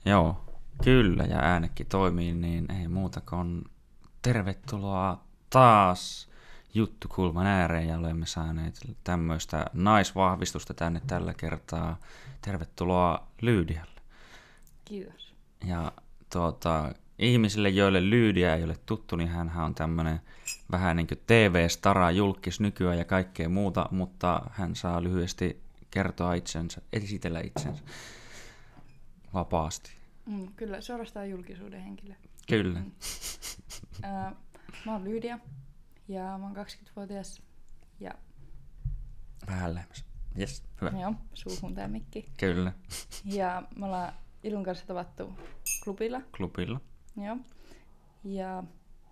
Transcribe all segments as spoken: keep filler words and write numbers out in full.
Joo, kyllä, ja äänekin toimii, niin ei muuta kuin tervetuloa taas juttukulman ääreen, ja olemme saaneet tämmöistä naisvahvistusta tänne tällä kertaa. Tervetuloa Lyydialle. Kiitos. Ja tuota, ihmisille, joille Lyydia ei ole tuttu, niin hänhän on tämmöinen vähän niin kuin T V-stara, julkis nykyään ja kaikkea muuta, mutta hän saa lyhyesti kertoa itsensä, esitellä itsensä vapaasti. Mm, kyllä, suorastaan julkisuuden henkilö. Kyllä. Mm. Äh, mä oon Lyydia ja mä oon kaksikymmentävuotias ja Vähän lähemmäs. Jes, hyvä. joo, suuhun tää mikki. Kyllä, Ja me ollaan Ilun kanssa tavattu klubilla. klubilla. Joo. Ja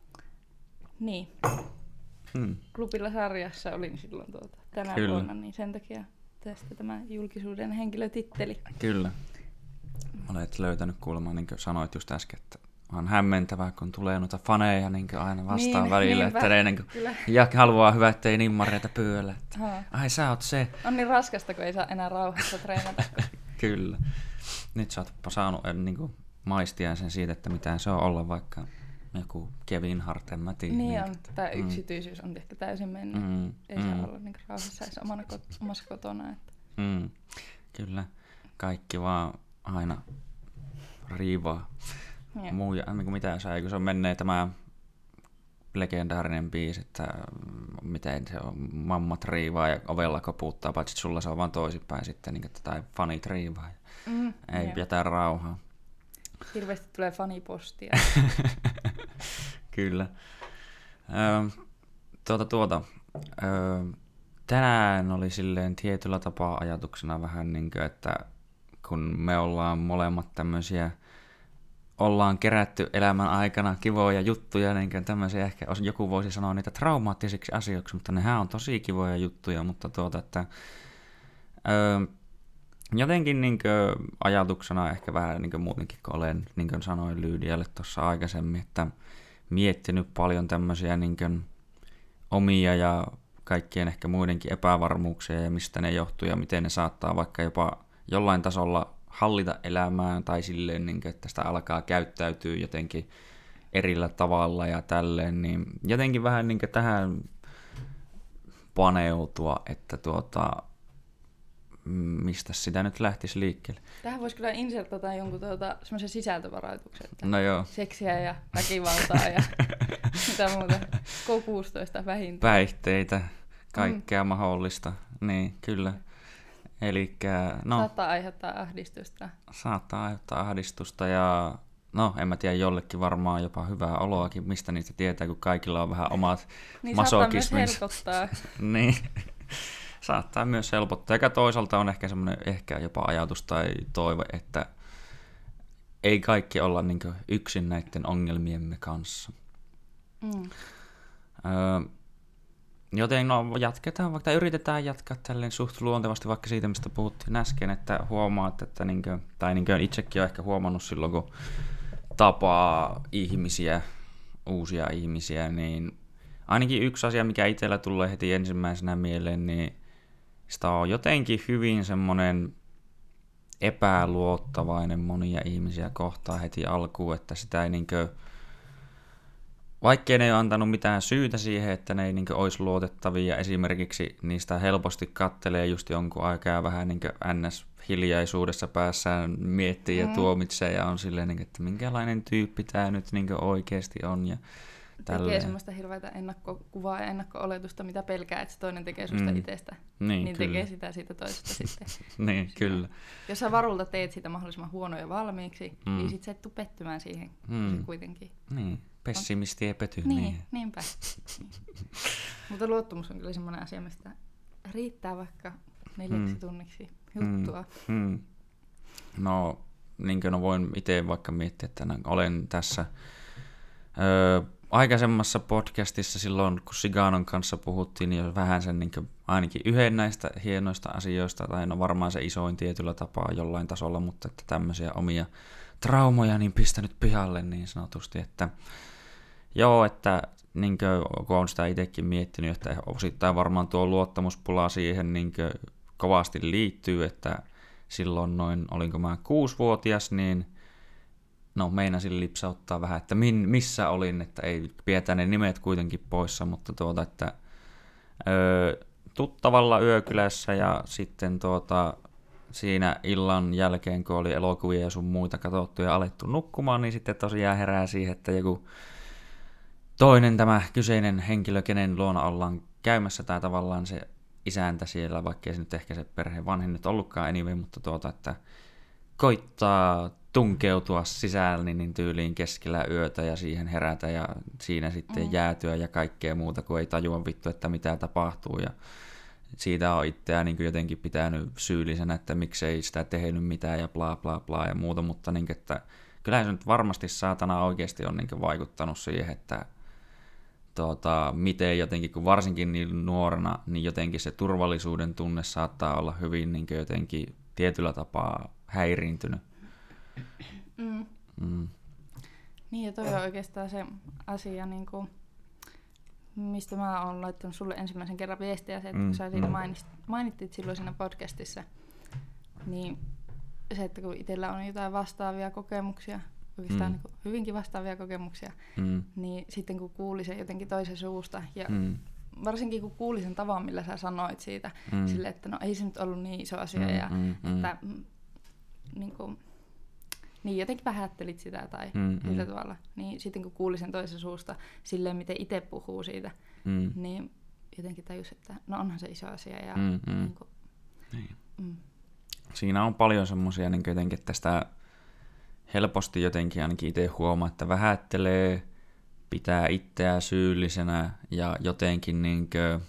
niin, Hmm. klubilla sarjassa olin silloin tuota, tänä Kyllä. vuonna, niin sen takia tästä tämä julkisuuden henkilötitteli. Kyllä. Olet löytänyt kuulemma, niin kuin sanoit just äsken, että on hämmentävää, kun tulee noita faneja niin aina vastaan Niin, välillä, niinpä. että ne niin kuin, Kyllä. ja haluaa hyvä, ettei nimmareita pyöllä. Että, Haa. ai sä oot se. On niin raskasta, kun ei saa enää rauhassa treenata. kun- Kyllä. Nyt sä oot saanut äh, niin kuin, maistia sen siitä, että mitä se on olla vaikka joku Kevin Hart, en mä tiedä. Niin on. kuin, Tämä mm. yksityisyys on ehkä täysin mennyt. Mm, Ei mm, saa olla niin rauhassa edes omana kot- omassa kotona. Että. mm. Kyllä. Kaikki vaan aina riivaa. Joo. Muu ja niin kuin mitä sai, kun se on menee tämä legendaarinen biisi, että miten se on, mammat riivaa ja ovella koputtaa, paitsi että sulla se on vaan toisinpäin sitten, niin että tai fanit riivaa ja Mm, ei joo. jätä rauhaa. Hirveästi tulee fanipostia. Kyllä. Ö, tuota tuota. Ö, tänään oli silleen tietyllä tapaa ajatuksena vähän niin kuin, että kun me ollaan molemmat tämmöisiä ollaan kerätty elämän aikana kivoja juttuja, niin tämmöisiä ehkä joku voisi sanoa niitä traumaattisiksi asioiksi, mutta nehän on tosi kivoja juttuja, mutta tuota, että öö, jotenkin niin kuin, ajatuksena ehkä vähän niin kuin muutenkin, kun olen, niin kuin sanoin Lyydialle tuossa aikaisemmin, että miettinyt paljon tämmöisiä niin kuin, omia ja kaikkien ehkä muidenkin epävarmuuksia ja mistä ne johtuu ja miten ne saattaa vaikka jopa jollain tasolla hallita elämään tai silleen, niin kuin, että sitä alkaa käyttäytyä jotenkin erillä tavalla ja tälleen, niin jotenkin vähän niin kuin tähän paneutua, että tuota, mistä sitä nyt lähtisi liikkeelle. Tähän voisi kyllä insertata jonkun tuota, semmoisen sisältövaroituksen, että No joo, seksiä ja väkivaltaa ja mitä muuta, K kuusitoista vähintään. päihteitä, kaikkea mm. mahdollista, niin kyllä. Elikkä, no, Saattaa aiheuttaa ahdistusta. saattaa aiheuttaa ahdistusta ja no, en mä tiedä, jollekin varmaan jopa hyvää oloakin, mistä niistä tietää, kun kaikilla on vähän omat Niin saattaa myös masokisminsa. helpottaa. Niin, saattaa myös helpottaa. Eikä toisaalta on ehkä semmoinen ehkä jopa ajatus tai toive, että ei kaikki olla niin kuin yksin näiden ongelmiemme kanssa. Mm. Öö, joten no jatketaan, vaikka yritetään jatkaa tälleen suht luontevasti vaikka siitä, mistä puhuttiin äsken, että huomaat, että niin kuin, tai niin kuin itsekin olen ehkä huomannut silloin, kun tapaa ihmisiä, uusia ihmisiä, niin ainakin yksi asia, mikä itsellä tulee heti ensimmäisenä mieleen, niin sitä on jotenkin hyvin semmoinen epäluottavainen monia ihmisiä kohtaan heti alkuun, että sitä ei niinkö, vaikkei ne ei ole antanut mitään syytä siihen, että ne ei niinkö olisi luotettavia, esimerkiksi niistä helposti kattelee just jonkun aikaa vähän niinkö ns. Hiljaisuudessa päässään miettii ja Mm. tuomitsee ja on silleen, niinkö, että minkälainen tyyppi tämä nyt niinkö oikeasti on ja Tekee tälleen. semmoista hirveätä ennakkokuvaa ja ennakko-oletusta, mitä pelkää, että se toinen tekee susta Mm. itsestä. Niin, Niin kyllä. tekee sitä siitä toisesta sitten. Niin, kyllä. Jos sä varulta teet sitä mahdollisimman huonoja valmiiksi, Mm. niin sit sä et tuu pettymään siihen. Mm. Se kuitenkin. Niin, pessimisti ei pety. Niin, Niin. niinpä. Mutta luottamus on kyllä semmoinen asia, mistä riittää vaikka neljäksi Mm. tunniksi juttua. Hmm. No, niin kuin no voin itse vaikka miettiä, että olen tässä öö, aikaisemmassa podcastissa silloin, kun Siganon kanssa puhuttiin, niin vähän sen niin kuin, ainakin yhden näistä hienoista asioista, tai no varmaan se isoin tietyllä tapaa jollain tasolla, mutta että tämmöisiä omia traumoja niin pistänyt pihalle niin sanotusti, että joo, että niin kuin, kun olen sitä itsekin miettinyt, että osittain varmaan tuo luottamuspula siihen niin kuin, kovasti liittyy, että silloin noin, olinko mä kuusivuotias, niin no meinasin lipsauttaa vähän, että min, missä olin, että ei pidetään ne nimet kuitenkin poissa, mutta tuota, että öö, tuttavalla yökylässä ja sitten tuota, siinä illan jälkeen, kun oli elokuvia ja sun muita katsottu ja alettu nukkumaan, niin sitten tosiaan herää siihen, että joku toinen tämä kyseinen henkilö, kenen luona ollaan käymässä, tai tavallaan se isäntä siellä, vaikkei se nyt ehkä se perheen vanhin nyt ollutkaan anyway, mutta tuota, että koittaa tunkeutua sisään niin tyyliin keskellä yötä ja siihen herätä ja siinä sitten mm. jäätyä ja kaikkea muuta, kun ei tajua vittu, että mitä tapahtuu ja siitä on itseään niin jotenkin pitänyt syyllisenä, että miksei sitä tehnyt mitään ja bla bla bla ja muuta, mutta niin, että kyllähän se nyt varmasti saatana oikeasti on niin vaikuttanut siihen, että tuota, miten jotenkin, kun varsinkin niin nuorena, niin jotenkin se turvallisuuden tunne saattaa olla hyvin niin jotenkin tietyllä tapaa häiriintynyt. Mm. Mm. Niin ja toi on oikeastaan se asia, niin kuin, mistä mä oon laittanut sulle ensimmäisen kerran viestiä, se, että mm. kun sä siitä mm. mainit, mainittit silloin siinä podcastissa, niin se, että kun itsellä on jotain vastaavia kokemuksia, oikeastaan mm. niin kuin hyvinkin vastaavia kokemuksia, mm. niin sitten kun kuuli sen jotenkin toisen suusta, ja mm. varsinkin kun kuuli sen tavan, millä sä sanoit siitä, mm. sille, että no ei se nyt ollut niin iso asia, mm. ja mm. että mm, niin kuin, niin jotenkin vähättelit sitä tai mm, sillä mm. tavalla. Niin sitten kun kuuli sen toisen suusta silleen, miten itse puhuu siitä, mm. niin jotenkin tajus, että no onhan se iso asia. Ja, mm, mm. Niin kuin, niin. Mm. Siinä on paljon semmoisia niin jotenkin, että sitä helposti jotenkin ainakin itse huomaa, että vähättelee, pitää itseään syyllisenä ja jotenkin niin kuin,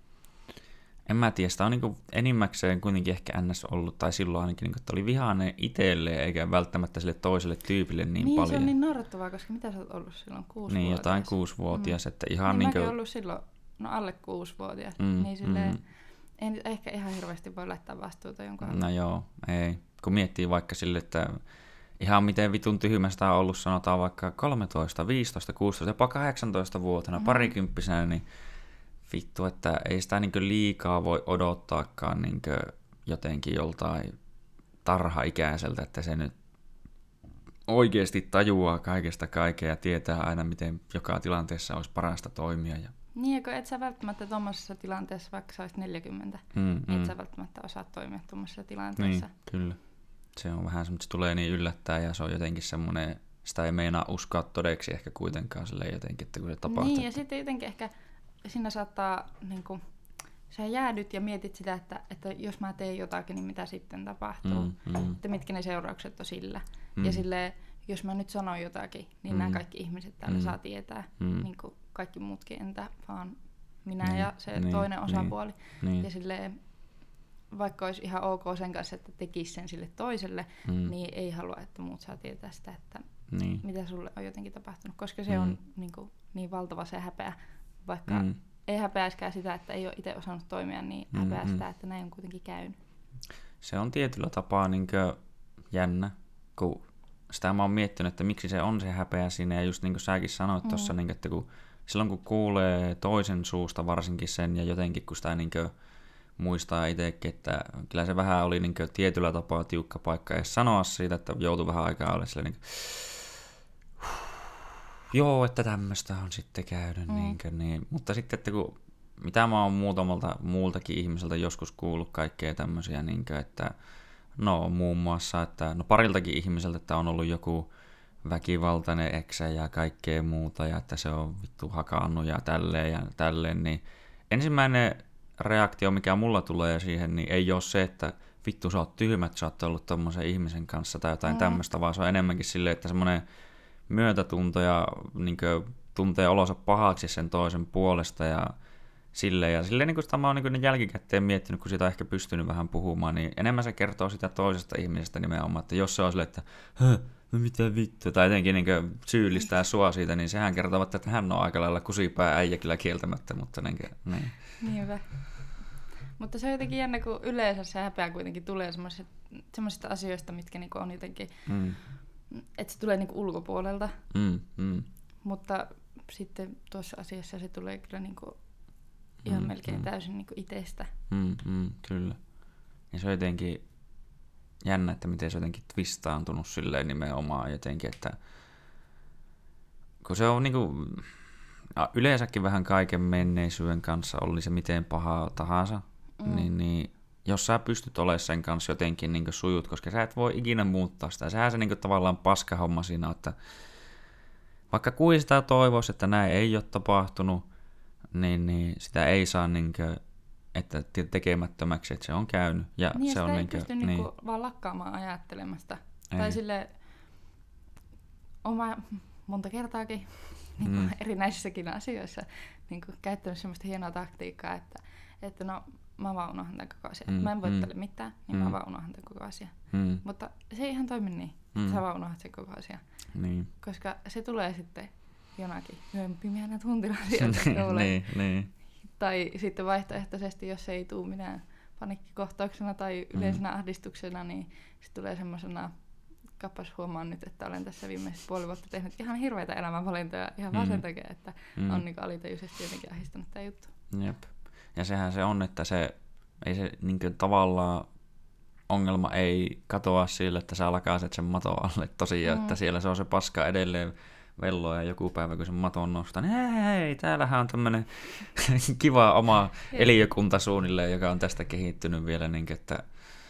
en mä tiedä, sitä on niin enimmäkseen kuitenkin ehkä ns ollut, tai silloin ainakin, niin että oli vihainen itselleen, eikä välttämättä sille toiselle tyypille niin, niin paljon. Niin, se on niin naurettavaa, koska mitä sä oot ollut silloin, kuusivuotias? Niin, jotain kuusivuotias, mm. että ihan niin niin kuin... ollut silloin, no alle kuusivuotias, mm, niin silleen, mm. ei nyt ehkä ihan hirveästi voi laittaa vastuuta jonkun. No joo, ei. Kun miettii vaikka sille, että ihan miten vitun tyhmästä on ollut, sanotaan vaikka kolmetoista, viisitoista, kuusitoista, jopa kahdeksantoista-vuotena, mm. parikymppisenä, niin vittu, että ei sitä niin liikaa voi odottaakaan niin jotenkin joltain tarha-ikäiseltä, että se nyt oikeasti tajuaa kaikesta kaikkea ja tietää aina, miten joka tilanteessa olisi parasta toimia. Ja... Niin, kun et sä välttämättä tuommoisessa tilanteessa, vaikka sä olisit neljäkymmentä, mm, et mm. sä välttämättä osaa toimia tuommoisessa tilanteessa. Niin, kyllä. Se on vähän semmoinen, se tulee niin yllättää ja se on jotenkin semmoinen, sitä ei meinaa uskoa todeksi ehkä kuitenkaan silleen jotenkin, että kun se tapahtuu. Niin, ja sitten jotenkin ehkä siinä saattaa, niin kuin, sä jäädyt ja mietit sitä, että, että jos mä teen jotakin, niin mitä sitten tapahtuu. Mm, mm. Että mitkä ne seuraukset on sillä. Mm. Ja silleen, jos mä nyt sanon jotakin, niin mm. nämä kaikki ihmiset täällä mm. saa tietää, mm. niin kuin kaikki muutkin, entä vaan minä niin, ja se niin, toinen osapuoli. Niin. Ja silleen, vaikka olisi ihan ok sen kanssa, että tekisi sen sille toiselle, mm. niin ei halua, että muut saa tietää sitä, että niin. mitä sulle on jotenkin tapahtunut. Koska se mm. on niin, kuin, niin valtava se häpeä. Vaikka mm. ei häpeäiskään sitä, että ei ole itse osannut toimia, niin mm, häpeää mm. sitä, että näin on kuitenkin käynyt. Se on tietyllä tapaa niin kuin jännä, kun sitä mä oon miettinyt, että miksi se on se häpeä siinä, ja just niin kuin säkin sanoit mm. tuossa, niin että kun, silloin kun kuulee toisen suusta varsinkin sen, ja jotenkin kun sitä niin kuin muistaa itsekin, että kyllä se vähän oli niin kuin tietyllä tapaa tiukka paikka edes sanoa siitä, että joutui vähän aikaa olla sille niin kuin, joo, että tämmöistä on sitten käynyt, mm. niinkö, niin. Mutta sitten, että kun, mitä mä oon muutamalta muultakin ihmiseltä joskus kuullut kaikkea tämmöisiä, niinkö, että no muun muassa, että no pariltakin ihmiseltä, että on ollut joku väkivaltainen eksä ja kaikkea muuta, ja että se on vittu hakannut ja tälleen ja tälleen, niin ensimmäinen reaktio, mikä mulla tulee siihen, niin ei ole se, että vittu sä oot tyhmä, että sä oot ollut tommosen ihmisen kanssa tai jotain mm. tämmöistä, vaan se on enemmänkin silleen, että semmoinen myötätunto ja niin kuin, tuntee olonsa pahaksi sen toisen puolesta ja silleen. Ja silleen niin kuin sitä mä oon niin kuin jälkikäteen miettinyt, kun sitä on ehkä pystynyt vähän puhumaan, niin enemmän se kertoo sitä toisesta ihmisestä nimenomaan, että jos se on silleen, että no mitä vittu, tai jotenkin niin kuin syyllistää sua siitä, niin sehän kertoo, että hän on aika lailla kusipää äijä kyllä kieltämättä, mutta niin kuin, niin. Niinpä. Mutta se on jotenkin jännä, kun yleensä se häpeä kuitenkin tulee semmoisista asioista, mitkä niinku on jotenkin, mm. että se tulee niinku ulkopuolelta. Mm, mm. Mutta sitten tuossa asiassa se tulee kyllä niinku ihan mm, melkein mm. täysin niinku itsestä. Mm, mm, kyllä. Ja se on jotenkin jännä, että miten se jotenkin twistaantunut silleen nimenomaan jotenkin, että kun se on niinku, yleensäkin vähän kaiken menneisyyden kanssa, oli se miten paha tahansa, mm. niin, niin jos sä pystyt olemaan sen kanssa jotenkin niin sujut, koska sä et voi ikinä muuttaa sitä. Sehän se niin tavallaan paskahomma siinä, että vaikka kuin sitä toivoisi, että näin ei ole tapahtunut, niin, niin sitä ei saa niin kuin, että tekemättömäksi, että se on käynyt. Ja niin, se ja on sitä niin ei pysty niin. Niin vaan lakkaamaan ajattelemasta. Ei. Tai sille oma monta kertaakin niin mm. erinäisissäkin asioissa niin käyttänyt semmoista hienoa taktiikkaa, että, että no mä vaan unohdan tämän koko asian. Mm. Mä en voittele mm. mitään, niin mm. mä vaan unohdan tämän koko asian. Mm. Mutta se ei ihan toimi niin, että mm. sä vaan unohdat sen koko asian. Niin. Koska se tulee sitten jonakin yön pimeänä tuntina sieltä niin, niin. Tai sitten vaihtoehtoisesti, jos ei tule minään paniikkikohtauksena tai yleisenä mm. ahdistuksena, niin se tulee semmoisena, kappas huomaan nyt, että olen tässä viimeiset puoli vuotta tehnyt ihan hirveitä elämänvalintoja ihan vaan mm. sen takia, että mm. on niin alitajuisesti jotenkin ahdistanut tämä juttu. Jep. Ja sehän se on, että se ei se niin kuin, tavallaan ongelma ei katoa sillä, että sä lakaiset sen maton alle tosiaan, mm. että siellä se on se paska edelleen velloa ja joku päivä, kun sen maton nostaa, niin hei, hei, täällähän on tämmöinen kiva oma eliökunta suunnilleen, joka on tästä kehittynyt vielä, niin kuin, että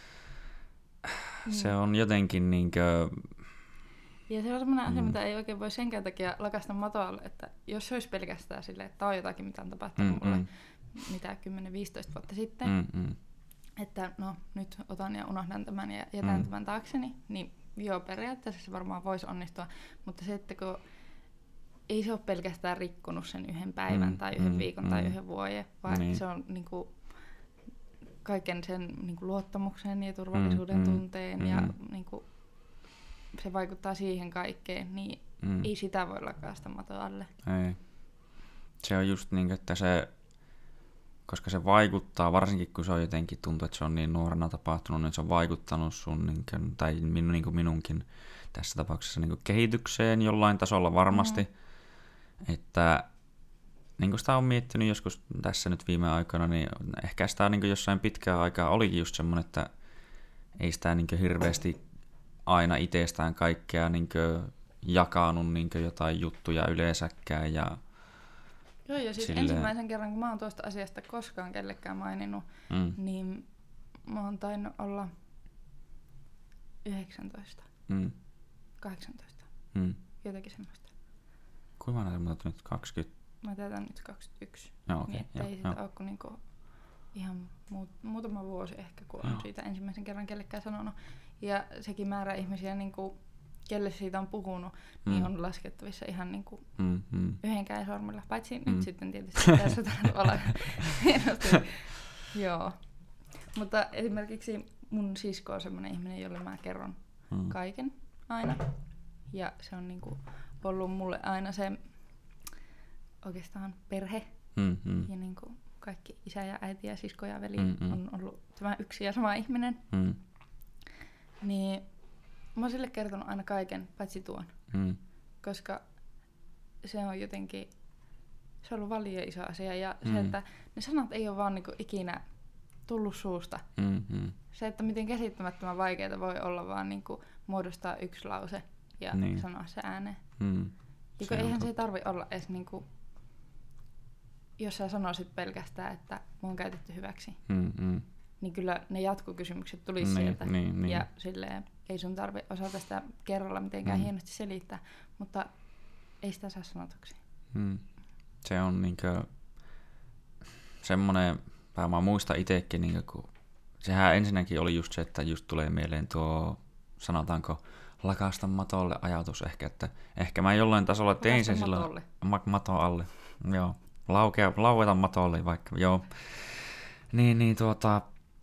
mm. se on jotenkin niin kuin... Ja se on semmoinen mm. asia, mitä ei oikein voi senkään takia lakasta maton alle, että jos se olisi pelkästään silleen, että tämä on jotakin, mitä on tapahtunut mm, mulle, mm. mitä kymmenen viisitoista vuotta sitten, mm, mm. että no nyt otan ja unohdan tämän ja jätän mm. tämän taakseni, niin joo, periaatteessa se varmaan voisi onnistua, mutta se, että kun ei se ole pelkästään rikkonut sen yhden päivän mm, tai yhden mm, viikon mm, tai yhden vuoden, vaan niin. se on niin kuin, kaiken sen niin kuin, luottamuksen ja turvallisuuden mm, tunteen mm, ja mm. niin kuin, se vaikuttaa siihen kaikkeen, niin mm. ei sitä voi lakaista maton alle. Ei. Se on just niin, että se, koska se vaikuttaa, varsinkin kun se on jotenkin tuntuu, että se on niin nuorena tapahtunut, niin se on vaikuttanut sun, niin kuin, tai min, niin kuin minunkin tässä tapauksessa niin kuin kehitykseen jollain tasolla varmasti. Mm. Että niin kuin sitä on miettinyt joskus tässä nyt viime aikoina, niin ehkä sitä niin kuin jossain pitkään aikaa olikin just semmoinen, että ei sitä niin kuin hirveästi aina itsestään kaikkea niin kuin jakanut niin kuin jotain juttuja yleensäkään. Ja joo, ja siis silleen... ensimmäisen kerran, kun mä oon tuosta asiasta koskaan kellekään maininnut, mm. niin mä oon tainnut olla yhdeksäntoista, mm. kahdeksantoista, mm. jotakin semmoista. Kuinka vanha sä oot nyt? kaksikymmentä? Mä täytän nyt kaksikymmentäyksi. Joo, okei. Okay, niin, ei sitä ole kuin niinku ihan muut, muutama vuosi ehkä, kun on siitä ensimmäisen kerran kellekään sanonut. Ja sekin määrä ihmisiä, niinku, kelle siitä on puhunut, mm. niin on laskettavissa ihan niinku mm, mm. yhdenkään sormilla. Paitsi mm. nyt sitten tietysti tässä täällä olla hienosti. Joo. Mutta esimerkiksi mun sisko on semmoinen ihminen, jolle mä kerron mm. kaiken aina. Ja se on niinku ollut mulle aina se oikeastaan perhe. Mm, mm. Ja niinku kaikki isä ja äiti ja sisko ja veli mm, mm. on ollut tämä yksi ja sama ihminen. Mm. Niin mä oon sille kertonut aina kaiken, paitsi tuon. Mm. Koska se on jotenkin, se on ollut valien iso asia. Ja mm. se, että ne sanat ei ole vaan niinku ikinä tullut suusta. Mm-hmm. Se, että miten käsittämättömän vaikeaa voi olla vaan niinku muodostaa yksi lause ja niin. sanoa se ääneen. Mm. Ja se eihän se ei tarvi olla edes niinku, jos sä sanoisit pelkästään, että mun on käytetty hyväksi. Mm-hmm. Niin kyllä ne jatkokysymykset tulisi niin, sieltä. Niin, niin. Ja silleen, ei sun tarvi osata sitä kerralla mitenkään mm. hienosti selittää, mutta ei sitä saa sanotuksi. Mm. Se on niinkö semmoinen, mä muistan itsekin, niinkö, kun sehän ensinnäkin oli just se, että just tulee mieleen tuo, sanotaanko, lakasta matolle ajatus ehkä, että ehkä mä jollain tasolla tein lakasta sen silloin ma- maton alle. Joo, laukea, laueta matolle vaikka, joo. Niin, niin tuota,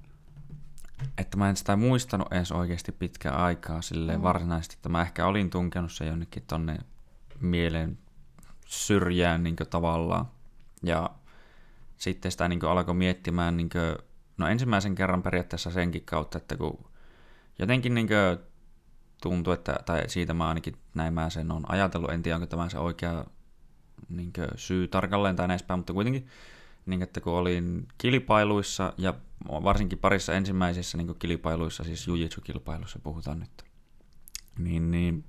että mä en sitä muistanut edes oikeasti pitkään aikaa silleen mm. varsinaisesti, että mä ehkä olin tunkenut se jonnekin tonne mielen syrjään niin tavallaan. Ja sitten sitä niin alkoi miettimään, niin kuin, no ensimmäisen kerran periaatteessa senkin kautta, että kun jotenkin niin tuntui, että, tai siitä mä ainakin näin mä sen on ajatellut, en tiedä onko tämä se oikea niin syy tarkalleen tai näin päin, mutta kuitenkin niin että kun olin kilpailuissa ja varsinkin parissa ensimmäisissä niin kilpailuissa, siis jujitsu-kilpailuissa puhutaan nyt, niin, niin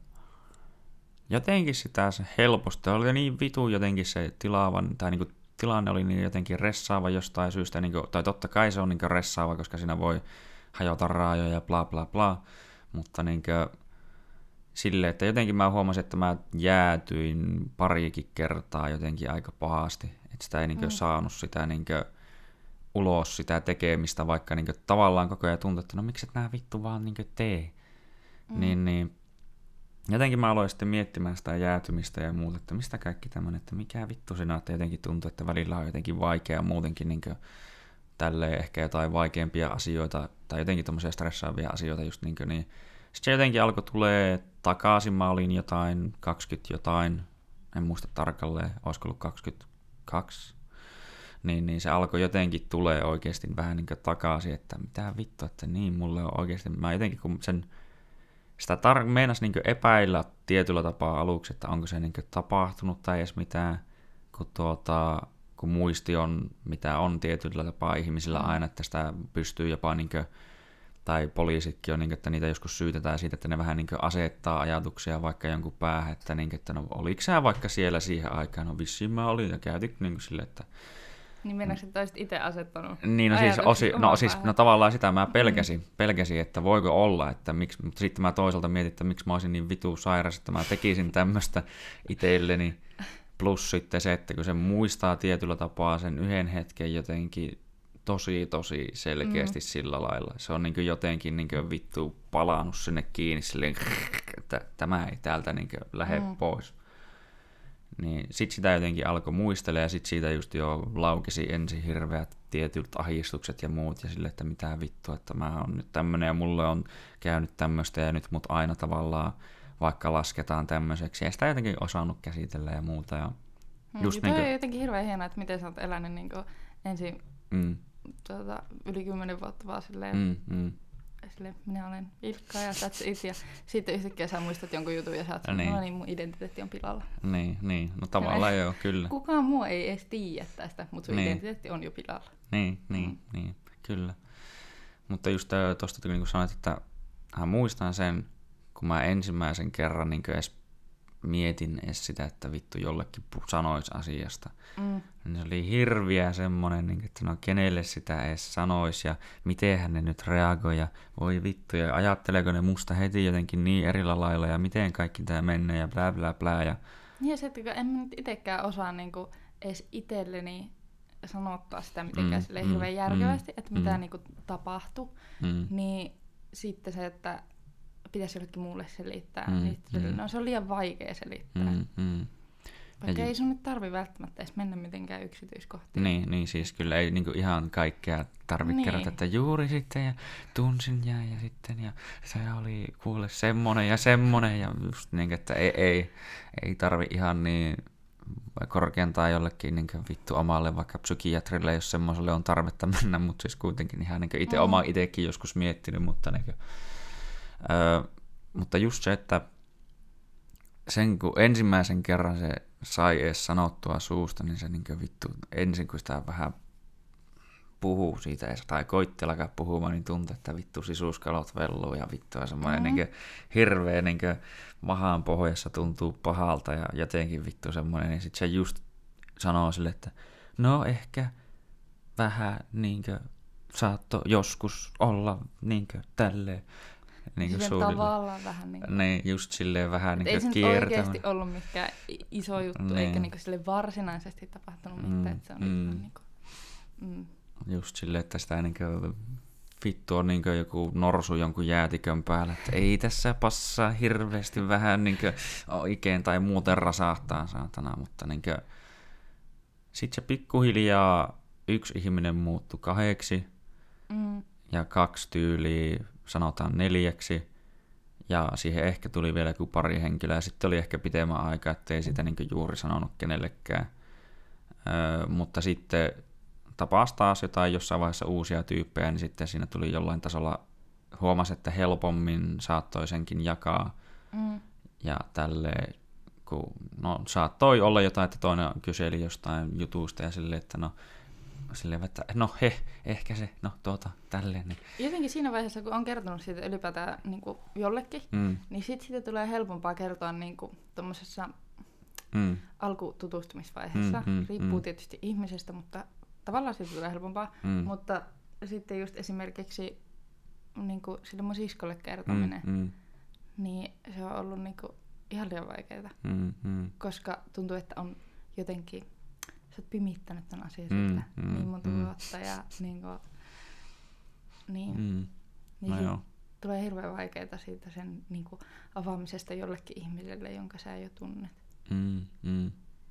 jotenkin sitä se helposti, oli niin vitu jotenkin se tilaavan, tai niin kuin tilanne oli niin jotenkin ressaava jostain syystä, niin kuin, tai totta kai se on niin kuin ressaava, koska siinä voi hajota raajoja ja bla bla bla, mutta niin kuin silleen, että jotenkin mä huomasin, että mä jäätyin parikin kertaa jotenkin aika pahasti, että sitä ei niin kuin mm. saanut sitä niin kuin ulos sitä tekemistä, vaikka niin kuin tavallaan koko ajan tuntui, että no miksi et nää vittu vaan niin kuin tee, mm. niin, niin jotenkin mä aloin sitten miettimään sitä jäätymistä ja muuta, että mistä kaikki tämmöinen, että mikä vittu siinä, että jotenkin tuntuu, että välillä on jotenkin vaikea muutenkin niin kuin tälleen ehkä jotain vaikeampia asioita tai jotenkin tommosia stressaavia asioita just niin kuin niin. Sitten se jotenkin alkoi tulee takaisin, mä olin jotain kaksikymmentä jotain, en muista tarkalleen, olisiko ollut kaksikymmentäkaksi, niin, niin se alkoi jotenkin tulee oikeasti vähän niin kuin takaisin, että mitä vittu, että niin mulle on oikeasti, mä jotenkin kun sen sitä tar- meinas niin kuin epäillä tietyllä tapaa aluksi, että onko se niin kuin tapahtunut tai edes mitään, kun, tuota, kun muisti on, mitä on tietyllä tapaa ihmisillä aina, että sitä pystyy jopa, niin kuin, tai poliisitkin on, niin kuin, että niitä joskus syytetään siitä, että ne vähän niin kuin asettaa ajatuksia vaikka jonkun päähän, että, niin kuin, että no oliko sä vaikka siellä siihen aikaan, no vissiin mä olin ja käytin niin kuin sille, että niin mennäänkö, että olisit itse asettanut niin, no siis, osi, no, siis no tavallaan sitä mä pelkäsin, mm. pelkäsin, että voiko olla, että miksi, mutta sitten mä toisaalta mietin, että miksi mä olisin niin vitu sairas, että mä tekisin tämmöistä itselleni, plus sitten se, että kun se muistaa tietyllä tapaa sen yhden hetken jotenkin tosi tosi selkeästi mm. sillä lailla, se on niin kuin jotenkin niin kuin vittu palannut sinne kiinni silleen, että tämä ei täältä niin kuin lähde mm. pois. Niin sit sitä jotenkin alkoi muistella ja sit siitä just jo laukesi ensin hirveät tietyt ahdistukset ja muut ja sille, että mitä vittua, että mä oon nyt tämmönen ja mulle on käynyt tämmöistä ja nyt mut aina tavallaan vaikka lasketaan tämmöiseksi ja sitä jotenkin osannut käsitellä ja muuta. Ja just mm, niin kuin on jotenkin hirveän hienoa, että miten sä oot elänyt niin kuin ensin mm. tuota, yli kymmenen vuotta vaan silleen, mm, mm. silleen, minä olen Ilkka ja that's it, ja sitten yhtäkkiä sä muistat jonkun jutun ja sä oot, niin. no niin, mun identiteetti on pilalla. Niin, niin. No tavallaan joo, kyllä. Kukaan muu ei edes tiedä tästä, mutta sun niin. identiteetti on jo pilalla. Niin, niin, mm. niin, kyllä. Mutta just tuosta niin kuin sanoit, että hän muistan sen, kun mä ensimmäisen kerran niin edes mietin edes sitä, että vittu jollekin sanois asiasta. Mm. Niin se oli hirviä semmoinen, niin että no kenelle sitä edes sanois ja miten ne nyt reagoi ja voi vittu ja ajatteleeko ne musta heti jotenkin niin erillä lailla ja miten kaikki tää menee ja blää blää blää. Ja niin se, että en mä nyt itekään osaa niinku edes itselleni sanottaa sitä mitenkään mm, mm, hirveän järkevästi, mm, että mitä mm. niinku tapahtui, mm. niin sitten se, että pitäisi jollekin muulle selittää, mm, niin mm. no, se on liian vaikea selittää. Mm, mm. Vaikka ja ei sun nyt tarvi välttämättä edes mennä mitenkään yksityiskohtiin. Niin, niin siis kyllä ei niinku ihan kaikkea tarvitse niin. kerrota, että juuri sitten ja tunsin ja, ja sitten ja se oli kuule semmonen ja semmonen ja just niin, että ei, ei, ei tarvi ihan niin korkeintaan jollekin niin vittu omalle vaikka psykiatrille, jos semmoiselle on tarvetta mennä, mutta siis kuitenkin ihan niin itse mm. oma itsekin joskus miettinyt, mutta niin kuin, öö, mutta just se, että sen kun ensimmäisen kerran se sai edes sanottua suusta, niin se niin vittu ensin kun sitä vähän puhuu siitä tai koitti alkaa puhumaan, niin tuntui, että vittu sisuskalot velluu ja vittu on semmoinen mm-hmm. niin hirveä niin mahan pohjassa tuntuu pahalta ja jotenkin vittu semmoinen, niin sitten se just sanoo sille, että no ehkä vähän niin kuin saatto joskus olla niin kuin tälleen. Niin kuin tavallaan vähän niin kuin. Niin, just silleen vähän niin kuin kiertämään. Ei se oikeasti ollut mikään iso juttu, niin. eikä niin kuin sille varsinaisesti tapahtunut mitään, mm, että se on mm. ihan niin kuin, mm. just silleen, että sitä niin kuin vittu on niin kuin joku norsu jonkun jäätikön päällä, että ei tässä passaa hirveästi vähän niin kuin oikein tai muuten rasahtaa saatana, mutta niin kuin sit se pikkuhiljaa yksi ihminen muuttui kahdeksi mm. ja kaksi tyyliä sanotaan neljäksi, ja siihen ehkä tuli vielä joku pari henkilöä, ja sitten oli ehkä pitemmän aikaa, ettei sitä niin juuri sanonut kenellekään. Öö, mutta sitten tapasi taas jotain jossain vaiheessa uusia tyyppejä, niin sitten siinä tuli jollain tasolla, huomasi, että helpommin saattoi senkin jakaa, mm. ja tälleen, kun, no saattoi olla jotain, että toinen kyseli jostain jutusta, ja silleen, että no, silleen, että no he, ehkä se, no tuota, tälleen. Niin. Jotenkin siinä vaiheessa, kun on kertonut siitä ylipäätään niin kuin jollekin, mm. niin sitten siitä tulee helpompaa kertoa niin kuin tuommoisessa mm. alkututustumisvaiheessa. Mm, mm, Riippuu mm. tietysti ihmisestä, mutta tavallaan siitä tulee helpompaa. Mm. Mutta sitten just esimerkiksi niin kuin sille mun siskolle kertominen, mm, mm. niin se on ollut niin kuin ihan liian vaikeaa. Mm, mm. Koska tuntuu, että on jotenkin, sä oot pimittänyt ton asian mm, siltä mm, niin monta mm. vuotta ja niin kuin, niin, mm. niin no tulee hirveän vaikeaa siitä sen niin kuin avaamisesta jollekin ihmiselle, jonka sä jo tunnet. Mm, mm.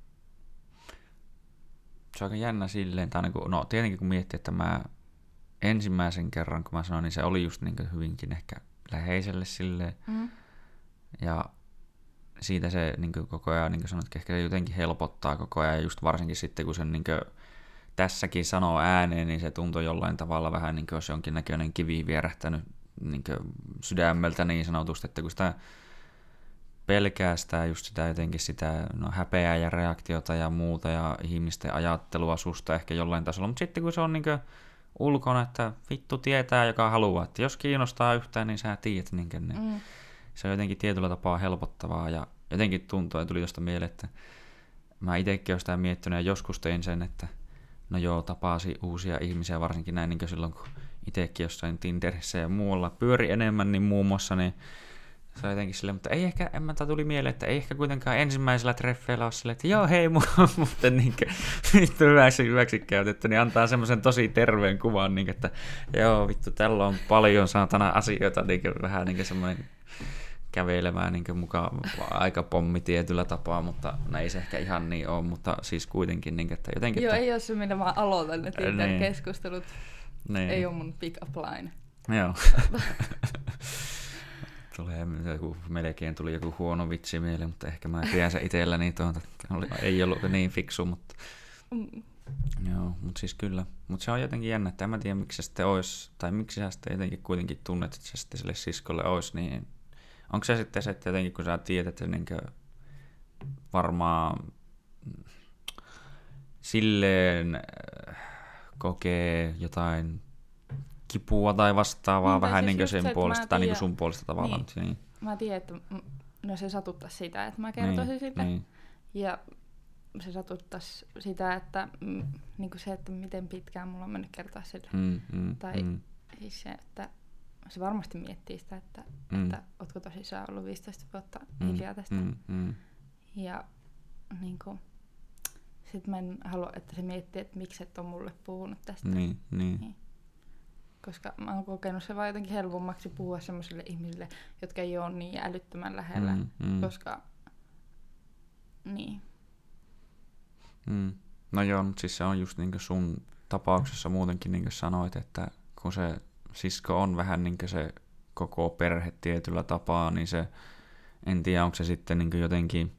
Se on aika jännä silleen, tai niin kuin, no tietenkin kun miettii, että mä ensimmäisen kerran, kun mä sanoin, niin se oli just niin kuin hyvinkin ehkä läheiselle silleen. Mm. Ja siitä se niin kuin koko ajan, niin kuin sanoit, ehkä se jotenkin helpottaa koko ajan, ja just varsinkin sitten, kun sen niin kuin tässäkin sanoo ääneen, niin se tuntui jollain tavalla vähän niin kuin olisi jonkinnäköinen kivi vierähtänyt niin kuin sydämeltä niin sanotusti, että kun sitä pelkää sitä, just sitä jotenkin sitä no, häpeää ja reaktiota ja muuta ja ihmisten ajattelua susta ehkä jollain tasolla, mutta sitten kun se on niin kuin ulkona, että vittu tietää, joka haluaa, että jos kiinnostaa yhtään, niin sä tiedät, niin, niin mm. se on jotenkin tietyllä tapaa helpottavaa ja jotenkin tuntuu, ja tuli josta mieleen, että mä itsekin olen sitä miettinyt ja joskus tein sen, että no joo, tapasi uusia ihmisiä, varsinkin näin niin kuin silloin, kun itsekin jossain Tinderissä ja muualla pyöri enemmän, niin muun muassa, niin se on jotenkin silleen, mutta ei ehkä, en mä tuli mieleen, että ei ehkä kuitenkaan ensimmäisellä treffeillä ole silleen, että joo hei, mutta niin vittu hyväksi, hyväksi käytetty, niin antaa semmoisen tosi terveen kuvan, niin, että joo vittu, tällä on paljon saatana asioita, niin vähän niin semmoinen kävelemään niin mukaan aika pommi tietyllä tapaa, mutta no ei se ehkä ihan niin ole, mutta siis kuitenkin, niin, että jotenkin... Joo, että... ei ole se, millä mä aloitan ne niin. keskustelut. Niin. Ei ole mun pick-up line. Joo. Tulee joku, melkein tuli joku huono vitsi mieleen, mutta ehkä mä pidän se itselläni tuota, ei ollut niin fiksu, mutta... Mm. Joo, mutta siis kyllä. Mutta se on jotenkin jännä, että en mä tiedä, miksi se sitten olisi, tai miksi sä sitten jotenkin kuitenkin tunnet, että se sitten sille siskolle olisi, niin... Onko se sitten se, että jotenkin kun sä tiedät, että niin varmaan silleen kokee jotain kipua tai vastaavaa, niin, vähän siis niin kuin sen puolesta, tai niin kuin sun puolesta tavallaan. Niin. Niin. Mä tiedän, että no se satuttaisi sitä, että mä kertoisin niin, sitä. Niin. Ja se satuttaisi sitä, että niin kuin se, että miten pitkään mulla on mennyt kertoa sille. Mm, mm, tai mm. siis se, että se varmasti miettii sitä, että, mm. että ootko tosissaan ollut viisitoista vuotta hiljaa tästä. Mm, mm. Ja niin kuin, sit mä en halua, että se miettii, että miksi et ole mulle puhunut tästä. Niin, niin. Niin. Koska mä oon kokenut se vaan jotenkin helpommaksi puhua semmoisille ihmisille, jotka ei ole niin älyttömän lähellä. Mm, mm. Koska, niin. Mm. No joo, mutta siis se on just niin kuin sun tapauksessa muutenkin niin kuin sanoit, että kun se sisko on vähän niin kuin se koko perhe tietyllä tapaa, niin se, en tiedä, onko se sitten niin kuin jotenkin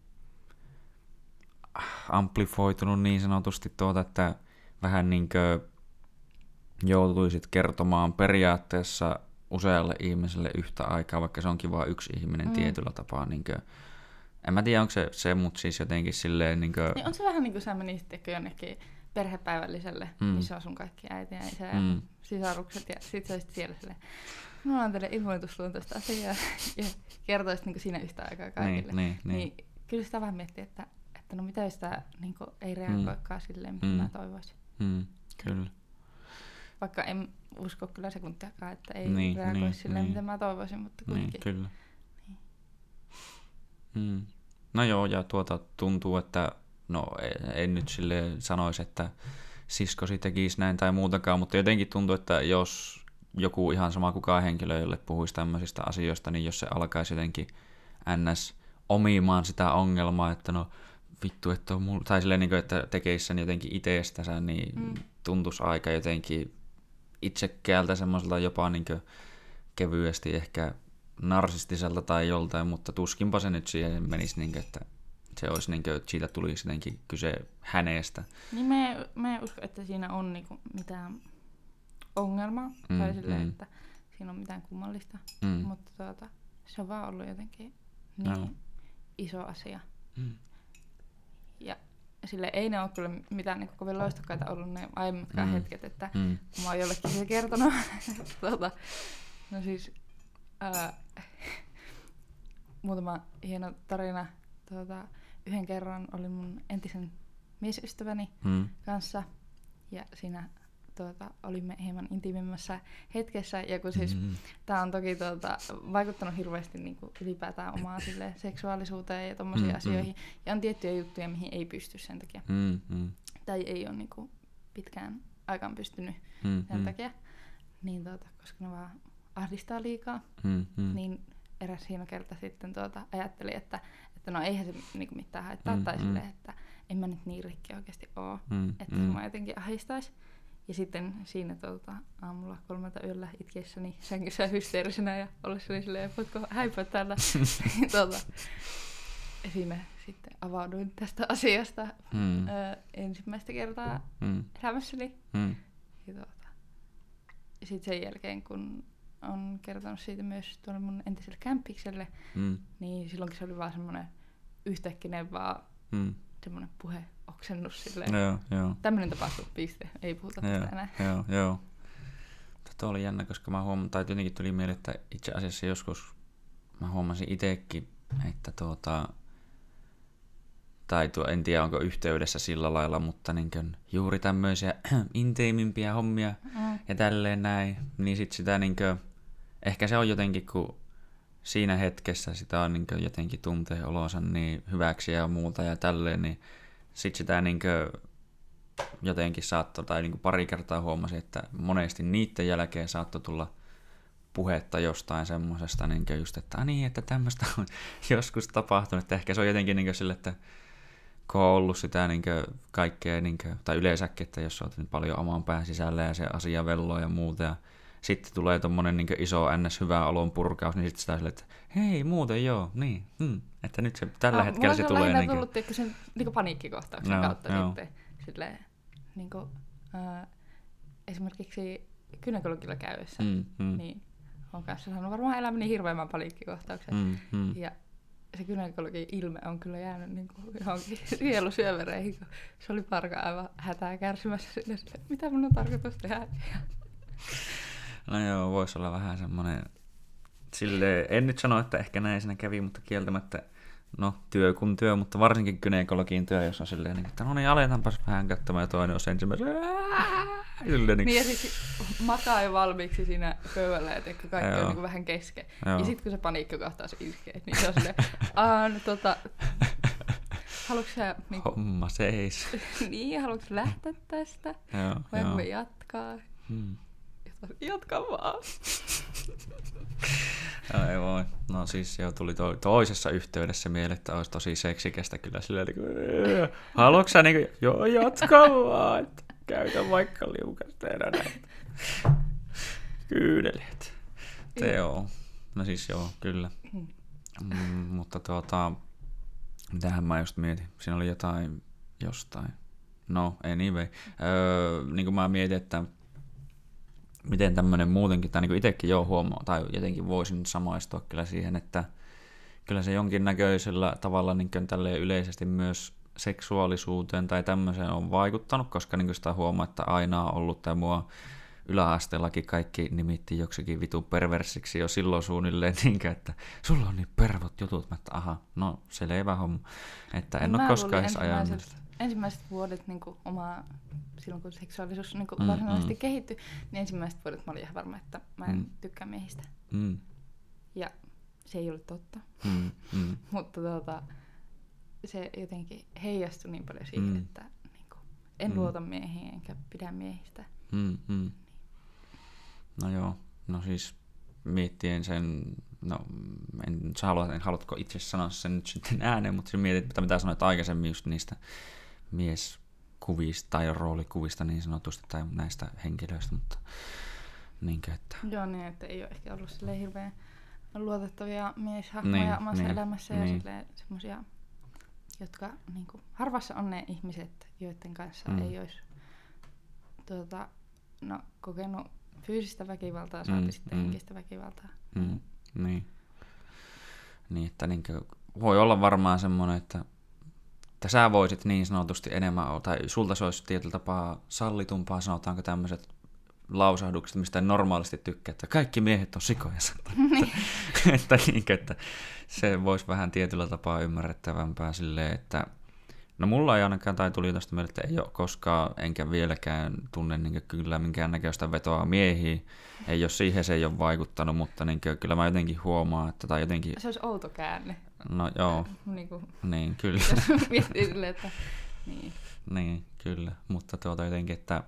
amplifoitunut niin sanotusti tuota, että vähän niin kuin joutuisit kertomaan periaatteessa usealle ihmiselle yhtä aikaa, vaikka se onkin vain yksi ihminen mm. tietyllä tapaa. Niin kuin, en mä tiedä, onko se se, mutta siis jotenkin silleen... Niin, kuin... niin on se vähän niin kuin sä menisit jonnekin perhepäivälliselle, mm. missä on sun kaikki äiti ja isä ja mm. sisarukset, ja sit sä olisit siellä silleen, mulla on tälle ilmoitusluontoista asiaa, ja kertoisit niin siinä yhtä aikaa kaikille. Niin, niin, niin. niin kyllä sitä vähän miettii, että, että no mitä jos sitä niin ei reagoikaan mm. silleen, mitä mm. mä toivoisin. Mm. Kyllä. Vaikka en usko kyllä sekuntiakaan, että ei niin, reagoisi niin, silleen, niin. mitä mä toivoisin, mutta kuitenkin. Niin, kyllä. Niin. Mm. No joo, ja tuota tuntuu, että no en nyt sille sanoisi, että siskosi tekisi näin tai muutakaan, mutta jotenkin tuntuu, että jos joku ihan sama kukaan henkilö, jolle puhuisi tämmöisistä asioista, niin jos se alkaisi jotenkin ns. Omimaan sitä ongelmaa, että no vittu, että on mulla, tai silleen, niin kuin, että tekeisi sen jotenkin itsestänsä, niin mm. tuntuisi aika jotenkin itsekkäältä semmoiselta jopa niin kuin kevyesti ehkä narsistiselta tai joltain, mutta tuskinpa se nyt siihen menisi, niin kuin, että se olisi niin kuin, että siitä tulisi jotenkin kyse hänestä. Niin mä, mä en usko, että siinä on niin kuin mitään ongelmaa, mm, tai silleen, mm. että siinä on mitään kummallista, mm. mutta tuota, se on vaan ollut jotenkin niin no. iso asia. Mm. Ja sille ei ne ole kyllä mitään niin kovin loistokkaita ollut ne aiemmatkaan Mm. hetket, että Mm. kun mä oon jollekin se kertonut. tuota, no siis ää, muutama hieno tarina. Tuota, yhden kerran olin mun entisen miesystäväni Mm. kanssa ja siinä tuota, olimme hieman intiimimmässä hetkessä ja kun siis Mm. tää on toki tuota, vaikuttanut hirveästi niin kuin ylipäätään omaan sille, seksuaalisuuteen ja tommosiin Mm, asioihin ja on tiettyjä juttuja, mihin ei pysty sen takia Mm. Mm. tai ei ole niin kuin pitkään aikaan pystynyt Mm. sen Mm. takia, niin tuota, koska ne vaan ahdistaa liikaa, Mm. Mm. niin eräs hieno kerta sitten tuota, ajatteli, että, että no eihän se niinku mitään haittaa, Mm, tai mm. silleen, että en mä nyt niin rikki oikeasti oo, Mm. että Mm. se mua jotenkin ahdistaisi. Ja sitten siinä tuota, aamulla kolmelta yöllä itkiessäni sängyssä hysteerisenä ja ollessani silleen, voitko häipyä täältä, niin tuota, siinä sitten avauduin tästä asiasta Mm. ö, ensimmäistä kertaa Mm. elämässäni. Mm. Ja tuota, sitten sen jälkeen, kun on kertonut siitä myös tuolle mun entiselle kämppikselle, Mm. niin silloinkin se oli vaan semmoinen yhtäkkinen vaan Mm. semmoinen puheoksennus silleen. Joo, joo. Tämmöinen tapahtui, piste. Ei puhuta Joo, tästä enää. joo, joo. Tuo oli jännä, koska mä huomasin, tai jotenkin tuli mieleen, että itse asiassa joskus mä huomasin itsekin, että tuota, tai tuo, en tiedä onko yhteydessä sillä lailla, mutta niin kuin juuri tämmöisiä intiimimpiä hommia Mm. ja tälleen näin, niin sit sitä niin kuin, ehkä se on jotenkin, kun siinä hetkessä sitä on niin kuin jotenkin tuntee olonsa niin hyväksi ja muuta ja tälleen, niin sit sitä niin kuin jotenkin saattoi, tai niin kuin pari kertaa huomasin, että monesti niiden jälkeen saattoi tulla puhetta jostain semmosesta, niin just, että ah niin, että tämmöistä on joskus tapahtunut, että ehkä se on jotenkin niin sille, että kun on ollut sitä niin kaikkea, niin kuin, tai yleensäkin, että jos olet niin paljon oman pään sisällä ja se asia velloo ja muuta, ja sitten tulee tommonen niin iso ns. Hyvä olon purkaus, niin sitten sitä sille, että hei, muuten joo, niin, hmm, että nyt se tällä No, hetkellä se mulla tulee. on Niin tullut kuin... sen niin paniikkikohtauksen Joo, kautta joo. sitten silleen, niin kuin, äh, esimerkiksi gynekologilla käydessä, mm, mm, niin olen kanssa saanut varmaan elämäni hirveämmän paniikkikohtauksen. mm, mm. Ja se gynekologin ilme on kyllä jäänyt niin kuin johonkin sielusyövereihin, kun se oli parka aivan hätää kärsimässä sille, sille, mitä mun on tarkoitus tehdä. No joo, voisi olla vähän semmoinen, silleen, en nyt sano, että ehkä näin siinä kävi, mutta kieltämättä, no työ kun työ, mutta varsinkin gynekologin työ, jos on silleen, niin, että no niin, aletaanpas vähän katsomaan, ja toinen on ensimmäisen, silleen, niin, Niin ja siis makaa jo valmiiksi siinä pöydällä, että kaikki Joo. on niin kuin vähän kesken. Joo. Ja sitten kun se paniikkikohtaus iskee, niin se on silleen, aah, no tota, haluatko sä, niin, kuin, homma seis. niin, haluatko sä lähteä tästä? Joo, Voinko joo. me jatkaa? Hmm. Jatka vaan. Ai voi. No siis joo, tuli to- toisessa yhteydessä mieleen, että olisi tosi seksikästä kyllä silleen, niin kuin, haluatko sä niin kuin, joo, jatka vaan, että käytä vaikka liukasta enää näitä kyyneleet. Se joo. No siis joo, kyllä. Hmm. Mm, mutta tuota, mitähän mä just mietin, siinä oli jotain jostain. No, anyway. Öö, niin kuin mä mietin, että miten tämmöinen muutenkin, tai niin kuin itsekin jo huomaa, tai jotenkin voisin samaistua kyllä siihen, että kyllä se jonkinnäköisellä tavalla niin kuin tälleen yleisesti myös seksuaalisuuteen tai tämmöiseen on vaikuttanut, koska niin kuin sitä huomaa, että aina on ollut tämä mua yläasteellakin kaikki nimitti joksikin vitu perversiksi jo silloin suunnilleen, niin kuin, että sulla on niin pervot jutut, mä, että aha, no selvä homma, että en Mä ole luulin koskaan edes ensimmäiset- ajannut. Ensimmäiset vuodet niin kuin omaa, silloin kun seksuaalisuus niin kuin Mm, varsinaisesti mm. kehittyi, niin ensimmäiset vuodet mä olin ihan varma, että mä en Mm. tykkää miehistä. Mm, Ja se ei ollut totta. mm, mm, Mutta tuota, se jotenkin heijastui niin paljon siihen, Mm. että niin kuin, en Mm. luota miehiin enkä pidä miehistä. mm, mm. No joo, no siis miettien sen, no en, sä haluat, en haluatko itse sanoa sen nyt sitten ääneen, mutta se mietit, mitä, mitä sanoit aikaisemmin just niistä mieskuvista tai roolikuvista niin sanotusti tai näistä henkilöistä, mutta niinkö, että Joo, niin, että ei ole ehkä ollut silleen hirveän luotettavia mieshahmoja Niin, omassa niin, elämässä ja niin. silleen semmosia, jotka niin kuin, harvassa on ne ihmiset, joiden kanssa Mm. ei olisi tuota, no, kokenut fyysistä väkivaltaa, Mm, saati sitten mm. henkistä väkivaltaa. mm, niin. Niin, että niinkö, voi olla varmaan semmoinen, että että sä voisit niin sanotusti enemmän olla, tai sulta se olisi tietyllä tapaa sallitumpaa, sanotaanko tämmöiset lausahdukset, mistä en normaalisti tykkää, että kaikki miehet on sikoja. että, että, niin, että se voisi vähän tietyllä tapaa ymmärrettävämpää silleen, että no mulla ei ainakaan, tai tuli tuosta mieltä, että ei ole koskaan, enkä vieläkään tunne niin kyllä minkäännäköistä vetoa miehiin. Ei ole siihen, se ei ole vaikuttanut, mutta niin kyllä mä jotenkin huomaan, että tai jotenkin... Se olisi outo käänne. No joo, niin, kuin, niin kyllä. Jos miettii silleen, että... Niin. Niin, kyllä, mutta tuota jotenkin, että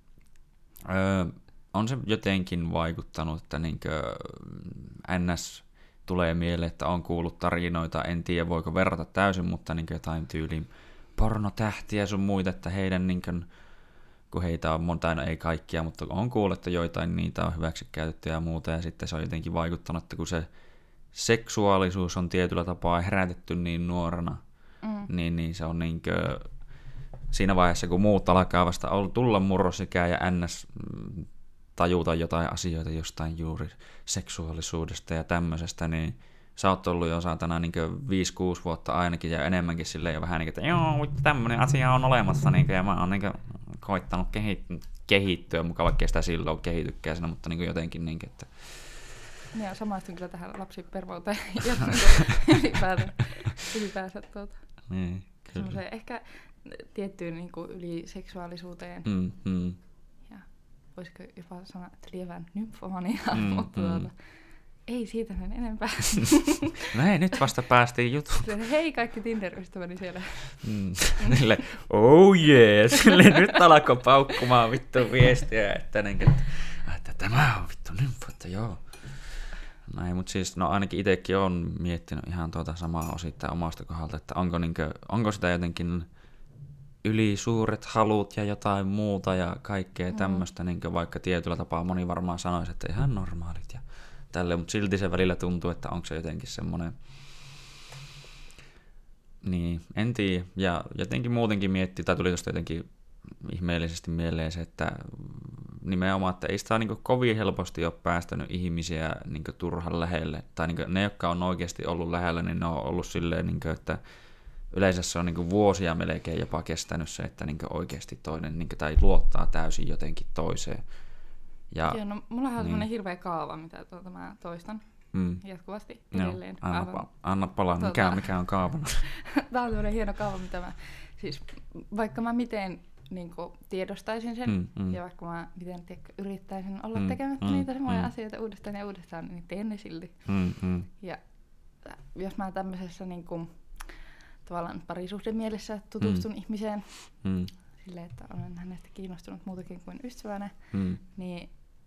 öö, on se jotenkin vaikuttanut, että niin kuin N S tulee mieleen, että on kuullut tarinoita, en tiedä voiko verrata täysin, mutta niin jotain tyyliin pornotähtiä sun muita, että heidän, niin kuin, kun heitä on monta, no ei kaikkia, mutta on kuullut, että joitain niitä on hyväksi käytetty ja muuta, ja sitten se on jotenkin vaikuttanut, että kun se seksuaalisuus on tietyllä tapaa herätetty niin nuorena, mm. niin, niin se on niin kuin, siinä vaiheessa, kun muut alkaa vasta tulla murrosikään ja ns. Tajuta jotain asioita jostain juuri seksuaalisuudesta ja tämmöisestä, niin sä oot ollut jo saatana niin viisi kuusi vuotta ainakin ja enemmänkin silleen jo vähän niin kuin, että joo, tämmöinen asia on olemassa niin kuin, ja mä oon niin kuin, koittanut kehit- kehittyä, mukaan vaikka sitä silloin kehitykään siinä, mutta niin kuin jotenkin niin kuin, että... Ja samaistun kyllä tähän lapsipervouteen ja ylipäätään, ylipäänsä tuota. Niin, kyllä. Ehkä tiettyyn niin kuin yliseksuaalisuuteen. Mm, mm. Voisiko jopa sanoa, että lievän nymfomaniaa, mm, mutta mm. tuota, ei siitä sen enempää. No ei, nyt vasta päästiin jutun. Hei kaikki Tinder-ystäväni siellä. Mm. Sille, oh yeah, sille nyt alkoi paukkumaan vittu viestiä, että, että, että tämä on vittu nymfo, että joo. Näin, mutta siis no ainakin itsekin olen miettinyt ihan tuota samaa osittain omasta kohdalta, että onko, niinkö, onko sitä jotenkin yli suuret halut ja jotain muuta ja kaikkea mm. tämmöistä, niin vaikka tietyllä tapaa moni varmaan sanoisi, että ihan normaalit ja tälleen, mutta silti se välillä tuntuu, että onko se jotenkin semmoinen, niin, en tiedä, ja jotenkin muutenkin miettii, tai tuli tuosta jotenkin ihmeellisesti mieleen se, että nimenomaan, että ei sitä niin kovin helposti ole päästänyt ihmisiä niin turhan lähelle, tai niin ne, jotka on oikeasti ollut lähellä, niin ne on ollut silleen, niin kuin, että yleensä se on niin vuosia melkein jopa kestänyt se, että niin oikeasti toinen niin tai luottaa täysin jotenkin toiseen. Ja, Joo, no mullahan on niin. semmoinen hirveä kaava, mitä tuota mä toistan mm. jatkuvasti edelleen. No, anna, pa- anna palaa, tuota, mikä, mikä on kaavana? Tämä on semmoinen hieno kaava, mitä mä, siis vaikka mä miten niin kuin, tiedostaisin sen, mm, mm. ja vaikka mä miten tiedä, yrittäisin olla mm, tekemättä mm, niitä samoja mm. asioita uudestaan ja uudestaan, niin teen ne silti. Mm, mm. Ja jos mä tämmöisessä niin kuin, tavallaan parisuhdemielessä tutustun mm. ihmiseen, mm. silleen, että olen hänestä kiinnostunut muutakin kuin ystävänä, mm. niin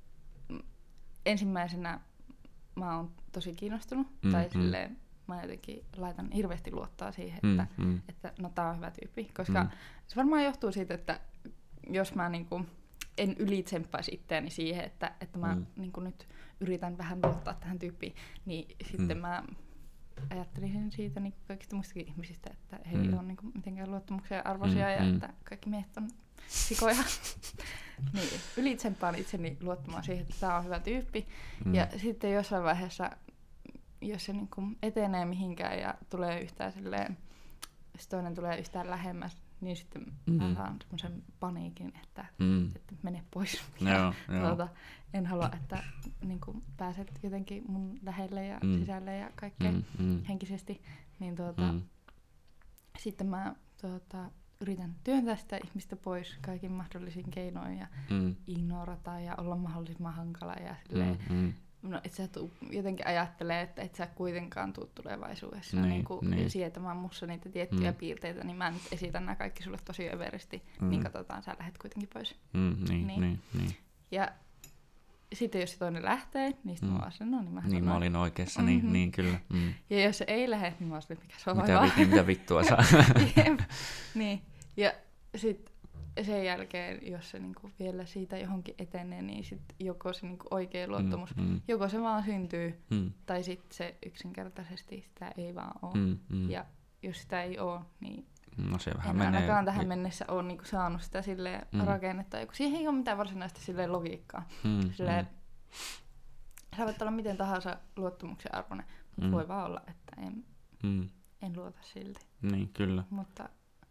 ensimmäisenä mä oon tosi kiinnostunut, mm. tai silleen mm. mä jotenkin laitan hirveästi luottaa siihen, että, mm. että no tää on hyvä tyyppi, koska mm. se varmaan johtuu siitä, että jos mä niinku en ylitsemppaisi itseäni siihen, että, että mä mm. niinku nyt yritän vähän luottaa tähän tyyppiin, niin sitten mm. mä ajattelisin siitä niin kaikista muistakin ihmisistä, että he ei mm. ole niin kuin, mitenkään luottamuksen arvoisia mm. ja mm. että kaikki miehet on sikoja. Niin, ylitsempaan itseni luottamaan siihen, että tämä on hyvä tyyppi. Mm. Ja sitten jossain vaiheessa, jos se niin kuin etenee mihinkään ja tulee yhtään silleen, jos toinen tulee yhtään lähemmäs, niin sitten mm. mä saan semmoisen paniikin, että, mm. että mene pois. Ja, tuota, en halua, että niin kuin pääset jotenkin mun lähelle ja mm. sisälle ja kaikkea mm. Mm. henkisesti. Niin tuota, mm. sitten mä tuota, yritän työntää sitä ihmistä pois kaikin mahdollisin keinoin ja mm. ignorata ja olla mahdollisimman hankala. Ja silleen, mm. no, et sä tuu, jotenkin ajattelee, että et sä kuitenkaan tuu tulevaisuudessa niin, niin kuin niin. sietämään mussa niitä tiettyjä mm. piirteitä, niin mä nyt esitän nämä kaikki sulle tosi överisti, mm. niin katsotaan, sä lähdet kuitenkin pois. Mm, niin, niin. Niin, niin. Ja sitten jos se toinen lähtee, niin sitten mm. mä vaan sanon, no niin mä Niin mä olin oikeassa, mm-hmm. niin, niin kyllä. Mm. Ja jos se ei lähde, niin mä oon silleen, mikä se on mitä, vi- mitä vittua saa. Niin, ja sitten sen jälkeen, jos se niinku vielä siitä johonkin etenee, niin sit joko se niinku oikea luottamus, mm, mm. joko se vaan syntyy, mm. tai sitten se yksinkertaisesti sitä ei vaan ole. Mm, mm. Ja jos sitä ei ole, niin no se vähän en menee. ainakaan tähän mennessä ole niinku saanut sitä silleen mm. rakennetta, kun siihen ei ole mitään varsinaista silleen logiikkaa. Mm, silleen, mm. Sä voit olla miten tahansa luottamuksen arvoinen, mutta mm. voi vaan olla, että en, mm. en luota silti. Niin, kyllä. Mutta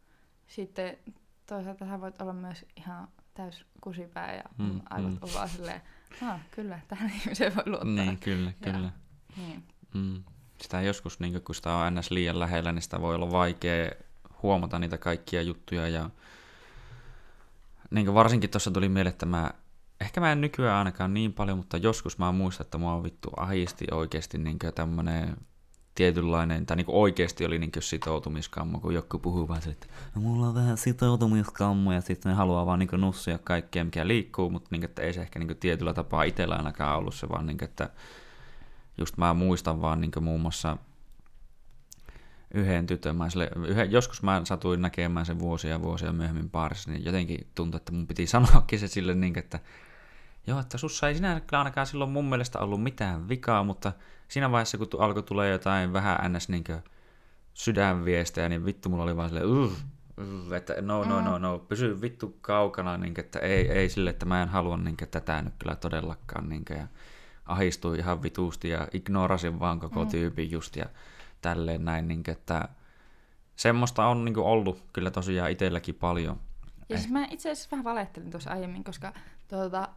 sitten toisaalta sä voit olla myös ihan täys kusipää ja Mm, aivot mm. on vaan silleen, ah, kyllä, tähän ihmiseen voi luottaa. Niin, kyllä, Ja, kyllä. niin. Mm. Sitä joskus, niin kun sitä on ns. Liian lähellä, niin sitä voi olla vaikea huomata niitä kaikkia juttuja. Ja niin varsinkin tuossa tuli mieleen, että mä, ehkä mä en nykyään ainakaan niin paljon, mutta joskus mä muistan, että mua vittu ahisti oikeasti niin tämmönen tietynlainen, tai niin oikeasti oli niin sitoutumiskammo, kun joku puhuu vaan että no, mulla on vähän sitoutumiskammo, ja sitten ne haluaa vaan niin nussia kaikkea, mikä liikkuu, mutta niin, että ei se ehkä niin tietyllä tapaa itsellä ainakaan ollut se, vaan niin, että just mä muistan vaan niin muun muassa yhden tytön, mä sille, yhden, joskus mä satuin näkemään sen vuosia ja vuosia myöhemmin baarissa, niin jotenkin tuntui, että mun piti sanoakin se sille niin, että joo, että sussa ei sinä ainakaan silloin mun mielestä ollut mitään vikaa, mutta siinä vaiheessa, kun alkoi tulee jotain vähän ns. Niin sydänviestejä, niin vittu mulla oli vaan silleen, uh, uh, että no, no, no, no, pysy vittu kaukana, niin, että ei, ei sille, että mä en halua niin, tätä nyt kyllä todellakaan. Niin, ja ahistui ihan vituusti ja ignorasin vaan koko mm. tyypin just ja tälleen näin, niin, että semmoista on niin ollut kyllä tosiaan itselläkin paljon. Ja siis mä itse asiassa vähän valettelin tuossa aiemmin, koska tuota,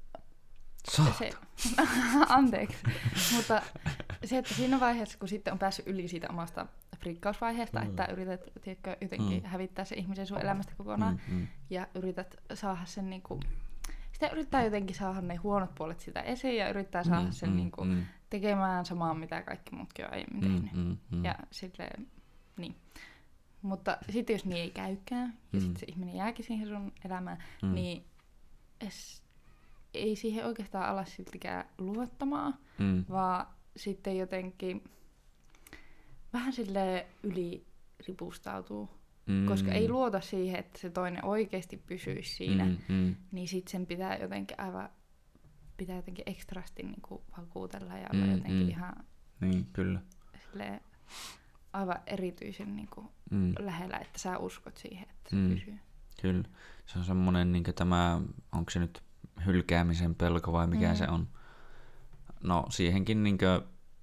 se, anteeksi, mutta se, että siinä vaiheessa, kun sitten on päässyt yli siitä omasta frikkausvaiheesta, mm. että yrität tiedätkö, jotenkin mm. hävittää se ihmisen sun elämästä kokonaan, mm, mm. ja yrität saada sen niinku, sitä yrittää jotenkin saada ne huonot puolet sitä esiin, ja yrittää saada mm, sen mm, niinku, mm. tekemään samaa, mitä kaikki muutkin on aiemmin tehnyt. Mm, mm, mm. Ja silleen, niin. Mutta sitten jos niin ei käykään, ja mm. sitten se ihminen jääkin siihen sun elämään, mm. niin es, ei siihen oikeastaan ala siltikään luottamaan, mm. vaan sitten jotenkin vähän silleen yliripustautuu. Mm. Koska ei luota siihen, että se toinen oikeasti pysyisi siinä, mm. Mm. niin sitten sen pitää jotenkin aivan, pitää jotenkin ekstrasti niinku vakuutella ja olla mm. jotenkin mm. ihan niin, kyllä. silleen, aivan erityisen niinku mm. lähellä, että sä uskot siihen, että se mm. pysyy. Kyllä. Se on semmoinen, niin tämä, onko se nyt hylkäämisen pelko vai mikä mm. se on? No siihenkin, niin kuin,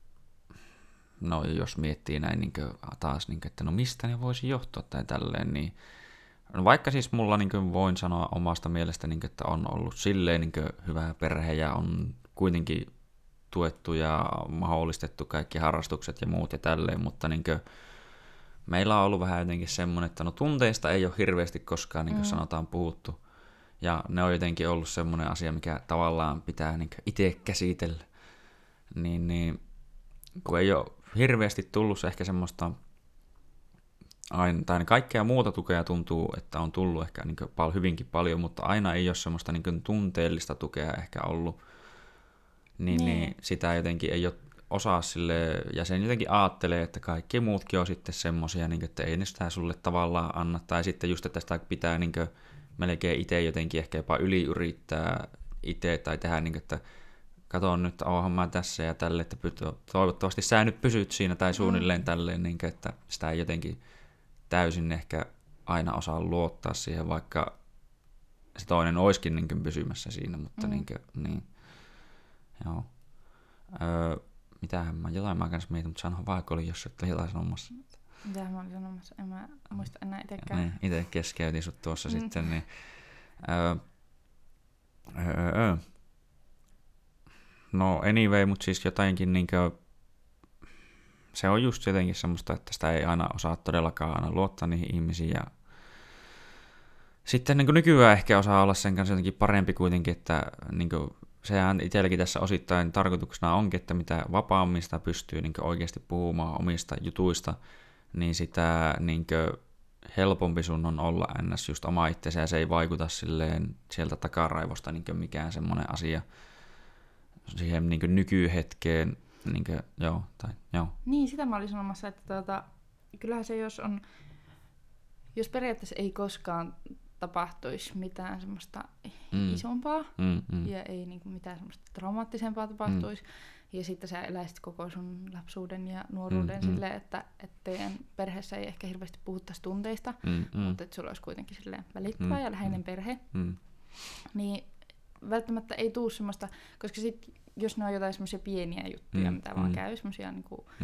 no jos miettii näin niin kuin, taas, niin kuin, että no mistä ne voisi johtua tai tälleen, niin no, vaikka siis mulla niin kuin, voin sanoa omasta mielestä, niin kuin, että on ollut silleen niin kuin, hyvä perhe ja on kuitenkin tuettu ja mahdollistettu kaikki harrastukset ja muut ja tälleen, mutta niin kuin, meillä on ollut vähän jotenkin semmoinen, että no tunteista ei ole hirveästi koskaan, niin kuin mm. sanotaan, puhuttu. Ja ne on jotenkin ollut semmoinen asia, mikä tavallaan pitää niin kuin itse käsitellä. Niin, niin, kun ei ole hirveästi tullut se ehkä semmoista, aina, tai kaikkea muuta tukea tuntuu, että on tullut ehkä niin kuin pal- hyvinkin paljon, mutta aina ei ole semmoista niin kuin tunteellista tukea ehkä ollut. Niin, niin. niin sitä jotenkin ei ole osaa sille, ja sen jotenkin aattelee, että kaikki muutkin on sitten semmoisia, niin että ei ne sitä sulle tavallaan anna, tai sitten just, että sitä pitää niin kuin melkein itse jotenkin ehkä jopa yliyrittää itse, tai tehdä niin kuin, että kato nyt, oonhan mä tässä ja tälle, että toivottavasti sä nyt pysyt siinä, tai suunnilleen mm. tälleen, niin kuin, että sitä ei jotenkin täysin ehkä aina osaa luottaa siihen, vaikka se toinen olisikin niin kuin pysymässä siinä, mutta mm. niin kuin, niin, joo. Öö, mitähän mä, jotain mä kanssa mietin, mutta sanoin vaikka oli, jos et ole jotain sanomassa. Mitähän mä olin sanomassa, en mä muista enää itsekään. Niin, itse keskeytin sut tuossa mm. sitten, niin öö, öö, öö. No anyway, mutta siis jotainkin niinkö, se on just jotenkin semmoista, että sitä ei aina osaa todellakaan aina luottaa niihin ihmisiin ja sitten niin kuin nykyään ehkä osaa olla sen kanssa jotenkin parempi kuitenkin, että niin kuin, sehän itselläkin tässä osittain tarkoituksena onkin, että mitä vapaammin sitä pystyy niin kuin oikeasti puhumaan omista jutuista, niin sitä niin kuin helpompi sun on olla ns. Just oma itsensä ja se ei vaikuta silleen sieltä takaraivosta niin kuin mikään semmoinen asia siihen niin kuin nykyhetkeen. Niin kuin, joo, tai, joo. Niin, sitä mä olin sanomassa, että tuota, kyllähän se jos on, jos periaatteessa ei koskaan tapahtuisi mitään semmoista mm. isompaa mm, mm. ja ei niinku mitään semmoista traumaattisempaa tapahtuisi. Mm. Ja sitten sä eläisit koko sun lapsuuden ja nuoruuden mm, silleen, mm. että, että teidän perheessä ei ehkä hirveästi puhuttaisi tunteista, mm, mm. mutta että sulla olisi kuitenkin silleen välittävä mm, ja läheinen mm. perhe. Mm. Niin välttämättä ei tule semmoista, koska sit, jos ne on jotain semmoisia pieniä juttuja, mm, mitä mm. vaan käy, semmoisia niinku, mm.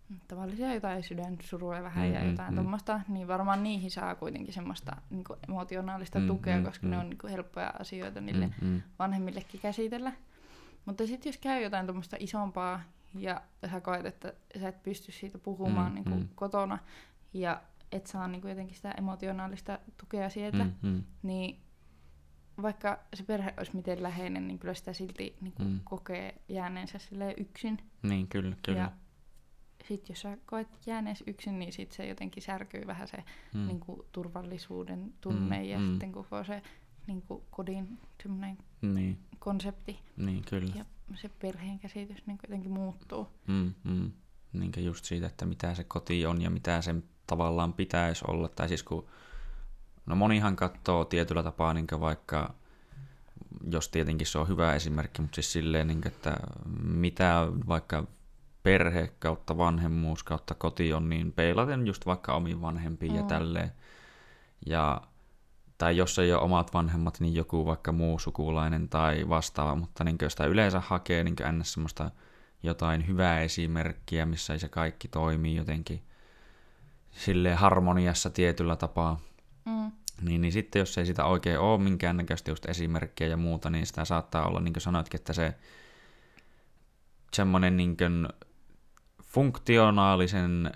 tavallisia jotain sydänsuruja vähän Mm, ja mm, jotain mm. tuommoista, niin varmaan niihin saa kuitenkin semmoista niin kuin emotionaalista Mm, tukea, mm, koska mm. ne on niin kuin helppoja asioita niille Mm, mm. vanhemmillekin käsitellä. Mutta sitten jos käy jotain tuommoista isompaa ja sä koet, että sä et pysty siitä puhumaan Mm, niin kuin mm. kotona ja et saa niin kuin jotenkin sitä emotionaalista tukea sieltä, Mm, mm. niin vaikka se perhe olisi miten läheinen, niin kyllä sitä silti niin kuin Mm. kokee jääneensä silleen yksin. Niin, kyllä, kyllä. Ja sitten jos sä koet jäänees yksin, niin sit se jotenkin särkyy vähän se Mm. niin kuin, turvallisuuden tunne Mm, ja mm. sitten koko se niin kuin, kodin semmoinen Niin, konsepti niin, kyllä. ja se perheen käsitys niin kuin, jotenkin muuttuu. Mm, mm. Niinkä just siitä, että mitä se koti on ja mitä sen tavallaan pitäisi olla. Tai siis kun, no monihan katsoo tietyllä tapaa niin vaikka, jos tietenkin se on hyvä esimerkki, mutta siis silleen, niin kuin, että mitä vaikka perhe kautta vanhemmuus kautta koti on, niin peilaten just vaikka omiin vanhempiin mm. ja tälleen. Ja, tai jos ei ole omat vanhemmat, niin joku vaikka muu sukulainen tai vastaava, mutta niin sitä yleensä hakee niin ns. Semmoista jotain hyvää esimerkkiä, missä se kaikki toimii jotenkin silleen harmoniassa tietyllä tapaa. Mm. Niin, niin sitten jos ei sitä oikein ole minkäännäköistä just esimerkkiä ja muuta, niin sitä saattaa olla, niin kuin sanoitkin, että se semmoinen niin kuin funktionaalisen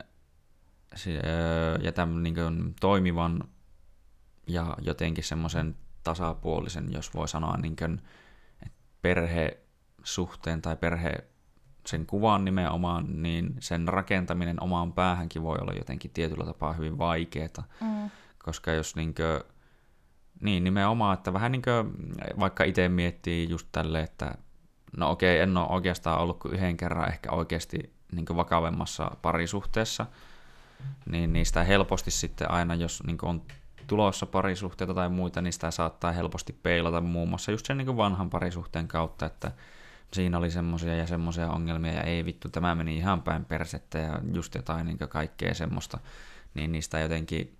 ja tämän niin kuin toimivan ja jotenkin semmoisen tasapuolisen, jos voi sanoa, niin kuin, perhesuhteen tai perhe sen kuvan nimenomaan, niin sen rakentaminen omaan päähänkin voi olla jotenkin tietyllä tapaa hyvin vaikeaa. Mm. Koska jos niin kuin, niin nimenomaan, että vähän niin kuin, vaikka itse miettii just tälleen, että no okei, en ole oikeastaan ollut kuin yhden kerran ehkä oikeasti niin kuin vakavemmassa parisuhteessa, niin niistä helposti sitten aina, jos niin kuin on tulossa parisuhteita tai muita, niin sitä saattaa helposti peilata muun muassa just sen niin kuin vanhan parisuhteen kautta, että siinä oli semmoisia ja semmoisia ongelmia ja ei vittu, tämä meni ihan päin persettä ja just jotain niin kuin kaikkea semmoista, niin niistä jotenkin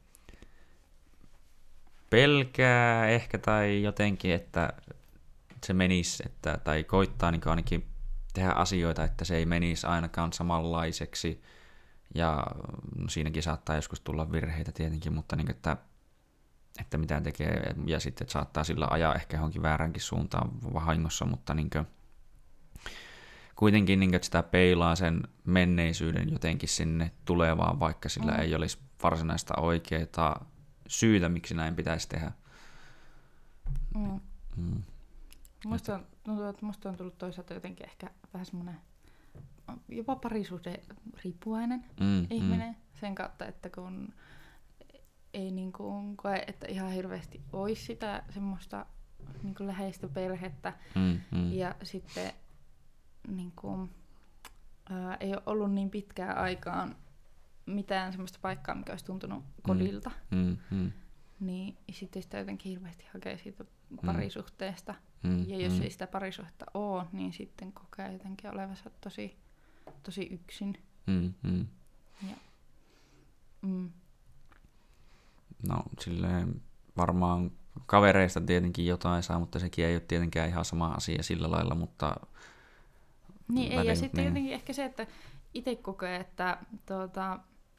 pelkää ehkä tai jotenkin, että se menisi, että, tai koittaa niin ainakin tehdä asioita, että se ei menisi ainakaan samanlaiseksi. Ja no, siinäkin saattaa joskus tulla virheitä tietenkin, mutta niin, että, että mitä tekee, ja sitten että saattaa sillä ajaa ehkä johonkin vääränkin suuntaan vahingossa, mutta niin kuin, kuitenkin niin kuin, että sitä peilaa sen menneisyyden jotenkin sinne tulevaan, vaikka sillä mm. ei olisi varsinaista oikeaa syytä, miksi näin pitäisi tehdä. Mm. Mm. Musta on, tuntuu, että musta on tullut toisaalta jotenkin ehkä vähän semmoinen jopa parisuhde riippuvainen mm, ihminen mm. sen kautta, että kun ei niin kuin koe, että ihan hirveästi olisi sitä semmoista niin kuin läheistä perhettä mm, mm. ja sitten niin kuin, ää, ei ole ollut niin pitkään aikaan mitään semmoista paikkaa, mikä olisi tuntunut kodilta, mm, mm. niin sitten sitä jotenkin hirveästi hakee siitä parisuhteesta. Mm, ja jos mm. ei sitä parisuhdetta ole, niin sitten kokee jotenkin olevansa tosi, tosi yksin. Mm, mm. Ja, mm. No silleen varmaan kavereista tietenkin jotain saa, mutta sekin ei ole tietenkään ihan sama asia sillä lailla, mutta... Niin ei, ja sitten niin. Jotenkin ehkä se, että itse kokee, että tuota,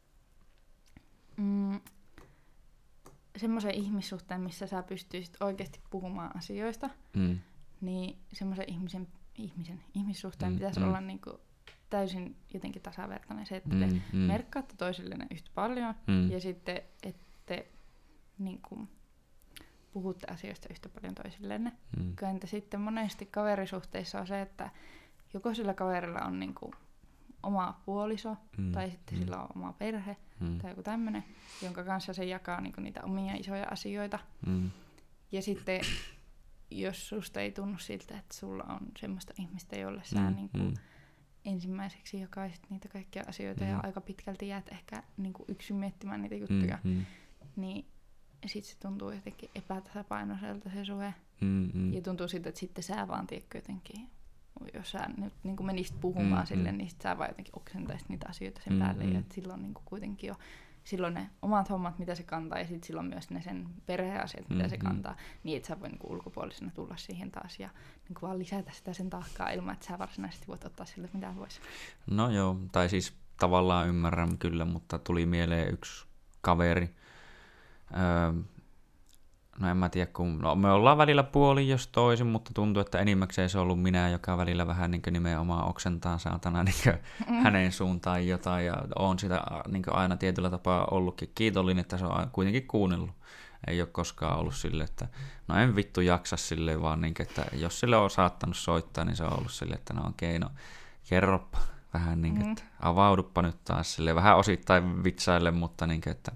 mm, semmoisen ihmissuhteen, missä sä pystyisit oikeasti puhumaan asioista, mm. niin semmoisen ihmisen, ihmisen ihmissuhteen mm, pitäisi mm. olla niinku täysin jotenkin tasavertainen. Se, että mm, te mm. merkkaatte toisillenne yhtä paljon mm. ja sitten, että niinku, puhutte asioista yhtä paljon toisillenne. Mm. Entä sitten monesti kaverisuhteissa on se, että joko sillä kaverilla on niinku oma puoliso, mm. tai sitten mm. sillä on oma perhe, mm. tai joku tämmönen, jonka kanssa se jakaa niinku niitä omia isoja asioita. Mm. Ja sitten, jos susta ei tunnu siltä, että sulla on semmoista ihmistä, jolle sä mm. niinku mm. ensimmäiseksi jakaisit niitä kaikkia asioita, mm. ja aika pitkälti jäät ehkä niinku yksin miettimään niitä juttuja, mm. Mm. niin sit se tuntuu jotenkin epätasapainoiselta se suhe. Mm. Mm. Ja tuntuu siltä, että sitten sä vaan tiedätkö jotenkin, jos sä nyt niin kuin menisit puhumaan mm, sille, mm. niin sit sä vaan jotenkin oksentaisit niitä asioita sen mm, päälle. Mm. Ja silloin niin kuin kuitenkin jo silloin ne omat hommat, mitä se kantaa, ja sitten silloin myös ne sen perheasiat, mitä mm, se kantaa, mm. niin että sä voi niin kuin ulkopuolisena tulla siihen taas ja niin kuin vaan lisätä sitä sen taakkaa ilman, että sä varsinaisesti voit ottaa sille mitään pois. No joo, tai siis tavallaan ymmärrän kyllä, mutta tuli mieleen yksi kaveri. Öö, no en mä tiedä, kun no, me ollaan välillä puoli jos toisin, mutta tuntuu, että enimmäkseen se on ollut minä, joka välillä vähän niin nimenomaan oksentaa saatana niin mm. hänen suuntaan jotain, ja on sitä niin aina tietyllä tapaa ollutkin kiitollinen, että se on kuitenkin kuunnellut. Ei ole koskaan ollut silleen, että no en vittu jaksa silleen, vaan niin, että jos sille on saattanut soittaa, niin se on ollut silleen, että no okei, no kerropa vähän niin, mm. että avauduppa nyt taas silleen, vähän osittain vitsaille, mutta niin, että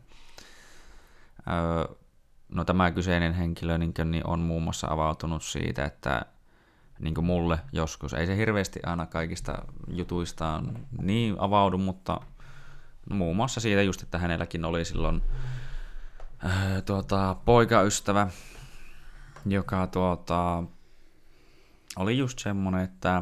öö, no tämä kyseinen henkilö niin, niin on muun muassa avautunut siitä, että niin mulle joskus, ei se hirveästi aina kaikista jutuistaan niin avaudu, mutta no, muun muassa siitä just, että hänelläkin oli silloin äh, tuota, poikaystävä, joka tuota, oli just semmonen, että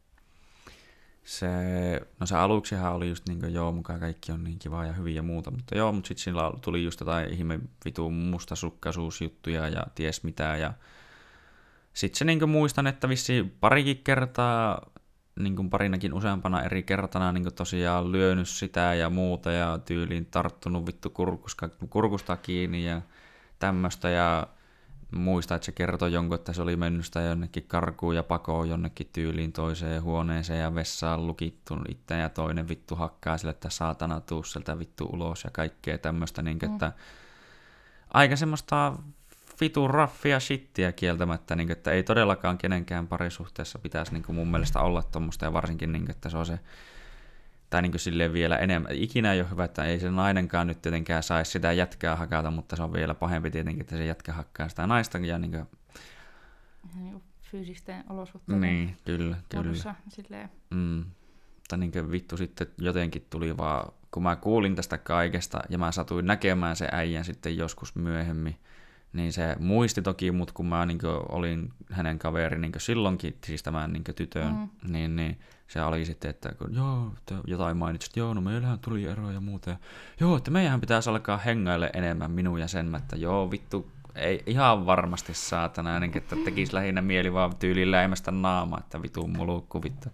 se, no se aluksihan oli just niin kuin, joo, mukaan kaikki on niin kivaa ja hyviä ja muuta, mutta joo, mutta sitten sillä tuli just jotain ihme vitu mustasukkaisuusjuttuja ja ties mitä, ja sitten se niin kuin muistan, että vissiin parikin kertaa, niin kuin parinakin useampana eri kertana niin kuin tosiaan lyönyt sitä ja muuta ja tyyliin tarttunut vittu kurkusta, kurkusta kiinni ja tämmöistä, ja muista, että se kertoi jonkun, että se oli mennyt sitä jonnekin karkuun ja pakoon jonnekin tyyliin toiseen huoneeseen ja vessaan lukittu itse ja toinen vittu hakkaa sille, että saatana tuu sieltä vittu ulos ja kaikkea tämmöistä, niin kuin, mm. että aika semmoista vitun raffia shittiä kieltämättä, niin kuin, että ei todellakaan kenenkään parisuhteessa pitäisi niin kuin mun mielestä olla tuommoista, ja varsinkin, niin kuin, että se on se, tai niin kuin silleen vielä enemmän, ikinä ei ole hyvä, että ei se nainenkaan nyt tietenkään saisi sitä jätkää hakata, mutta se on vielä pahempi tietenkin, että se jätkä hakkaa sitä naista. Ja niin kuin fyysisten olosuhteiden niin, kyllä, kyllä. Silleen. Mm. Tai niin kuin vittu sitten jotenkin tuli vaan, kun mä kuulin tästä kaikesta ja mä satuin näkemään se äijän sitten joskus myöhemmin, niin se muisti toki mut, kun mä niin kuin olin hänen kaveri niin kuin silloinkin, siis tämän niin kuin tytön, mm. niin, niin se oli sitten, että kun joo, että jotain mainitsit, että joo, no meillähän tuli eroa ja muuta. Ja, joo, että meidän pitäisi alkaa hengaille enemmän minun ja sen, että joo, vittu, ei ihan varmasti saatana, ainakin, että tekisi lähinnä mieli vaan tyyliin läimästä naamaa, että vitun mulukku, vittu.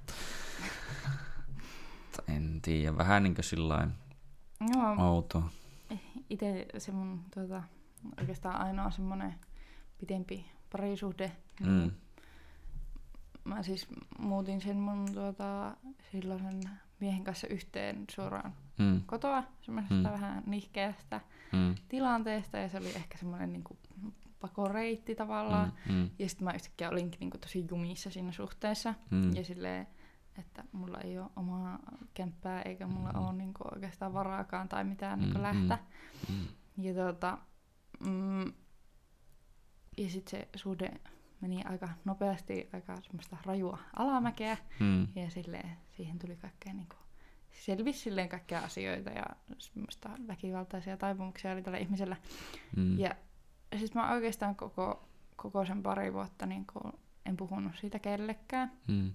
En tiedä, vähän niin kuin sillain outoa. Itse se mun tuota, oikeastaan ainoa semmoinen pitempi parisuhde, niin mm. mä siis muutin sen mun tuota, silloisen miehen kanssa yhteen suoraan mm. kotoa, semmoisesta mm. vähän nihkeästä mm. tilanteesta, ja se oli ehkä semmoinen niinku pakoreitti tavallaan, mm. Mm. ja sitten mä yhtäkkiä olinkin niinku tosi jumissa siinä suhteessa, mm. ja silleen, että mulla ei ole omaa kämppää, eikä mulla mm. ole niinku oikeastaan varaakaan tai mitään mm. niinku lähteä. Mm. Ja tuota, mm, ja sitten se suhde meni aika nopeasti, aika semmoista rajua alamäkeä, mm. ja silleen, siihen tuli kaikkea niinku, selvisi silleen kaikkea asioita, ja semmoista väkivaltaisia taipumuksia oli tällä ihmisellä. Mm. Ja siis mä oikeastaan koko, koko sen pari vuotta niinku, en puhunut siitä kellekään. Mm.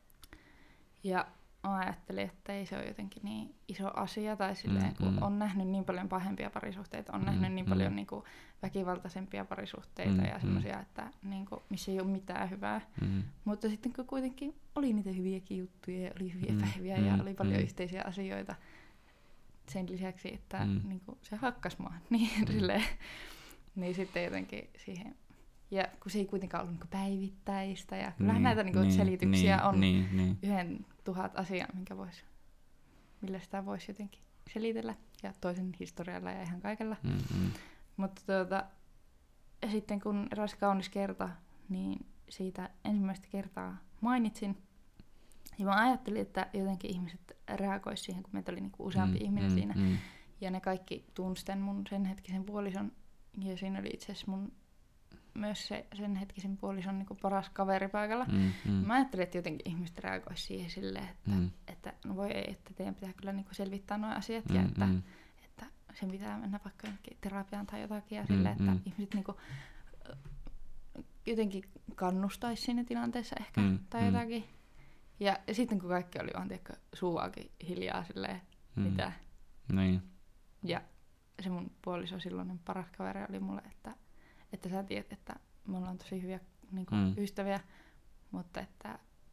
Ja mä ajattelin, että ei se ole jotenkin niin iso asia, tai silleen, kun mm. on nähnyt niin paljon pahempia parisuhteita, on mm. nähnyt niin paljon mm. niin kuin, väkivaltaisempia parisuhteita mm. ja semmoisia, että niin kuin, missä ei ole mitään hyvää. Mm. Mutta sitten kun kuitenkin oli niitä hyviäkin juttuja ja oli hyviä mm. päiviä mm. ja oli paljon mm. yhteisiä asioita sen lisäksi, että mm. niin kuin, se hakkas mua, niin, mm. silleen, niin sitten jotenkin siihen. Ja kun se ei kuitenkaan ollut niinku päivittäistä, ja kyllähän niin, näitä niinku niin, selityksiä niin, on niin, niin. yhden tuhat asiaa, minkä vois, millä sitä voisi jotenkin selitellä, ja toisen historialla ja ihan kaikella. Mm-hmm. Mutta tuota, sitten kun eräs kaunis kerta, niin siitä ensimmäistä kertaa mainitsin, ja mä ajattelin, että jotenkin ihmiset reagoisivat siihen, kun meitä oli niinku useampi mm, ihminen mm, siinä, mm. ja ne kaikki tunsi sen mun sen hetkisen puolison, ja siinä oli itse asiassa mun myös se sen hetkisen puolison niin kuin paras kaveri paikalla. Mm, mm. Mä ajattelin, että jotenkin ihmiset reagoisivat siihen silleen, että, mm. että no voi ei, että teidän pitää kyllä niin kuin selvittää nuo asiat, mm, ja että, mm. että sen pitää mennä vaikka jonnekin terapiaan tai jotakin, ja silleen, mm, että mm. ihmiset niin kuin, jotenkin kannustaisi siinä tilanteessa ehkä, mm, tai jotakin. Ja, ja sitten kun kaikki oli vaan tiedätkö, suuakin hiljaa silleen, mm. mitä. Niin. Ja se mun puoliso silloinen paras kaveri oli mulle, että että sä tiedät, että me ollaan tosi hyviä niin kuin, mm. ystäviä, mutta että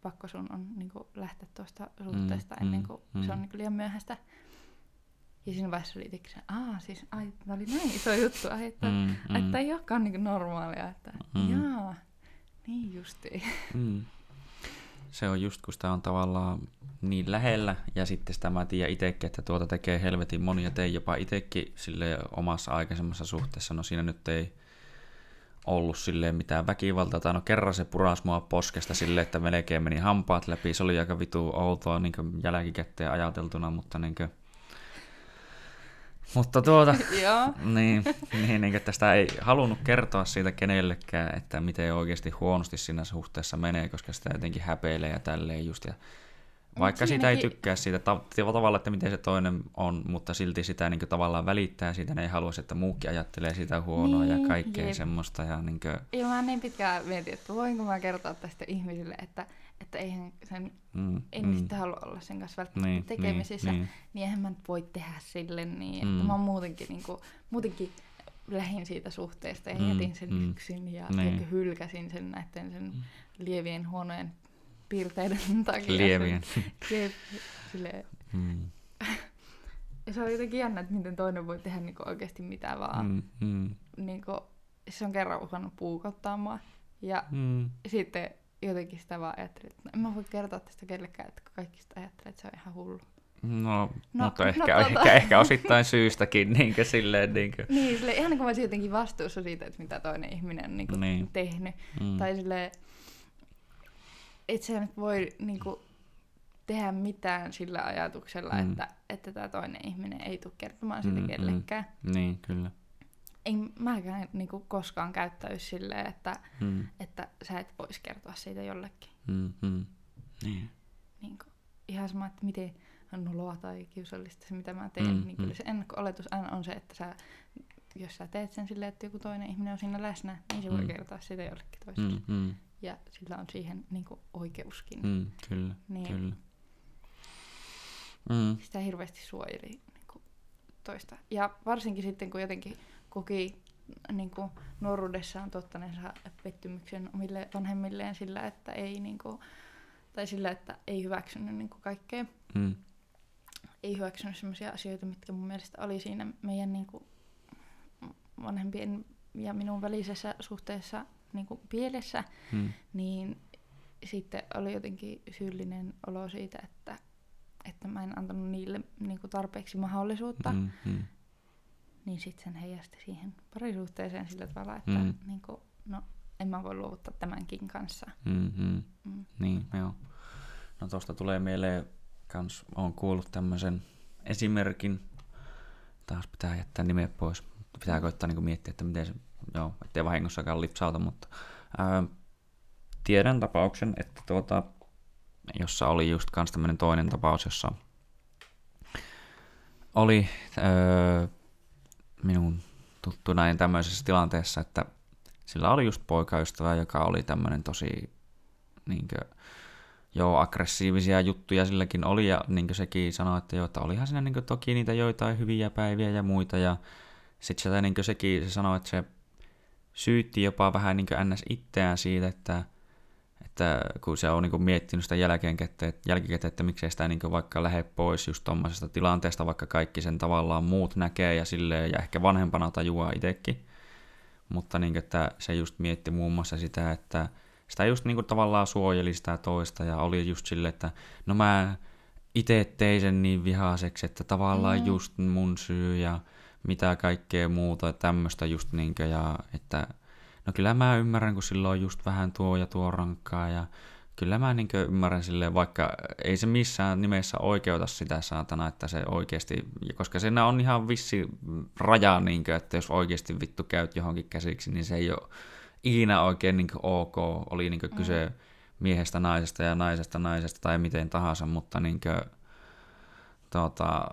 pakko sun on niinku lähteä tuosta suhteesta Mm, ennen kuin mm, se on niinku liian myöhäistä. Ja siinä vaiheessa oli itsekin se, aah, siis, ai, tämä oli näin iso juttu, ai, että, mm, mm, että ei olekaan niinku normaalia, että Mm. jaa, niin justiin. mm. Se on just, kun sitä on tavallaan niin lähellä, ja sitten sitä mä tiedän itsekin, että tuota tekee helvetin moni, ja tein jopa itsekin sille omassa aikaisemmassa suhteessa, no siinä nyt ei ollut silleen mitään väkivaltaa, tai no kerran se puras mua poskesta silleen, että melkein meni hampaat läpi, se oli aika vitu outoa niin jälkikäteen ajateltuna, mutta niin kuin, mutta tuota, Joo. niin, niin, niin että sitä ei halunnut kertoa siitä kenellekään, että miten oikeasti huonosti siinä suhteessa menee, koska sitä jotenkin häpeilee ja tälleen just. Ja vaikka sitä ei tykkää siitä tav- tavalla, että miten se toinen on, mutta silti sitä niin kuin, tavallaan välittää siitä, ne ei haluaisi, että muukin ajattelee sitä huonoa niin, ja kaikkea jep. semmoista. Ja, niin kuin, Ja mä niin pitkään mietin, että voinko mä kertoa tästä ihmisille, että, että eihän sen, mm, en mm, sitten halua olla sen kanssa välttämättä niin, tekemisissä, niin, niin, niin. niin eihän mä nyt voi tehdä sille niin, että Mm. mä oon muutenkin, niin kuin, muutenkin lähin siitä suhteesta ja Mm, jätin sen mm, yksin ja niin. niin. hylkäsin sen näiden sen lievien huonojen piirteiden takia. Lievien. Jep, silleen. Mm, Ja se on jotenkin jännä, että miten toinen voi tehdä niin oikeasti mitä vaan. mm, mm, Niin kuin, se on kerran uhannut puukottaa mua. Ja mm. sitten jotenkin sitä vaan ajattelin, että no, en mä voi kertoa tästä kellekään, että kaikki sitä ajattelee, että se on ihan hullu. No, No, mutta no ehkä, tota. ehkä, ehkä osittain syystäkin, niinkö silleen, niinkö. Niin, silleen, ihan niin kuin mä olisin jotenkin vastuussa siitä, että mitä toinen ihminen on niin kuin Niin. tehnyt. Mm. Tai silleen, et sä nyt voi niin kuin, tehdä mitään sillä ajatuksella, Mm. että, että tämä toinen ihminen ei tule kertomaan sitä Mm, mm. kellekään. Niin, kyllä. En mäkään niin kuin, koskaan käyttäisi silleen, että, Mm, että sä et vois kertoa siitä jollekin. mm, mm. Niin. Niin kuin, ihan sama, että miten noloa tai kiusallista se, mitä mä teen. Mm, niin kyllä mm. se ennakko-oletus aina on se, että sä, jos sä teet sen silleen, että joku toinen ihminen on siinä läsnä, niin se voi Mm. kertoa sitä jollekin toiselle. Mm, mm, Ja sillä on siihen niin kuin, oikeuskin. mm, kyllä, Niin. kyllä. Mm, Sitä hirveästi suojeli niin kuin, toista. Ja varsinkin sitten, kun jotenkin koki niin kuin, nuoruudessaan tottaneensa pettymyksen omille vanhemmilleen sillä, että ei, niin kuin, tai sillä, että ei hyväksynyt niin kuin, kaikkea. mm, Ei hyväksynyt sellaisia asioita, mitkä mun mielestä oli siinä meidän niin kuin, vanhempien ja minun välisessä suhteessa niin kuin, pielessä, mm, niin sitten oli jotenkin syyllinen olo siitä, että, että mä en antanut niille niin kuin, tarpeeksi mahdollisuutta. mm, mm, Niin sitten sen heijasti siihen parisuhteeseen sillä tavalla, että Mm. niin kuin, no, en mä voi luovuttaa tämänkin kanssa. mm, mm. Mm. Niin, joo. No tosta tulee mieleen, kans oon kuullut tämmöisen esimerkin, taas pitää jättää nimet pois, pitää koittaa niinku miettiä, että miten se, joo, ettei vahingossakaan lipsauta, mutta ää, tiedän tapauksen, että tuota, jossa oli just kans tämmönen toinen tapaus, jossa oli öö, minun tuttu näin tämmöisessä tilanteessa, että sillä oli just poikaystävä, joka oli tämmönen tosi niinkö, joo, aggressiivisia juttuja silläkin oli, ja niinkö sekin sanoi, että joo, että olihan siinä niinkö toki niitä joitain hyviä päiviä ja muita, ja sit se niinkö sekin, se sanoi, että se syytti jopa vähän niinkö ns. Itseään siitä, että että kun se on niinku miettinyt sitä jälkikäteen, jälkikäteen, että miksei sitä niinku vaikka lähde pois just tommosesta tilanteesta, vaikka kaikki sen tavallaan muut näkee ja silleen, ja ehkä vanhempana tajuaa itsekin. Mutta niinku, että se just mietti muun muassa sitä, että sitä just niinku tavallaan suojeli sitä toista, ja oli just silleen, että no mä itse tein sen niin vihaiseksi, että tavallaan Mm. just mun syy, ja mitä kaikkea muuta, tämmöistä just niinkö, ja että no kyllä mä ymmärrän, kun silloin on just vähän tuo ja tuo rankkaa, ja kyllä mä niinkö ymmärrän silleen, vaikka ei se missään nimessä oikeuta sitä saatana, että se oikeasti, koska siinä on ihan vissi raja, niinkö, että jos oikeasti vittu käyt johonkin käsiksi, niin se ei ole ikinä oikein niinkö ok, oli niinkö Mm. kyse miehestä, naisesta ja naisesta, naisesta tai miten tahansa, mutta niinkö, tota,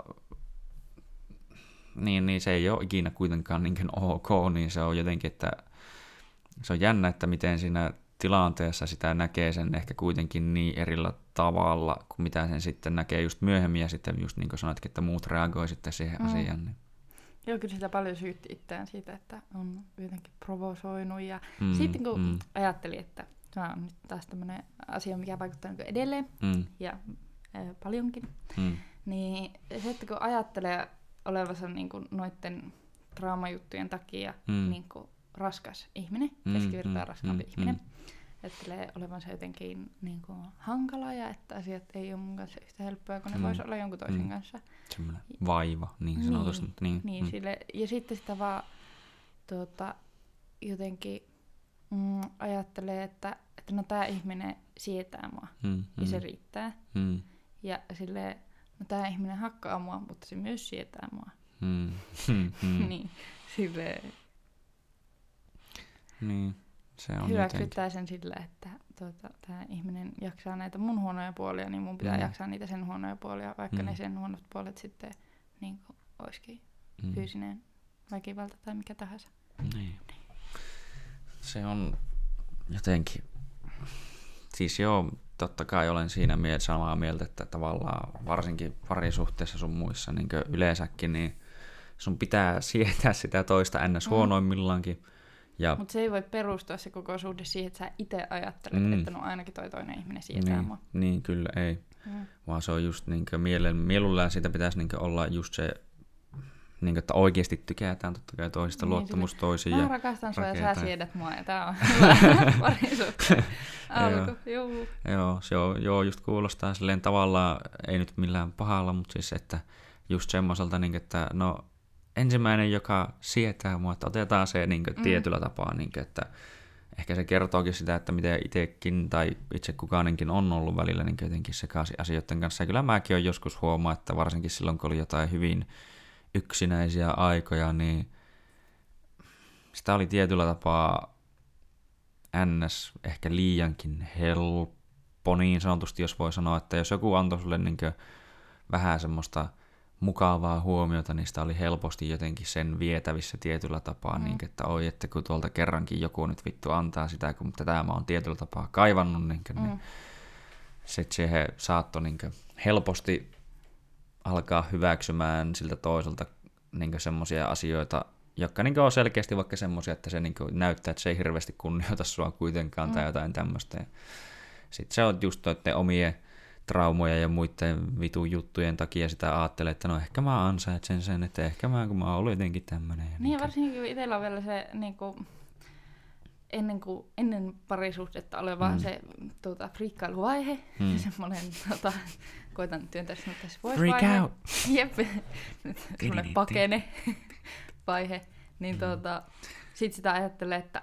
niin, niin se ei ole ikinä kuitenkaan niinkö ok, niin se on jotenkin, että se on jännä, että miten siinä tilanteessa sitä näkee sen ehkä kuitenkin niin erillä tavalla, kuin mitä sen sitten näkee just myöhemmin, ja sitten just niin kuin sanoitkin, että muut reagoi sitten siihen Mm. asiaan. Niin. Joo, kyllä sitä paljon syytti itseään siitä, että on jotenkin provosoinut. Ja Mm, sitten kun mm, ajatteli, että tämä on nyt taas tämmöinen asia, mikä vaikuttaa niin edelleen Mm. ja ää, paljonkin. Mm. Niin se, että kun ajattelee olevansa niin kuin noiden draamajuttujen takia Mm. niin kuin raskas ihminen, Mm, keskivertaa mm, raskaampi mm, ihminen, mm. ajattelee olevansa jotenkin niin kuin hankala ja että asiat ei ole mun kanssa yhtä helppoa kuin ne Mm. voisi olla jonkun toisen Mm. kanssa. Semmoinen vaiva, niin sanotusti. Niin, Niin, niin mm. sille, ja sitten sitä vaan tuota, jotenkin mm, ajattelee, että, että no tää ihminen sietää mua Mm, ja se mm, riittää. mm, Ja silleen, no tää ihminen hakkaa mua, mutta se myös sietää mua. mm, mm, mm. niin, silleen Niin, se on jotenkin. hyväksyttää sen sillä, että tuota, tämä ihminen jaksaa näitä mun huonoja puolia, niin mun pitää Mm. jaksaa niitä sen huonoja puolia, vaikka Mm. ne sen huonot puolet sitten niin kuin, olisikin Mm. fyysinen väkivalta tai mikä tahansa. Niin. Se on jotenkin, siis joo, totta kai olen siinä mieltä samaa mieltä, että tavallaan varsinkin parisuhteessa sun muissa niin yleensäkin, niin sun pitää sietää sitä toista ns. Mm. Huonoimmillaankin. Ja Mutta se ei voi perustua se koko suhde siihen, että sä itse ajattelet, Mm. että no ainakin toi toinen ihminen sietää niin, mua. niin, kyllä ei. Mm. Vaan se on just niin mielen, mielullään siitä pitäisi niin olla just se, niin että oikeasti tykätään totta kai toisista, Niin, luottamus toisiin. Mä Ja rakastan sua ja sä rakentaa. siedät mua ja tää on hyvä parisuhteen alku. Juu. Joo, se on, joo, just kuulostaa silleen tavallaan, ei nyt millään pahalla, mutta siis, että just semmoiselta, niin, että no ensimmäinen, joka sietää mua, että otetaan se niin kuin, Mm. tietyllä tapaa, niin, kuin, että ehkä se kertookin sitä, että miten itsekin tai itse kukaanenkin on ollut välillä niin jotenkin sekaisin asioiden kanssa. Ja kyllä mäkin olen joskus huomaa, että varsinkin silloin, kun oli jotain hyvin yksinäisiä aikoja, niin sitä oli tietyllä tapaa ns. Ehkä liiankin helppo, niin sanotusti, jos voi sanoa, että jos joku antoi sulle niin vähän semmoista mukavaa huomiota, niin sitä oli helposti jotenkin sen vietävissä tietyllä tapaa, Mm. niin että oi, että kun tuolta kerrankin joku nyt vittu antaa sitä, kun tätä mä oon tietyllä tapaa kaivannut, niin, Mm. niin sitten siihen saattoi niin helposti alkaa hyväksymään siltä toiselta niin semmoisia asioita, jotka niin on selkeästi vaikka semmoisia, että se niin näyttää, että se ei hirveästi kunnioita sua kuitenkaan mm. tai jotain tämmöistä. Sitten se on just noiden omien traumoja ja muiden vitun juttujen takia sitä ajattelee, että no ehkä mä ansaitsen sen, että ehkä mä, kun mä oon ollut jotenkin tämmönen. Ja Niin ja varsinkin kun itsellä on vielä se niin kuin, ennen, kuin, ennen parisuhdetta oleva Mm. se tuota, friikkailuvaihe, Mm. semmoinen, tota, koitan työntää sinut tässä pois Freak vaihe. out! Jep, semmoinen pakene vaihe, niin Mm. tuota, sit sitä ajattelee, että,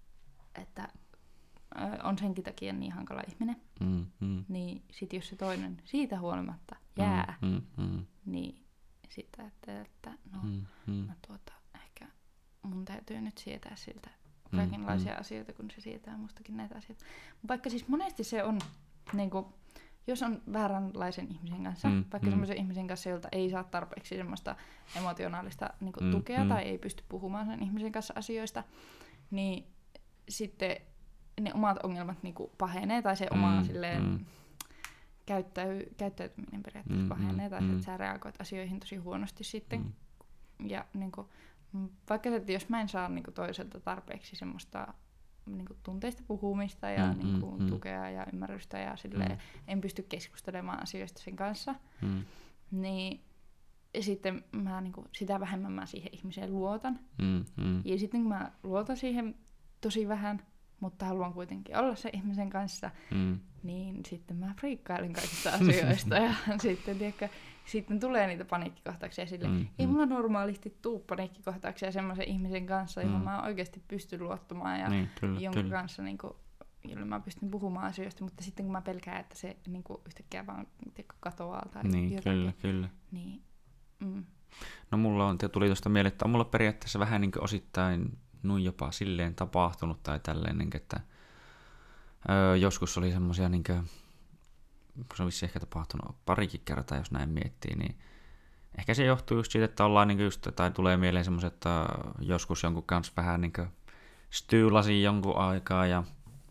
että ö, on senkin takia niin hankala ihminen, Mm, mm, niin sit jos se toinen siitä huolimatta jää, mm, mm, niin sitten ajattelee, että no mm, mm, mä tuota, ehkä mun täytyy nyt sietää siltä Mm, kaikenlaisia mm. asioita, kun se sietää mustakin näitä asioita. Vaikka siis monesti se on, niin kuin, jos on vääränlaisen ihmisen kanssa, Mm, mm. vaikka mm. semmoisen ihmisen kanssa, jolta ei saa tarpeeksi semmoista emotionaalista niin kuin, Mm, tukea mm. tai ei pysty puhumaan sen ihmisen kanssa asioista, niin sitten ne omat ongelmat niin kuin, pahenee tai se oma Mm, silleen, mm. käyttäy, käyttäytyminen periaatteessa Mm, pahenee tai mm, se, mm. että sä reagoit asioihin tosi huonosti sitten. Mm. Ja niin kuin, vaikka se, että jos mä en saa niin kuin, toiselta tarpeeksi semmoista niin kuin, tunteista puhumista ja Mm, niin kuin, mm, tukea ja ymmärrystä ja silleen, Mm. en pysty keskustelemaan asioista sen kanssa, Mm, niin sitten mä, niin kuin, sitä vähemmän mä siihen ihmiseen luotan. mm, mm. Ja sitten kun mä luotan siihen tosi vähän, mutta haluan kuitenkin olla se ihmisen kanssa, Mm. niin sitten mä friikkailen kaikista asioista ja sitten, tiedätkö, sitten tulee niitä paniikkikohtauksia sille. Mm, Ei mm. mulla normaalisti tuu paniikkikohtauksia semmoisen ihmisen kanssa, johon Mm. mä oikeasti pystyn luottamaan ja Niin, kyllä, jonka kyllä. kanssa niin kuin, jolle mä pystyn puhumaan asioista, mutta sitten kun mä pelkään, että se niin kuin, yhtäkkiä vaan tiedätkö, katoaa tai Niin, jotakin, kyllä, kyllä. niin mm, No mulla on, tuli tuosta mieleen, että on mulla periaatteessa vähän niin osittain noin jopa silleen tapahtunut tai tälleen, niin kuin, että öö, joskus oli semmosia, niin kuin, se on vissi ehkä tapahtunut parikin kertaa, jos näin miettii, niin ehkä se johtuu just siitä, että ollaan niin just, tai tulee mieleen semmoiset, että joskus jonkun kanssa vähän niin styylasi jonkun aikaa ja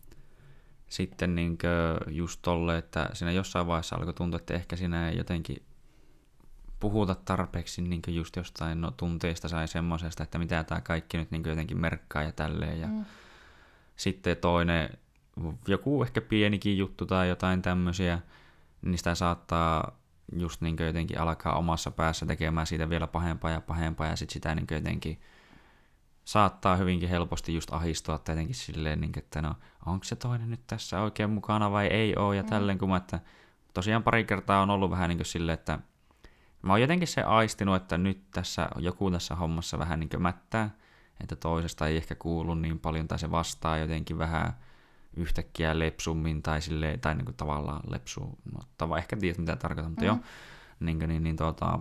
sitten niin just tolle, että siinä jossain vaiheessa alkoi tuntua, että ehkä siinä ei jotenkin puhuta tarpeeksi niin just jostain no, tunteista tai semmoisesta, että mitä tämä kaikki nyt niin jotenkin merkkaa ja tälleen. Ja mm, sitten toinen joku ehkä pienikin juttu tai jotain tämmöisiä, niin sitä saattaa just niin jotenkin alkaa omassa päässä tekemään siitä vielä pahempaa ja pahempaa, ja sitten sitä niin jotenkin saattaa hyvinkin helposti just ahistua tietenkin silleen, niin, että no, onko se toinen nyt tässä oikein mukana vai ei ole, ja mm. tälleen, kun mä, että tosiaan pari kertaa on ollut vähän niin kuin silleen, että mä oon jotenkin se aistinut, että nyt tässä joku tässä hommassa vähän niin kuin mättää, että toisesta ei ehkä kuulu niin paljon, tai se vastaa jotenkin vähän yhtäkkiä lepsummin, tai silleen, tai niin kuin tavallaan lepsu, no tava, ehkä tiedät mitä tarkoitan, mutta mm. joo, niin, niin, niin tota,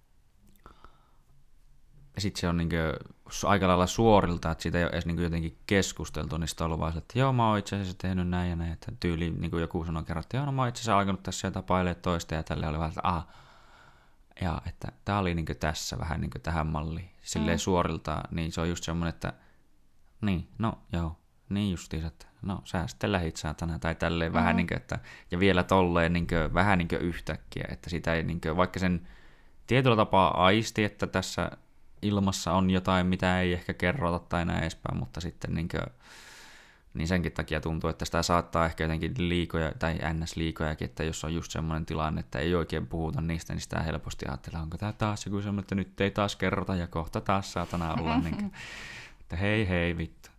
sitten se on niin kuin aika lailla suorilta, että siitä ei ole edes niin jotenkin keskusteltu, niin sitten on ollut vaan se, että joo, mä oon itse asiassa tehnyt näin ja näin, että tyyli, niin kuin joku sanoi kerran, että joo, no mä oon itse asiassa alkanut tässä ja tapailemaan toista, ja tälle oli vaan, että ah, ja että tää oli niin kuin tässä vähän niin kuin tähän malliin, silleen mm. suorilta, niin se on just semmoinen, että niin, no joo, niin justiinsa, että no sä sitten lähit saatana, tai tälleen mm. vähän niin kuin, että, ja vielä tolleen niin kuin, vähän niin kuin yhtäkkiä, että sitä ei niin kuin, vaikka sen tietyllä tapaa aisti, että tässä ilmassa on jotain, mitä ei ehkä kerrota tai näin edespäin, mutta sitten niin, kuin, niin senkin takia tuntuu, että sitä saattaa ehkä jotenkin liikoja, tai ns-liikojakin, että jos on just semmoinen tilanne, että ei oikein puhuta niistä, niin sitä helposti ajattelee, onko tämä taas joku semmoinen, että nyt ei taas kerrota ja kohta taas saatana olla, niin kuin, että hei hei vittu.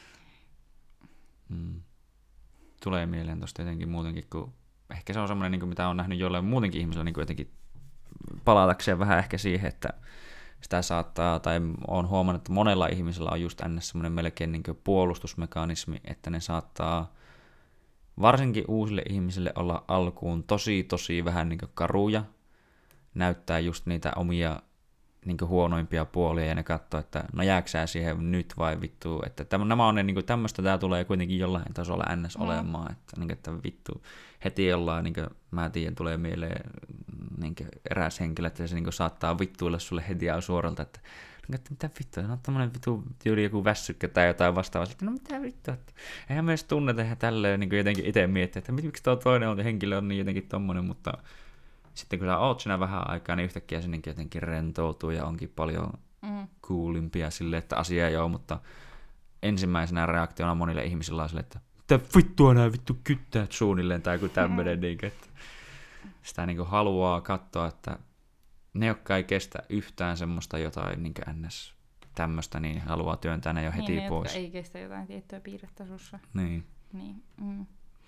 Mm. Tulee mieleen tosta jotenkin muutenkin, kun ehkä se on semmoinen, niin kuin mitä on nähnyt jollain muutenkin ihmisellä niin kuin jotenkin palatakseen vähän ehkä siihen, että sitä saattaa, tai olen huomannut, että monella ihmisellä on just ns. Semmoinen melkein niin kuin puolustusmekanismi, että ne saattaa varsinkin uusille ihmisille olla alkuun tosi tosi vähän niin kuin karuja, näyttää just niitä omia niin kuin huonoimpia puolia, ja ne katsoo, että no jääksää siihen nyt vai vittu, että täm, nämä on ne, niin kuin, tämmöistä tämä tulee kuitenkin jollain tasolla ns. Olemaan, että, niin kuin, että vittu, heti ollaan, niin kuin, mä tiedän, tulee mieleen niin kuin eräs henkilö, että se niin kuin, saattaa vittuilla sulle heti ja suoralta, että, niin, että mitä vittu, no tämmöinen vittu tyyli joku väsykkä tai jotain vastaavaa, että no mitä vittu, että eihän me edes tunneta ihan tälleen, niin kuin jotenkin itse miettiä, että miksi tuo toinen on, henkilö on niin jotenkin tommonen, mutta sitten kun sä oot siinä vähän aikaa, niin yhtäkkiä se niin jotenkin rentoutuu ja onkin paljon mm. coolimpia silleen, että asia ei ole, mutta ensimmäisenä reaktiona monille ihmisillä on silleen, että mitä vittua nää vittu kyttäät suunnilleen tai joku tämmöinen, mm. niin, että sitä niin haluaa katsoa, että ne, jotka ei kestä yhtään semmoista jotain niin ns. Tämmöistä, niin haluaa työntää ne jo heti niin, pois. Jotka ei kestä jotain tiettyä piirrettä sussa. Niin. Niin. Mm.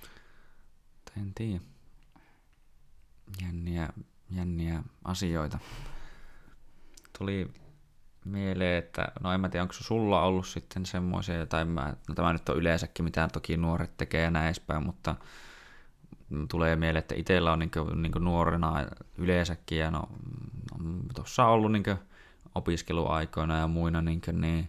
En tiedä. Jänniä, jänniä asioita. Tuli mieleen, että no en mä tiedä, onko sulla ollut sitten semmoisia, tai mä, no tämä nyt on yleensäkin, mitä toki nuoret tekee ja näin edespäin, mutta tulee mieleen, että itsellä on niin kuin, niin kuin nuorena yleensäkin, ja no, no tuossa on ollut niin kuin opiskeluaikoina ja muina, niin, kuin, niin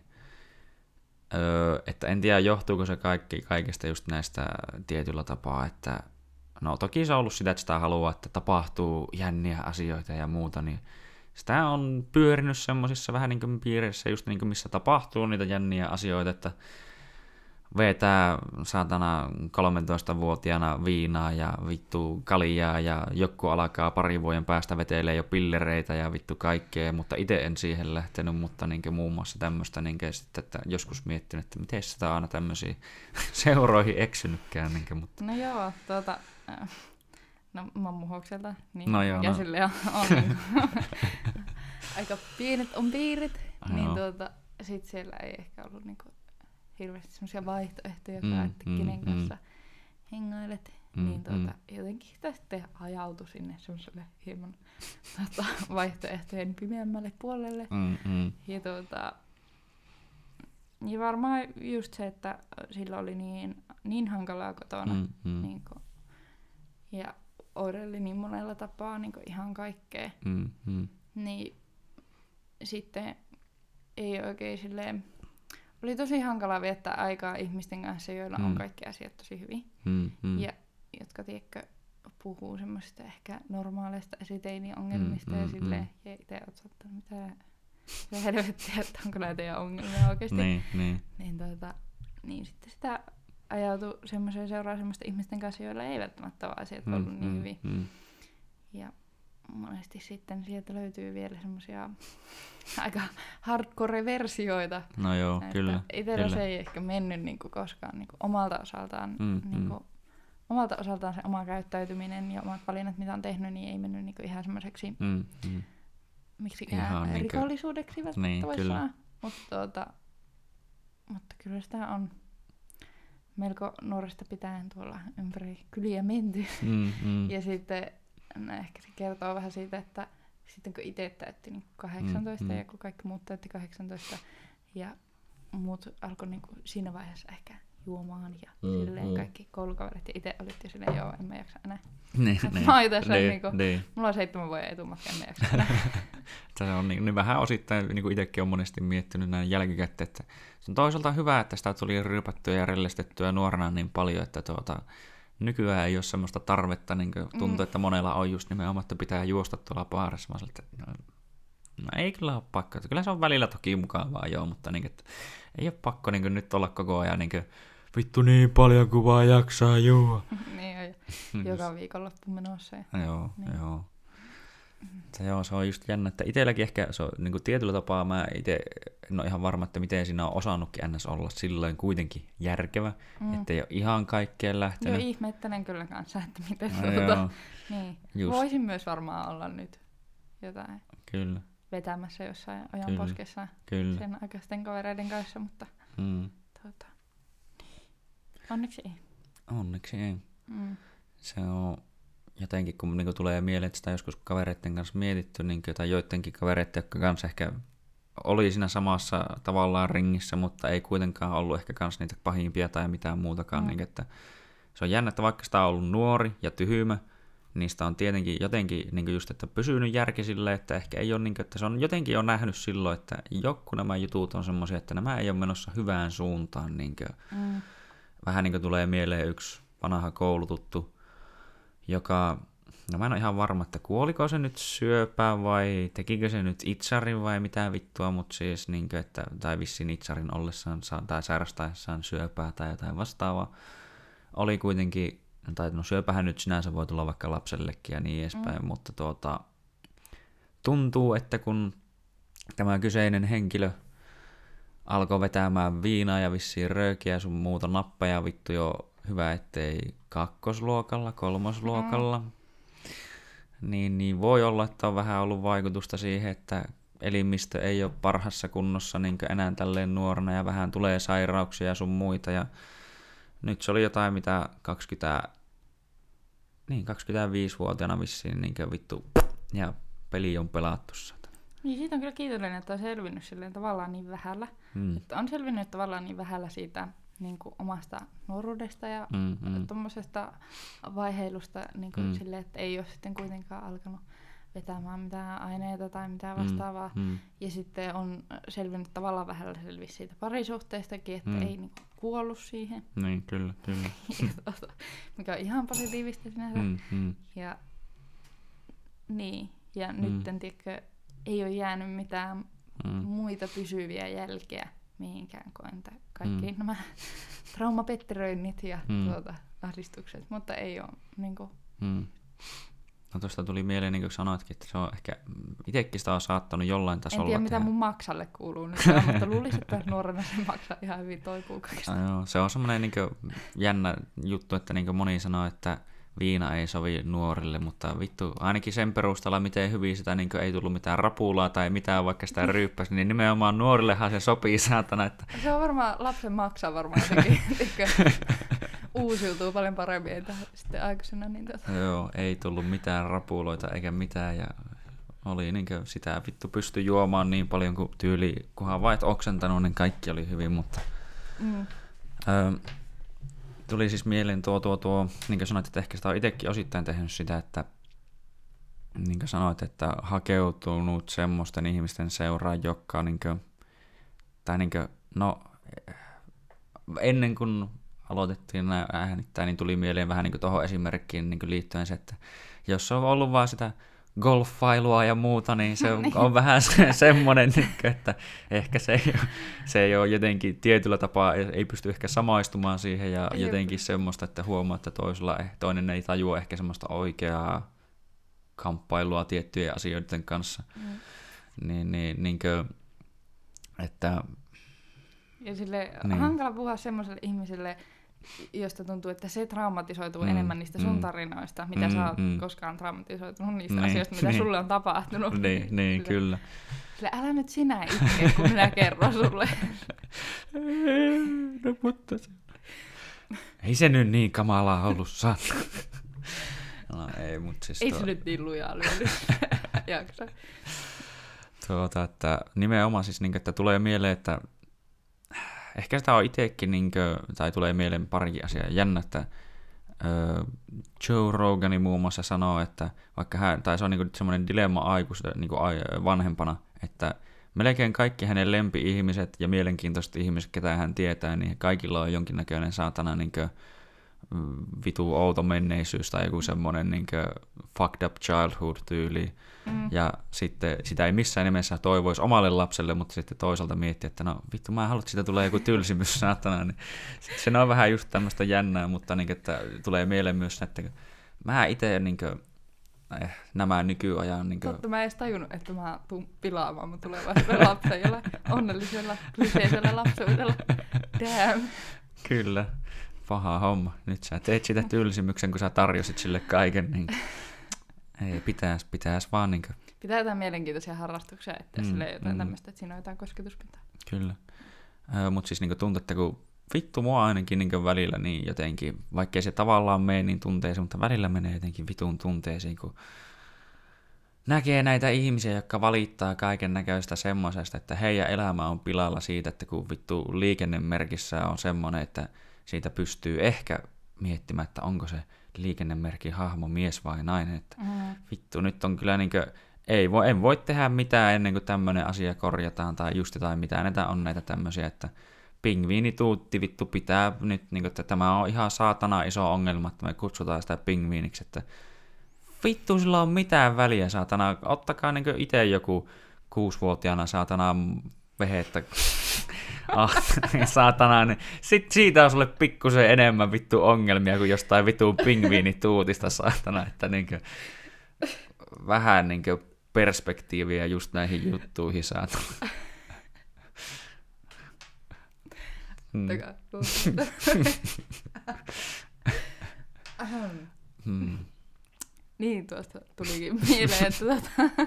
öö, että en tiedä, johtuuko se kaikki, kaikesta just näistä tietyllä tapaa, että no toki se on ollut sitä, että sitä haluaa, että tapahtuu jänniä asioita ja muuta, niin sitä on pyörinyt semmoisissa vähän niin kuin piireissä, just niin kuin missä tapahtuu niitä jänniä asioita, että vetää saatana kolmetoistavuotiaana viinaa ja vittu kaljaa ja joku alkaa parin vuoden päästä vetelee jo pillereitä ja vittu kaikkea, mutta itse en siihen lähtenyt, mutta niin kuin muun muassa tämmöistä, niin kuin sitten, että joskus miettinyt, että miten sitä on aina tämmöisiä seuroihin eksynytkään. Niin kuin, mutta no joo, tuota, no mammuhokselta, niin no joo, mikä no. silleen on, on niin kuin, aika pienet on piirit, no. niin tuota, sit siellä ei ehkä ollut niin kuin hirveästi semmoisia vaihtoehtoja, mm, että mm, kenen kanssa mm. hengailet, Mm, niin tuota, mm. jotenkin sitä sitten ajautui sinne semmoiselle hieman tuota, vaihtoehtojen pimeämmälle puolelle. Mm, mm. Ja, tuota, ja varmaan just se, että sillä oli niin, niin hankalaa kotona. Mm, mm. Niin kuin, ja oireili niin monella tapaa niin kuin ihan kaikkea. Mm, mm. Niin sitten ei oikein silleen. Oli tosi hankalaa viettää aikaa ihmisten kanssa, joilla mm. on kaikki asiat tosi hyvin. Mm, mm. Ja jotka, tiedätkö, puhuu semmoisista ehkä normaaleista esiteiniongelmista Mm, ja mm, silleen. mm. Ja itse oot saattanut, mitä, mitä helvettiä, että onko näitä teidän ongelmia oikeasti. Niin, niin. Niin, tuota, niin sitten sitä ajautui semmoiseen seuraa semmoista ihmisten kanssa, joilla ei välttämättä ole asiat Mm, ollut niin mm, hyvin. mm. Ja monesti sitten sieltä löytyy vielä semmoisia aika hardcore-versioita. No joo, että kyllä. Itsellä kyllä. se ei ehkä mennyt niinku koskaan niinku omalta osaltaan, Mm, niinku, mm. omalta osaltaan se oma käyttäytyminen ja omat valinnat, mitä on tehnyt, niin ei mennyt niinku ihan semmoiseksi, Mm, mm. miksikään Ihan niinkö- rikollisuudeksi välttämättä Niin, voisi kyllä. sanoa. Mutta, tuota, mutta kyllä sitä on melko nuoresta pitäen tuolla ympäri kyliä menty. Mm, mm. Ja sitten no ehkä se kertoo vähän siitä, että sitten kun itse täytti niin kahdeksantoista Mm, mm. ja kun kaikki muut täytti kahdeksantoista ja muut alkoi niin siinä vaiheessa ehkä juomaan ja Mm, silleen mm. kaikki koulukaverit ja itse olit jo silleen, joo, en mä jaksa enää. Niin, Mä oon tässä niin, niinku, niin. mulla on seitsemän vuoden etumatka, en mä jaksa enää. Se on niin, niin vähän osittain, niin kuin itsekin on monesti miettinyt näin jälkikäteen, että se on toisaalta hyvä, että sitä tuli ryypättyä ja rellestettyä nuorena niin paljon, että tuota, nykyään ei ole semmoista tarvetta, niin kuin tuntuu, mm. että monella on just nimenomaan, että pitää juosta tuolla baarissa. Mä sanoin, että no, no ei kyllä ole pakko. Kyllä se on välillä toki mukavaa, joo, mutta niin, että ei ole pakko niin kuin, nyt olla koko ajan niin kuin, vittu niin paljon kuin vaan jaksaa juo. Niin on, ja joka viikonloppu menossa. Ja, Joo, niin. joo. Se, joo, se on just jännä, että itselläkin ehkä se on niin kuin tietyllä tapaa, mä itse en ole ihan varma, että miten siinä on osannutkin ns. Olla silloin kuitenkin järkevä, Mm. ettei ole ihan kaikkeen Joo, lähtenyt. ihmettelen kyllä kanssa, että miten No tuota, joo, niin. just. Voisin myös varmaan olla nyt jotain Kyllä, vetämässä jossain ajan Kyllä. poskessa kyllä. sen aikaisten kavereiden kanssa, mutta Mm. tuota, onneksi ei. Onneksi ei. Mm. Se on jotenkin, kun niin tulee mieleen, että sitä joskus kavereiden kanssa mietitty, niin kuin, tai joidenkin kavereiden, jotka kanssa ehkä oli siinä samassa tavallaan ringissä, mutta ei kuitenkaan ollut ehkä kanssa niitä pahimpia tai mitään muutakaan. Mm. Niin, että se on jännä, että vaikka sitä on ollut nuori ja tyhmä, niin sitä on tietenkin jotenkin niin just, että pysynyt järki silleen, että ehkä ei ole, niin kuin, että se on jotenkin on nähnyt silloin, että joku nämä jutut on semmoisia, että nämä ei ole menossa hyvään suuntaan. Niin kuin, Mm. vähän niin kuin tulee mieleen yksi vanha koulututtu, joka, no mä en ole ihan varma, että kuoliko se nyt syöpää vai tekikö se nyt itsarin vai mitä vittua, mutta siis niin kuin, että, tai vissiin itsarin ollessaan tai sairastaessaan syöpää tai jotain vastaavaa, oli kuitenkin, tai no syöpähän nyt sinänsä voi tulla vaikka lapsellekin ja niin edespäin, mm. mutta tuota, tuntuu, että kun tämä kyseinen henkilö alkoi vetämään viinaa ja vissiin röökiä sun muuta nappeja vittu jo hyvä, ettei kakkosluokalla, kolmosluokalla. Mm. Niin, niin voi olla, että on vähän ollut vaikutusta siihen, että elimistö ei ole parhassa kunnossa niin enää tälleen nuorena ja vähän tulee sairauksia ja sun muita. Ja nyt se oli jotain, mitä kaksikymmentä, niin kaksikymmentäviisivuotiaana vissiin niin vittu ja peli on pelattu. Niin siitä on kyllä kiitollinen, että on selvinnyt silleen tavallaan niin vähällä. Mm. Että on selvinnyt tavallaan niin vähällä siitä niin kuin omasta nuoruudesta ja Mm, mm. tuommoisesta vaiheilusta niin kuin Mm. silleen, että ei ole sitten kuitenkaan alkanut vetämään mitään aineita tai mitään vastaavaa. Mm, mm. Ja sitten on selvinnyt tavallaan vähällä selvisi siitä parisuhteestakin, että Mm. ei niin kuin kuollut siihen. Niin, kyllä, kyllä. Ja tuota, mikä on ihan positiivista sinänsä. Mm, mm. Ja, niin, ja Mm. nyt en tiedä, ei ole jäänyt mitään Mm. muita pysyviä jälkeä mihinkään koen kaikki Mm. nämä traumapetteröinnit ja Mm. tuota, ahdistukset, mutta ei ole niin kuin, Mm. No tuosta tuli mieleen, niin kuin sanoitkin, että se on ehkä itsekin sitä on saattanut jollain en tasolla tiedä mitä tehdä. mun maksalle kuuluu nyt, mutta luulisin, että nuorena se maksaa ihan hyvin toipuu kaikesta. No, joo, se on semmoinen niin jännä juttu, että niin moni sanoo, että viina ei sovi nuorille, mutta vittu, ainakin sen perusteella, miten hyvin sitä niin ei tullut mitään rapulaa tai mitään, vaikka sitä ryyppäsi, niin nimenomaan nuorillehan se sopii saatana. Että... Se on varmaan, lapsen maksaa varmaan jotenkin, uusiutuu paljon paremmin entä sitten aikuisena. Niin tota. Joo, ei tullut mitään rapuloita eikä mitään ja oli niin sitä vittu pysty juomaan niin paljon kuin tyyli, kunhan vaan et oksentanut, niin kaikki oli hyvin, mutta... Mm. Öö, tuli siis mieleen tuo, tuo, tuo, niin kuin sanoit, että ehkä sitä on itsekin osittain tehnyt sitä, että niin kuin sanoit, että hakeutunut semmoisten ihmisten seuraan, jotka niin kuin, tai niin kuin, no ennen kuin aloitettiin nämä äänittää, niin tuli mieleen vähän niin kuin tuohon esimerkkiin niin kuin liittyen se, että jos on ollut vaan sitä golfailua ja muuta, niin se on, on vähän se, semmoinen, että ehkä se ei, ole, se ei ole jotenkin tietyllä tapaa, ei pysty ehkä samaistumaan siihen ja Jep. jotenkin semmoista, että huomaa, että toisella, toinen ei tajua ehkä semmoista oikeaa kamppailua tiettyjen asioiden kanssa. Mm. Niin, niin, niinkö, että... Ja sille niin. hankala puhua semmoiselle ihmiselle, josta tuntuu, että se traumatisoituu mm, enemmän niistä sun tarinoista, mitä mm, sä oot mm. koskaan traumatisoitunut niistä niin, asioista, mitä niin. sulle on tapahtunut. Niin, niin sille, kyllä. Sille, älä nyt sinä itke, kun minä kerron sulle. No mutta se... Ei se nyt niin kamalaa ollut, Sanna. No ei, mut siis... Ei tuo... se nyt niin lujaa lyödy. Jaksa. Tuota, että nimenomaan siis, niin, että tulee mieleen, että ehkä sitä on itsekin, niin kuin, tai tulee mieleen parikin asiaa. Jännä, että ö, Joe Rogani muun muassa sanoo, että vaikka hän, tai se on niin semmoinen dilemma aikuista niin vanhempana, että melkein kaikki hänen lempi-ihmiset ja mielenkiintoiset ihmiset, ketä hän tietää, niin kaikilla on jonkinnäköinen saatana niin kuin, vitu outo menneisyys tai joku semmoinen niin kuin fucked up childhood-tyyli. Mm. Ja sitten sitä ei missään nimessä toivoisi omalle lapselle, mutta sitten toisaalta miettiä, että no vittu, mä haluan, että siitä tulee joku tylsimys saatana. Niin se on vähän just tämmöistä jännää, mutta niin, että tulee mieleen myös, että mä itse niin kuin, eh, nämä nykyajan... Niin kuin... Totta, mä en edes tajunnut, että mä tuun pilaamaan mun tulevaisuuden lapsen jolla onnellisella, kliseisellä lapsuudella. Damn. Kyllä. Paha homma. Nyt sä teet sitä tylsimyksen, kun sä tarjosit sille kaiken. Niin... Ei, pitäis, pitäis vaan niinkö... Pitää jotain mielenkiintoisia harrastuksia, ettei mm, sille jotain mm. tämmöistä, että siinä on jotain kosketuspintaa. Kyllä. Äh, mutta siis niinkö tuntuu, että kun vittu mua ainakin niinkö välillä niin jotenkin, vaikkei se tavallaan mene niin tunteisiin, mutta välillä menee jotenkin vitun tunteisiin, kun näkee näitä ihmisiä, jotka valittaa kaiken näköistä semmoisesta, että heidän elämä on pilalla siitä, että kun vittu liikennemerkissä on semmoinen, että siitä pystyy ehkä miettimään, että onko se liikennemerkin hahmo mies vai nainen, että mm. vittu nyt on kyllä niinkö, ei voi, en voi tehdä mitään ennen kuin tämmöinen asia korjataan tai just jotain mitään, näitä on näitä tämmöisiä, että pingviinituutti vittu pitää nyt, niin kuin, että tämä on ihan saatana iso ongelma, että me kutsutaan sitä pingviiniksi, että vittu sillä on mitään väliä saatana, ottakaa niin itse joku kuusivuotiaana saatana vehettä, ah, saatana, niin sit siitä on sulle pikkusen enemmän vittu ongelmia kuin jostain vittu pingviinituutista saatana, että niinkö vähän niinkö perspektiiviä just näihin juttuihin saatana. Hmm. hmm. Niin, tuosta tulikin mieleen, että tota,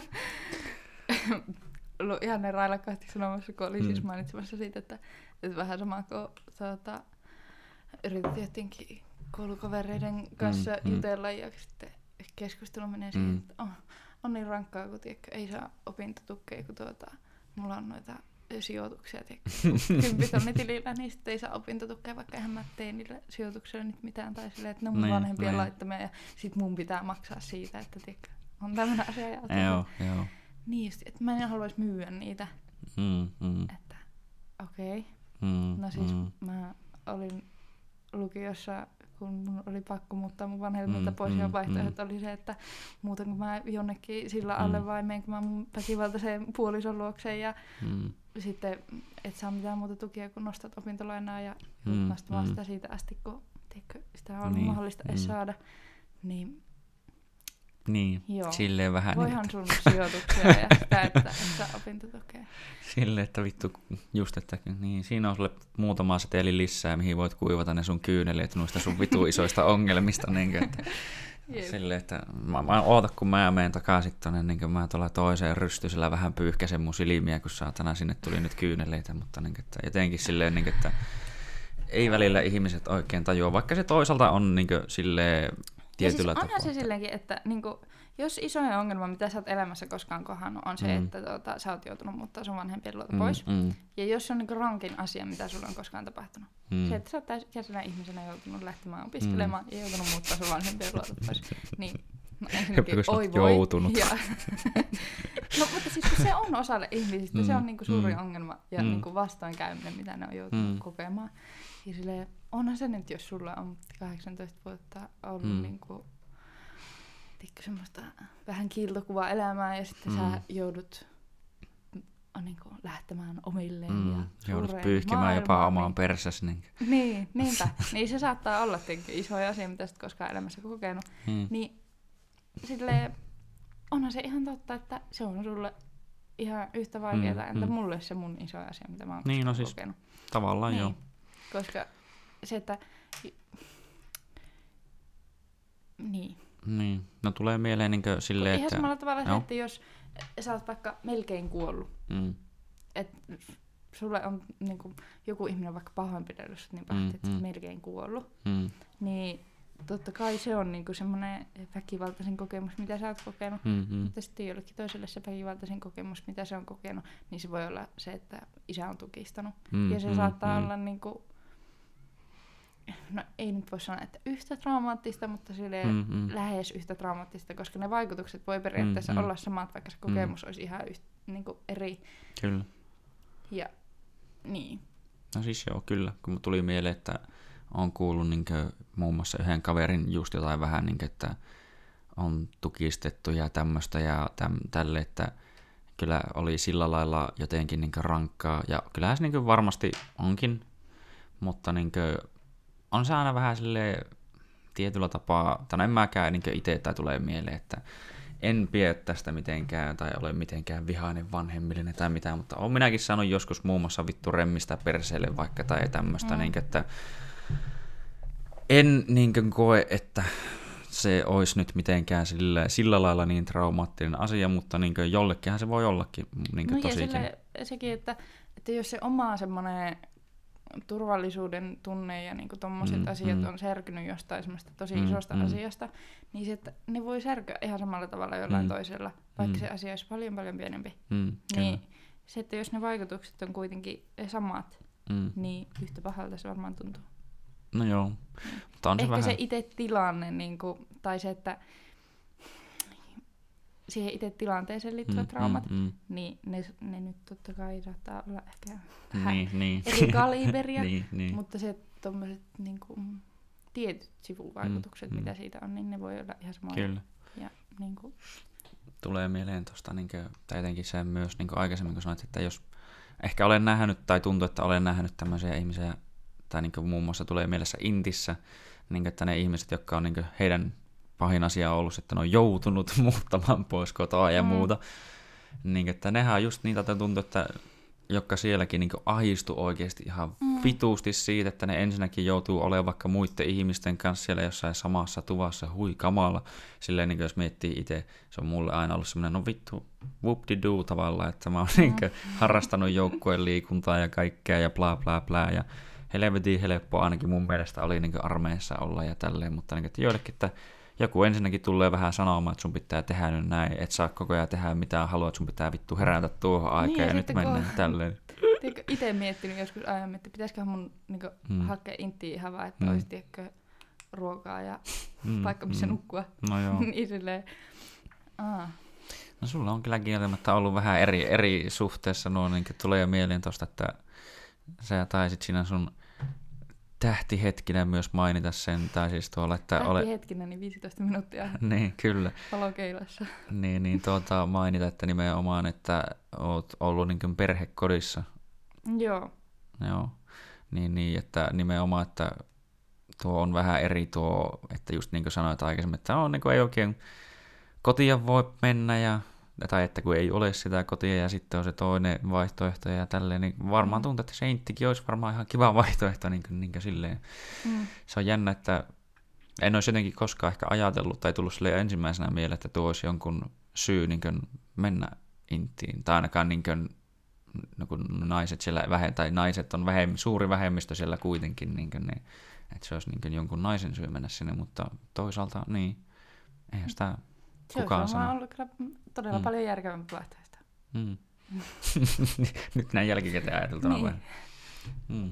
ollut ihan ne railakkaasti sanomassa, kun oli mm. siis mainitsemassa siitä, että, että vähän sama kuin tuota, yritettiin jotenkin koulukavereiden kanssa mm. jutella ja sitten keskustelu menee siihen, mm. että oh, on niin rankkaa, kun tiedätkö, ei saa opintotukea, kun tuota, mulla on noita sijoituksia, kymppitonnin tilillä, niin sitten ei saa opintotukea, vaikka eihän mä tee niille sijoituksille nyt mitään, tai silleen, että ne on mun vanhempien laittamia, ja sit mun pitää maksaa siitä, että tiedätkö, on tämmöinen asia. Ja joo, joo. Niin just, että mä en haluaisi myyä niitä. Mm, mm. Että okei. Okay. Mm, no siis mm. mä olin lukiossa, kun mun oli pakko muuttaa mun vanhemmilta mm, pois, mm, ja vaihtoehdot mm. oli se, että muutanko mä jonnekin sillä alle mm. vai menenkö mä mun väkivaltaiseen puolison luokseen, ja mm. sitten et saa mitään muuta tukia, kun nostat opintolainaa ja mm, nostamaan mm. sitä siitä asti, kun tiedätkö, sitä on ollut niin, mahdollista edes mm. saada. Niin, niin. Joo. Silleen vähän voihan niin, sun sijoituksia ja sitä, että et saa opintotukea. Silleen, että vittu just, että niin, siinä on sulle muutama seteli lisää, mihin voit kuivata ne sun kyyneleet noista sun vitu isoista ongelmista. Niin, että, silleen, että mä, mä oota, kun mä menen takaisin tonne, niin mä tuolla toiseen rystysellä vähän pyyhkäsen mun silmiä, kun saatana sinne tuli nyt kyyneleitä, mutta niin, että jotenkin silleen, niin, että ei välillä ihmiset oikein tajua, vaikka se toisaalta on niin, silleen tietyllä ja siis tapaa. Onhan se silleenkin, että niin kuin, jos isoin ongelma, mitä sä oot elämässä koskaan kohdannut, on se, mm. että tuota, sä oot joutunut muuttaa sun vanhempien luota pois. Mm, mm. Ja jos se on niin kuin rankin asia, mitä sulla on koskaan tapahtunut, mm. se, että sä oot täysikäisenä ihmisenä joutunut lähtemään opiskelemaan mm. ja joutunut muuttaa sun vanhempien luota pois, niin no ensinnäkin oi voi. Joutunut. Ja, no mutta siis kun se on osalle ihmisistä, mm. se on niin kuin suuri mm. ongelma ja mm. niin kuin vastoinkäyminen, mitä ne on joutunut mm. kokemaan. Ja silleen, onhan se nyt, jos sulla on kahdeksantoista vuotta ollut mm. niin kuin, tiedätkö, semmoista vähän kiiltokuvaa elämää ja sitten mm. sä joudut niin kuin, lähtemään omilleen. Mm. Ja joudut pyyhkimään jopa omaan niin, persäsi. Niin. niin, niinpä. Niin se saattaa olla tietenkin iso asia, mitä sit koskaan elämässä kokenut. Mm. Niin silleen, onhan se ihan totta, että se on sulle ihan yhtä vaikeaa, Mm, entä mm. mulle se mun iso asia, mitä mä oon Niin, no koskaan siis kokenut. tavallaan Niin, joo. koska se, että... Niin. Niin, no tulee mieleen niinkö silleen, Ihan että... samalla tavalla se, joo. että jos sä oot vaikka melkein kuollut, Mm, että sulle on niin kuin, joku ihminen vaikka pahoinpidellyt sut niin pahasti, Mm, että sä oot mm. melkein kuollut, mm, niin totta kai se on niin kuin semmoinen väkivaltaisen kokemus, mitä sä oot kokenut. mm, mm, Mutta sitten jollekin toiselle se väkivaltaisen kokemus, mitä se on kokenut, niin se voi olla se, että isä on tukistanut. mm, Ja se mm, saattaa mm. olla niinku, no ei nyt voi sanoa, että yhtä traumaattista, mutta silleen Mm, mm. lähes yhtä traumaattista, koska ne vaikutukset voi periaatteessa Mm, mm. olla samat, vaikka se kokemus olisi ihan yht, niinku eri. Kyllä. Ja niin. No siis joo, kyllä. Kun mun tuli mieleen, että on kuullut niinkö muun muassa yhden kaverin just jotain vähän, niinkö, että on tukistettu ja tämmöistä ja täm, tälle, että kyllä oli sillä lailla jotenkin niinkö rankkaa. Ja kyllähän se niinkö varmasti onkin, mutta niinkö on se aina vähän silleen tietyllä tapaa, tai no en mäkään niinkö itse tai tulee mieleen, että en pidä tästä mitenkään tai ole mitenkään vihainen vanhemmillinen tai mitään, mutta olen minäkin saanut joskus muun muassa vittu remmistä perseelle vaikka tai tämmöistä, Mm. niin, että en niin koe, että se olisi nyt mitenkään sillä, sillä lailla niin traumaattinen asia, mutta niin jollekinhan se voi ollakin niin No ja tosikin. sille, sekin, että, että jos se oma semmoinen turvallisuuden tunne ja niinku tommoset Mm, asiat mm. on särkynyt jostain semmoista tosi Mm, isosta mm. asiasta, niin se, että ne voi särkyä ihan samalla tavalla jollain Mm. toisella, vaikka Mm. se asia olisi paljon paljon pienempi. Mm, kyllä. Niin se, että jos ne vaikutukset on kuitenkin samat, Mm. niin yhtä pahalta se varmaan tuntuu. No joo, mutta on se Ehkä vähän... se itse tilanne, niinku, tai se, että siihen itse tilanteeseen liittyvät Mm, traumat, mm, mm. niin ne, ne nyt totta kai saattaa olla ehkä vähän Niin, niin. eri kaliberia, niin, niin. mutta se tommoset niinku, tietyt sivuvaikutukset, Mm, mm. mitä siitä on, niin ne voi olla ihan samoja. Kyllä. Ja, niinku, Tulee mieleen tuosta, niin tai jotenkin se myös niin aikaisemmin, kun sanoit, että jos ehkä olen nähnyt tai tuntuu, että olen nähnyt tämmöisiä ihmisiä, tai niin muun muassa tulee mielessä Intissä, niin että ne ihmiset, jotka on niin heidän pahin asia on ollut, että ne on joutunut muuttamaan pois kotoa ja Mm. muuta, niin että nehän on just niitä, että tuntuu, että jotka sielläkin niin ahistu oikeasti ihan Mm. vituusti siitä, että ne ensinnäkin joutuu olemaan vaikka muiden ihmisten kanssa siellä jossain samassa tuvassa, hui kamala. Silleen niin jos miettii itse, se on mulle aina ollut semmoinen, no vittu, whoop-de-doo tavallaan, että mä oon mm. niin harrastanut joukkueen liikuntaa ja kaikkea ja bla bla bla. Ja helvetin helppoa ainakin mun mielestä oli niin armeijassa olla ja tälleen, mutta niin, että joillekin, että joku ensinnäkin tulee vähän sanomaan, että sun pitää tehdä nyt näin, et saa koko ajan tehdä mitä haluat, sun pitää vittu herätä tuohon aikaan Niin, ja, ja nyt sitten mennään kun- tälleen. itse miettinyt joskus aiemmin, että pitäisiköhän mun niinku, Mm. hakea intiin ihan vaan, että Mm. olisi tiedätkö, ruokaa ja Mm, paikka, missä mm. nukkua. No joo. niin silleen, aa, No sulla on kyllä kieltämättä ollut vähän eri, eri suhteessa nuo, niin tulee jo mieleen tosta, että sä taisit siinä sun tähtihetkinä myös mainita sen, tai siis tuolla, että lähti ole... hetkinä niin viisitoista minuuttia Niin, kyllä. valokeilassa. Niin, niin tuota, mainita, että nimenomaan, että oot ollut niin kuin perhekodissa. Joo. Joo. Niin, niin, että nimenomaan, että tuo on vähän eri tuo, että just niin kuin sanoit aikaisemmin, että on, niin kuin ei oikein kotia voi mennä ja tai että kun ei ole sitä kotia ja sitten on se toinen vaihtoehto ja tälleen, niin varmaan Mm. tuntuu, että se inttikin olisi varmaan ihan kiva vaihtoehto niin kuin, niin kuin silleen. Mm. Se on jännä, että en olisi jotenkin koskaan ehkä ajatellut tai tullut silleen ensimmäisenä mieleen, että tuo olisi jonkun syy niin kuin mennä inttiin. Tai ainakaan niin kuin, no kun naiset siellä vähe, tai naiset on vähem, suuri vähemmistö siellä kuitenkin, niin kuin, niin, että se olisi niin kuin jonkun naisen syy mennä sinne, mutta toisaalta niin, eihän sitä Se kukaan olisi varmaan sano. ollut kyllä todella Mm. paljon järkevämpi vaihtoehto. Mm. Nyt näin jälkikäteen ajateltuna Niin. vähän. Mm.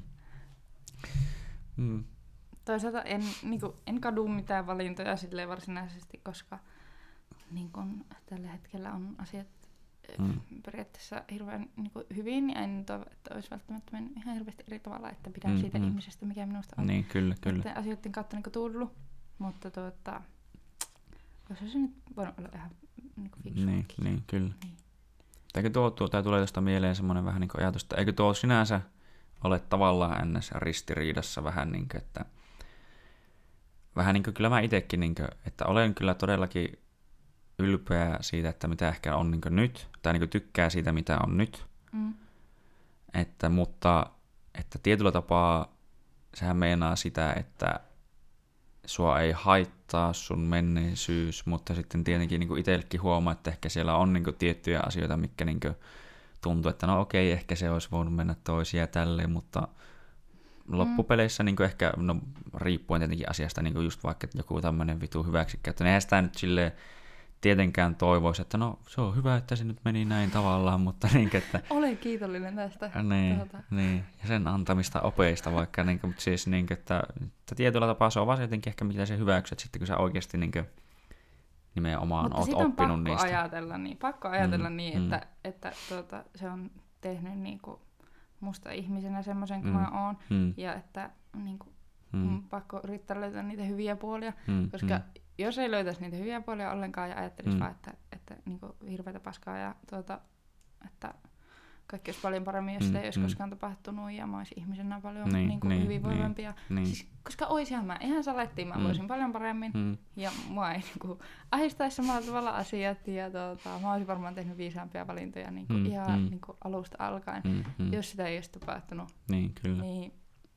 Mm. Toisaalta en, niin kuin, en kadu mitään valintoja silleen varsinaisesti, koska niin kuin, tällä hetkellä on asiat Mm. mm. periaatteessa hirveän niin kuin, hyvin, ja en toivo, että olisi välttämättä mennyt ihan hirveästi eri tavalla, että pidän Mm, mm, siitä mm. mm. ihmisestä, mikä minusta on Niin, kyllä, kyllä. näiden asioiden kautta niin kuin, tullut. Mutta tuota, olisi se nyt voinut olla ihan niin kuin, Niin, fiksuakin. niin, kyllä. Niin. Eikö tuo, tuo, tai tulee tuosta mieleen semmoinen vähän niin kuin ajatus, että eikö tuo sinänsä ole tavallaan ns. Ristiriidassa vähän niin kuin, että vähän niin kuin kyllä mä itsekin, niin kuin, että olen kyllä todellakin ylpeä siitä, että mitä ehkä on niin nyt, tai niin tykkää siitä, mitä on nyt. Mm. Että, mutta että tietyllä tapaa sehän meinaa sitä, että sua ei haittaa sun menneisyys, mutta sitten tietenkin niin itsellekin huomaa, että ehkä siellä on niin tiettyjä asioita, mitkä niin tuntuu, että no okei, ehkä se olisi voinut mennä toisia ja tälleen, mutta loppupeleissä niin ehkä, no riippuen tietenkin asiasta, niin just vaikka joku tämmöinen vitu hyväksikäyttö, niin eihän sitä nyt silleen tietenkään toivoisi, että no se on hyvä, että se nyt meni näin tavallaan, mutta niin että... Olen kiitollinen tästä. Niin, tuota. niin, ja sen antamista opeista vaikka, niin kuin, mutta siis niin kuin, että, että tietyllä tapaa se on vaan jotenkin ehkä mitä se hyväksyt sitten, kun sä oikeasti niin kuin, nimenomaan mutta oot sit on oppinut pakko niistä. Ajatella niin, pakko ajatella Mm, niin, mm. että, että tuota, se on tehnyt niin kuin musta ihmisenä semmoisen kuin Mm, mä oon, mm, ja että niin kuin, mm, on pakko yrittää löytää niitä hyviä puolia, mm, koska mm, jos ei löytäisi niitä hyviä puolia ollenkaan ja ajattelisi Mm. vaan, että, että niin kuin hirveätä paskaa ja tuota, että kaikki olisi paljon paremmin, jos Mm, sitä ei olisi mm. koskaan tapahtunut ja mä olisin ihmisenä paljon Niin, niin kuin niin, hyvinvoivampi. Ja, niin. siis, koska oishan mä ihan salettiin, mä Mm. voisin paljon paremmin Mm, ja mua ei niin kuin, ahdistaisi samalla tavalla asiat ja tuota, mä olisin varmaan tehnyt viisaampia valintoja niin kuin, Mm, ihan mm. niin kuin alusta alkaen. mm, mm. Jos sitä ei olisi tapahtunut, Niin, kyllä. niin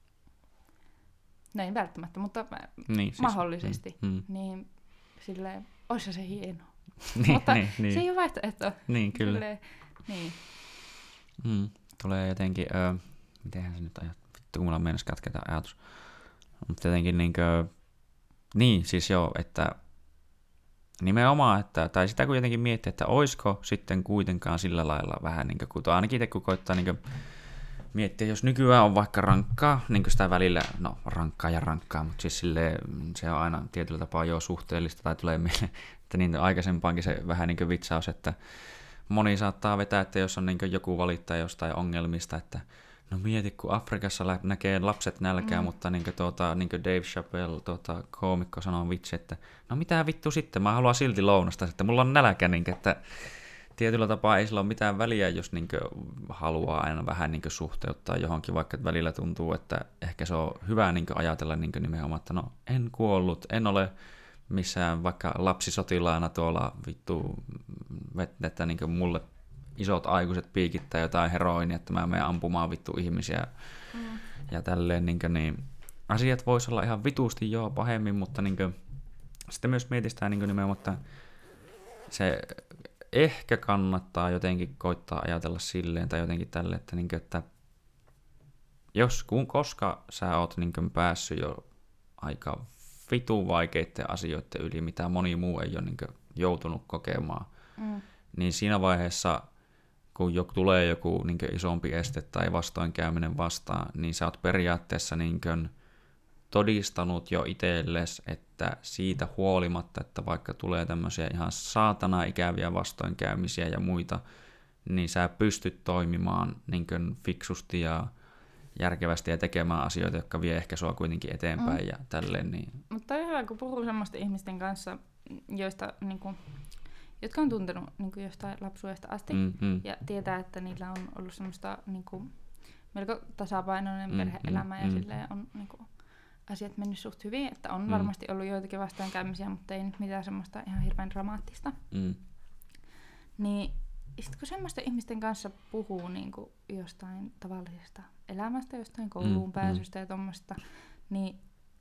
näin välttämättä, mutta mä, Niin, siis, mahdollisesti, Mm, mm. niin silleen, olisi se hieno. Niin, Mutta niin, niin. se ei ole vaihtoehto. Niin, kyllä. Silleen, niin. Mm, tulee jotenkin, öö, mitenhän se nyt ajat, vittu kun mulla on mennessä katketa ajatus. Mutta jotenkin niinkö, niin siis joo, että nimenomaan, että, tai sitä kun jotenkin miettii, että oisko sitten kuitenkaan sillä lailla vähän niin kuin, ainakin itse kun koittaa niin miettiä, jos nykyään on vaikka rankkaa, niin kuin sitä välillä, no rankkaa ja rankkaa, mutta siis silleen, se on aina tietyllä tapaa jo suhteellista, tai tulee mieleen, että niin aikaisempaankin se vähän niin kuin vitsaus, että moni saattaa vetää, että jos on niin joku valittaa jostain ongelmista, että no mieti, kun Afrikassa lä- näkee lapset nälkää, mm. mutta niin tuota, niin Dave Chappelle, tuota, koomikko, sanoo vitsi, että no mitä vittu sitten, mä haluan silti lounasta, että mulla on nälkä, niin että tietyllä tapaa ei sillä ole mitään väliä, jos niin haluaa aina vähän niin suhteuttaa johonkin, vaikka välillä tuntuu, että ehkä se on hyvä niin ajatella niin nimenomaan, että no en kuollut, en ole missään vaikka lapsisotilaana tuolla vittu, että niin mulle isot aikuiset piikittää jotain heroinia, että mä menen ampumaan vittu ihmisiä mm. ja tälleen, niin, niin asiat vois olla ihan vitusti joo pahemmin, mutta niin kuin, sitten myös mietistään niin nimenomaan, että se ehkä kannattaa jotenkin koittaa ajatella silleen tai jotenkin tälleen, että, niin kuin, että jos kun koska sä oot niin kuin päässyt jo aika vitun vaikeiden asioiden yli, mitä moni muu ei ole niin kuin joutunut kokemaan, mm. niin siinä vaiheessa, kun joku, tulee joku niin kuin isompi este tai vastoinkäyminen vastaan, niin sä oot periaatteessa niin kuin todistanut jo itsellesi, että siitä huolimatta, että vaikka tulee tämmöisiä ihan saatana ikäviä vastoinkäymisiä ja muita, niin sä pystyt toimimaan niin kuin fiksusti ja järkevästi ja tekemään asioita, jotka vie ehkä sua kuitenkin eteenpäin mm. ja tälleen. Niin. Mutta on hyvä, kun puhuu semmoisten ihmisten kanssa, joista, niin kuin, jotka on tuntenut niin kuin jostain lapsuudesta asti mm, mm. ja tietää, että niillä on ollut semmoista niin kuin, melko tasapainoinen mm, perhe-elämä mm, ja mm. silleen on niin kuin, asiat mennyt suht hyvin, että on mm. varmasti ollut joitakin vastoinkäymisiä, mutta ei nyt mitään semmoista ihan hirveän dramaattista. Mm. Niin sitten kun semmoisten ihmisten kanssa puhuu niin kuin jostain tavallisesta elämästä, jostain kouluun mm, pääsystä mm. ja tuommoista, niin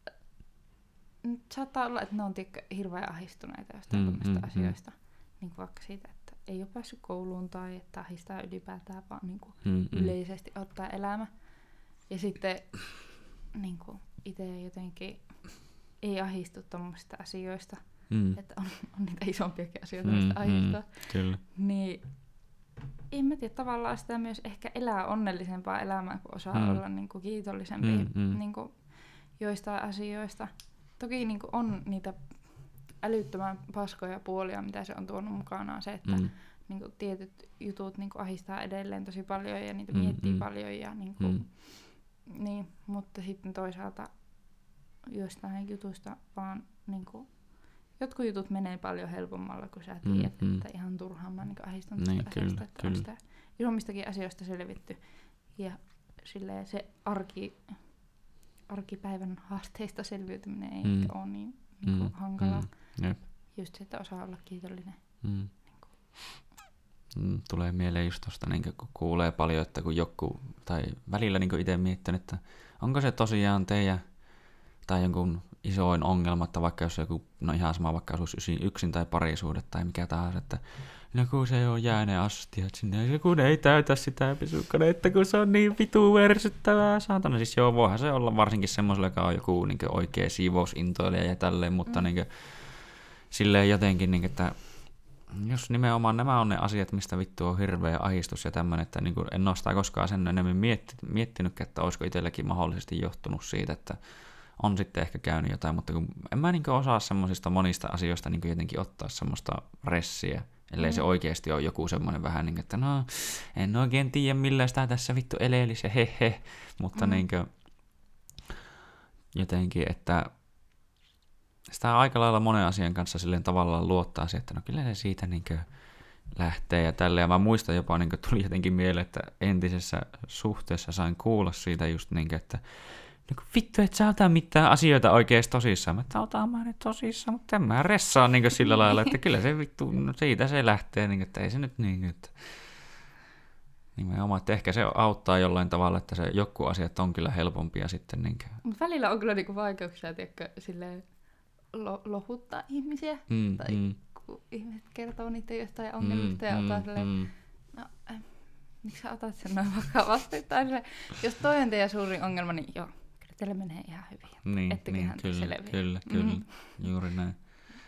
saattaa olla, että ne on tiekkä, hirveän ahdistuneita jostain mm, tuommoista mm, asioista. Mm. Niin kuin vaikka siitä, että ei ole päässyt kouluun tai että ahdistaa ylipäätään vaan niin kuin mm, yleisesti ottaa elämä. Ja sitten niin kuin itse jotenkin ei ahdistu tuommoista asioista. Mm. Että on, on niitä isompiakin asioita, mistä mm, ahdistaa. Mm, kyllä. Niin en mä tiedä, tavallaan sitä myös ehkä elää onnellisempaa elämää, kun osaa mm. olla niin kuin kiitollisempi mm, mm. niin kuin joistain asioista. Toki niin kuin on niitä älyttömän paskoja puolia, mitä se on tuonut mukanaan. Se, että mm. niin kuin tietyt jutut niin kuin ahdistaa edelleen tosi paljon ja niitä mm, miettii mm. paljon. Ja niin kuin, mm. niin, mutta sitten toisaalta jostain jutusta vaan niin kuin, jotkut jutut menee paljon helpommalla, kun sä tiedät, mm, mm. että ihan turhaan mä niin ahdistan tästä niin, asiasta, kyllä, että kyllä. on sitä isommistakin asioista selvitty. Ja silleen se arki, arkipäivän haasteista selviytyminen ei mm. ehkä ole niin, niin mm, hankalaa. Mm, just se, että osaa olla kiitollinen Mm. Mm, tulee mieleen just tosta, niin kun kuulee paljon, että kun joku, tai välillä niin itse miettinyt, että onko se tosiaan teidän tai jonkun isoin ongelma, että vaikka jos joku, no ihan sama vaikka asuisi yksin tai parisuudet tai mikä tahansa, että no kun se on jääne astia, että sinne kun ei täytä sitä pesukonetta, kun se on niin vitu versyttävää, saatana. Siis joo, voihan se olla varsinkin semmoisella, joka on joku niin oikea siivousintoilija ja tälleen, mutta mm. niin silleen jotenkin, niin, että jos nimenomaan nämä on ne asiat, mistä vittu on hirveä ahdistus ja tämmöinen, että niin en ole sitä koskaan sen enemmän mietti, miettinytkään, että olisiko itselläkin mahdollisesti johtunut siitä, että on sitten ehkä käynyt jotain, mutta kun en mä niin osaa semmoisista monista asioista niin jotenkin ottaa semmoista ressiä, ellei mm. se oikeasti ole joku semmoinen vähän niin, että no en oikein tiedä millä sitä tässä vittu eleelisi ja he he, mutta mm. niin kuin, jotenkin, että sitä aika lailla monen asian kanssa silleen tavallaan luottaa siihen, että no kyllä se siitä niin lähtee ja tälleen. Ja mä muistan jopa, niin tuli jotenkin mieleen, että entisessä suhteessa sain kuulla siitä just niin kuin, että no vittu, et sä ota mitään asioita oikeesti tosissaan. Mä että otan mä nyt tosissaan, mutta en mä ressaa niin sillä lailla, että kyllä se vittu, no siitä se lähtee, niin, että ei se nyt niin, että nimenomaan, että ehkä se auttaa jollain tavalla, että se joku asiat on kyllä helpompia sitten. Niin mutta välillä on kyllä niinku vaikeuksia, tiedätkö, silleen lo- lohuttaa ihmisiä, mm, tai mm. kun ihmiset kertoo niiden jostain ongelmista mm, ja ottaa mm, silleen, mm. no äh, miksi sä otat sen noin vakavasti, tai silleen, jos toi on teidän suurin ongelma, niin joo. Teillä menee ihan hyvin. Niin, niin kyllä, kyllä, kyllä, mm. juuri näin.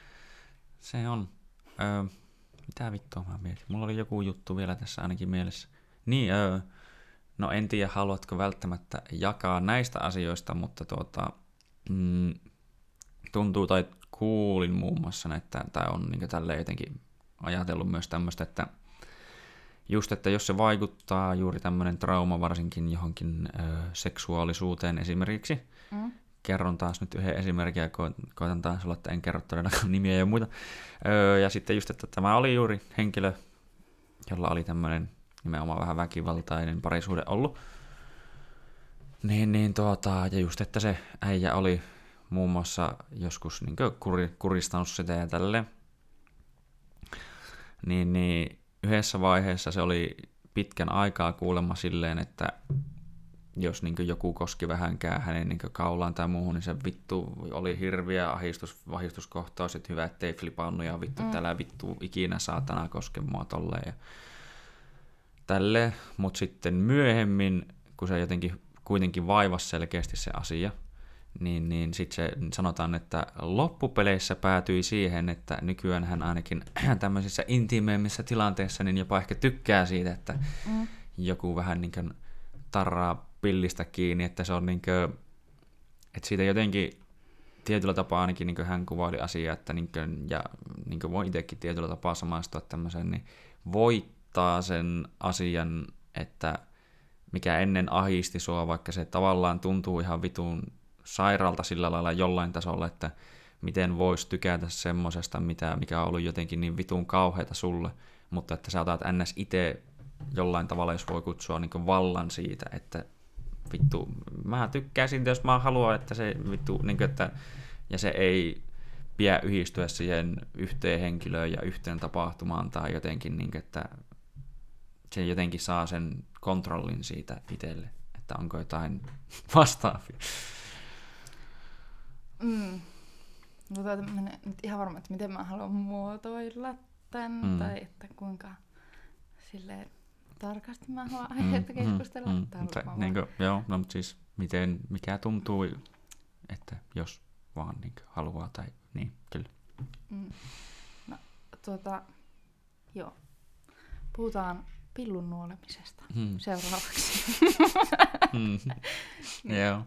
Se on. Öö, mitä vittua mä mietin? Mulla oli joku juttu vielä tässä ainakin mielessä. Niin, öö, no en tiedä, haluatko välttämättä jakaa näistä asioista, mutta tuota, mm, tuntuu tai kuulin muun muassa, että tai on niin tälleen jotenkin ajatellut myös tämmöistä, että just, että jos se vaikuttaa juuri tämmöinen trauma varsinkin johonkin ö, seksuaalisuuteen esimerkiksi. Mm. Kerron taas nyt yhden esimerkin ja ko- koitan taas olla, että en kerro todellakaan nimiä ja muita. Ö, ja sitten just, että tämä oli juuri henkilö, jolla oli tämmöinen nimenomaan vähän väkivaltainen parisuhde ollut. Niin, niin tuota, ja just, että se äijä oli muun muassa joskus niin kuri, kuristanut sitä ja tälleen. Niin, niin yhdessä vaiheessa se oli pitkän aikaa kuulemma silleen, että jos niin joku koski vähänkään hänen niin kaulaan tai muuhun, niin se vittu oli hirviä ahdistus, ahdistuskohtaus, että hyvä, ettei flipannut ja vittu, mm. täällä vittu ikinä saatana koske mua tolleen ja tälleen. Mutta sitten myöhemmin, kun se jotenkin kuitenkin vaivasi selkeästi se asia, niin, niin sitten se sanotaan, että loppupeleissä päätyi siihen, että nykyään hän ainakin tämmöisissä intiimeimmissä tilanteissa niin jopa ehkä tykkää siitä, että mm. joku vähän niin kuin tarraa pillistä kiinni, että se on niin kuin, että siitä jotenkin tietyllä tapaa ainakin niin hän kuvaili asiaa, että niin kuin, ja niin kuin voi itsekin tietyllä tapaa samaistua tämmöisen, niin voittaa sen asian, että mikä ennen ahdisti sua, vaikka se tavallaan tuntuu ihan vitun sairaalta sillä lailla jollain tasolla, että miten voisi tykätä semmosesta, mitä, mikä on ollut jotenkin niin vitun kauheata sulle, mutta että sä otat ns. Itse jollain tavalla, jos voi kutsua niin vallan siitä, että vittu, mä tykkään siitä, jos mä haluan, että se vittu, niin kuin, että, ja se ei pidä yhdistyä siihen yhteen henkilöön ja yhteen tapahtumaan tai jotenkin, niin kuin, että se jotenkin saa sen kontrollin siitä itselle, että onko jotain vastaavia. Mm. Mutta mä nyt ihan varma, että miten mä haluan muotoilla tämän, mm. tai että kuinka silleen tarkasti mä haluan aiheesta mm, keskustella. Mm, mm. Niin kuin, joo, no mutta siis miten, mikä tuntuu, että jos vaan niin haluaa tai niin, kyllä. Mm. No tuota, joo. Puhutaan pillun nuolemisesta mm. seuraavaksi. mm. Joo.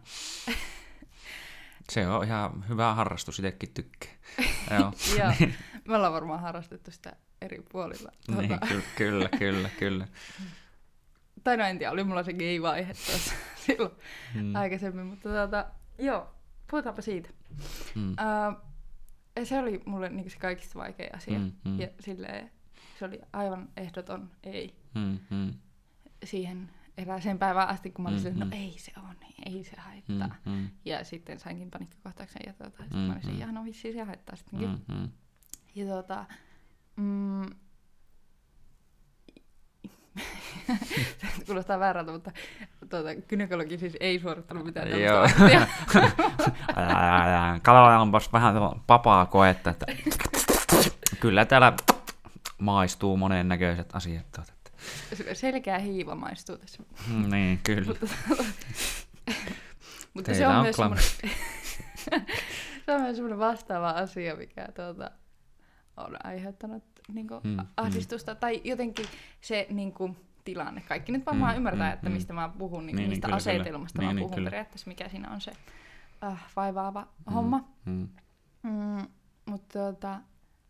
Se on ihan hyvä harrastus, itsekin tykkää. Joo. Joo, me ollaan varmaan harrastettu sitä eri puolilla. Tuota. Niin, ky- kyllä, kyllä, kyllä. Tai no en tiedä, oli mulla se gay-vaihe tuossa silloin mm. aikaisemmin, mutta tuota, joo, puhutaanpa siitä. Mm. Uh, se oli mulle niin se kaikista vaikein asia, mm, mm. ja silleen, se oli aivan ehdoton ei mm, mm. siihen erääseen päivään asti, kun mä olin mm-hmm. silleen, no ei se on, niin ei se haittaa. Mm-hmm. Ja sitten sainkin paniikkikohtauksen ja tuota, sitten mm-hmm. mä olin silleen, no vissiin se haittaa sittenkin. Mm-hmm. Ja tuota, Mm, kuulostaa väärältä, mutta tuota, gynekologi siis ei suorittanut mitään tämmöistä aktia. Kalalla onpas vähän papaa koetta, että kyllä täällä maistuu monennäköiset asiat. Selkeä hiiva maistuu tässä. Niin, kyllä. mutta mutta se on, on myös semmoinen, se on myös semmoinen vastaava asia, mikä tuota, on aiheuttanut niin kuin, mm, ahdistusta. Mm. Tai jotenkin se niin kuin, tilanne. Kaikki nyt varmaan mm, ymmärtää, mm, että mistä mm. mä puhun, niin, niin, mistä niin, asetelmasta kyllä. mä niin, puhun niin, periaatteessa, mikä siinä on se äh, vaivaava mm, homma. Mm. Mm, mutta tuota,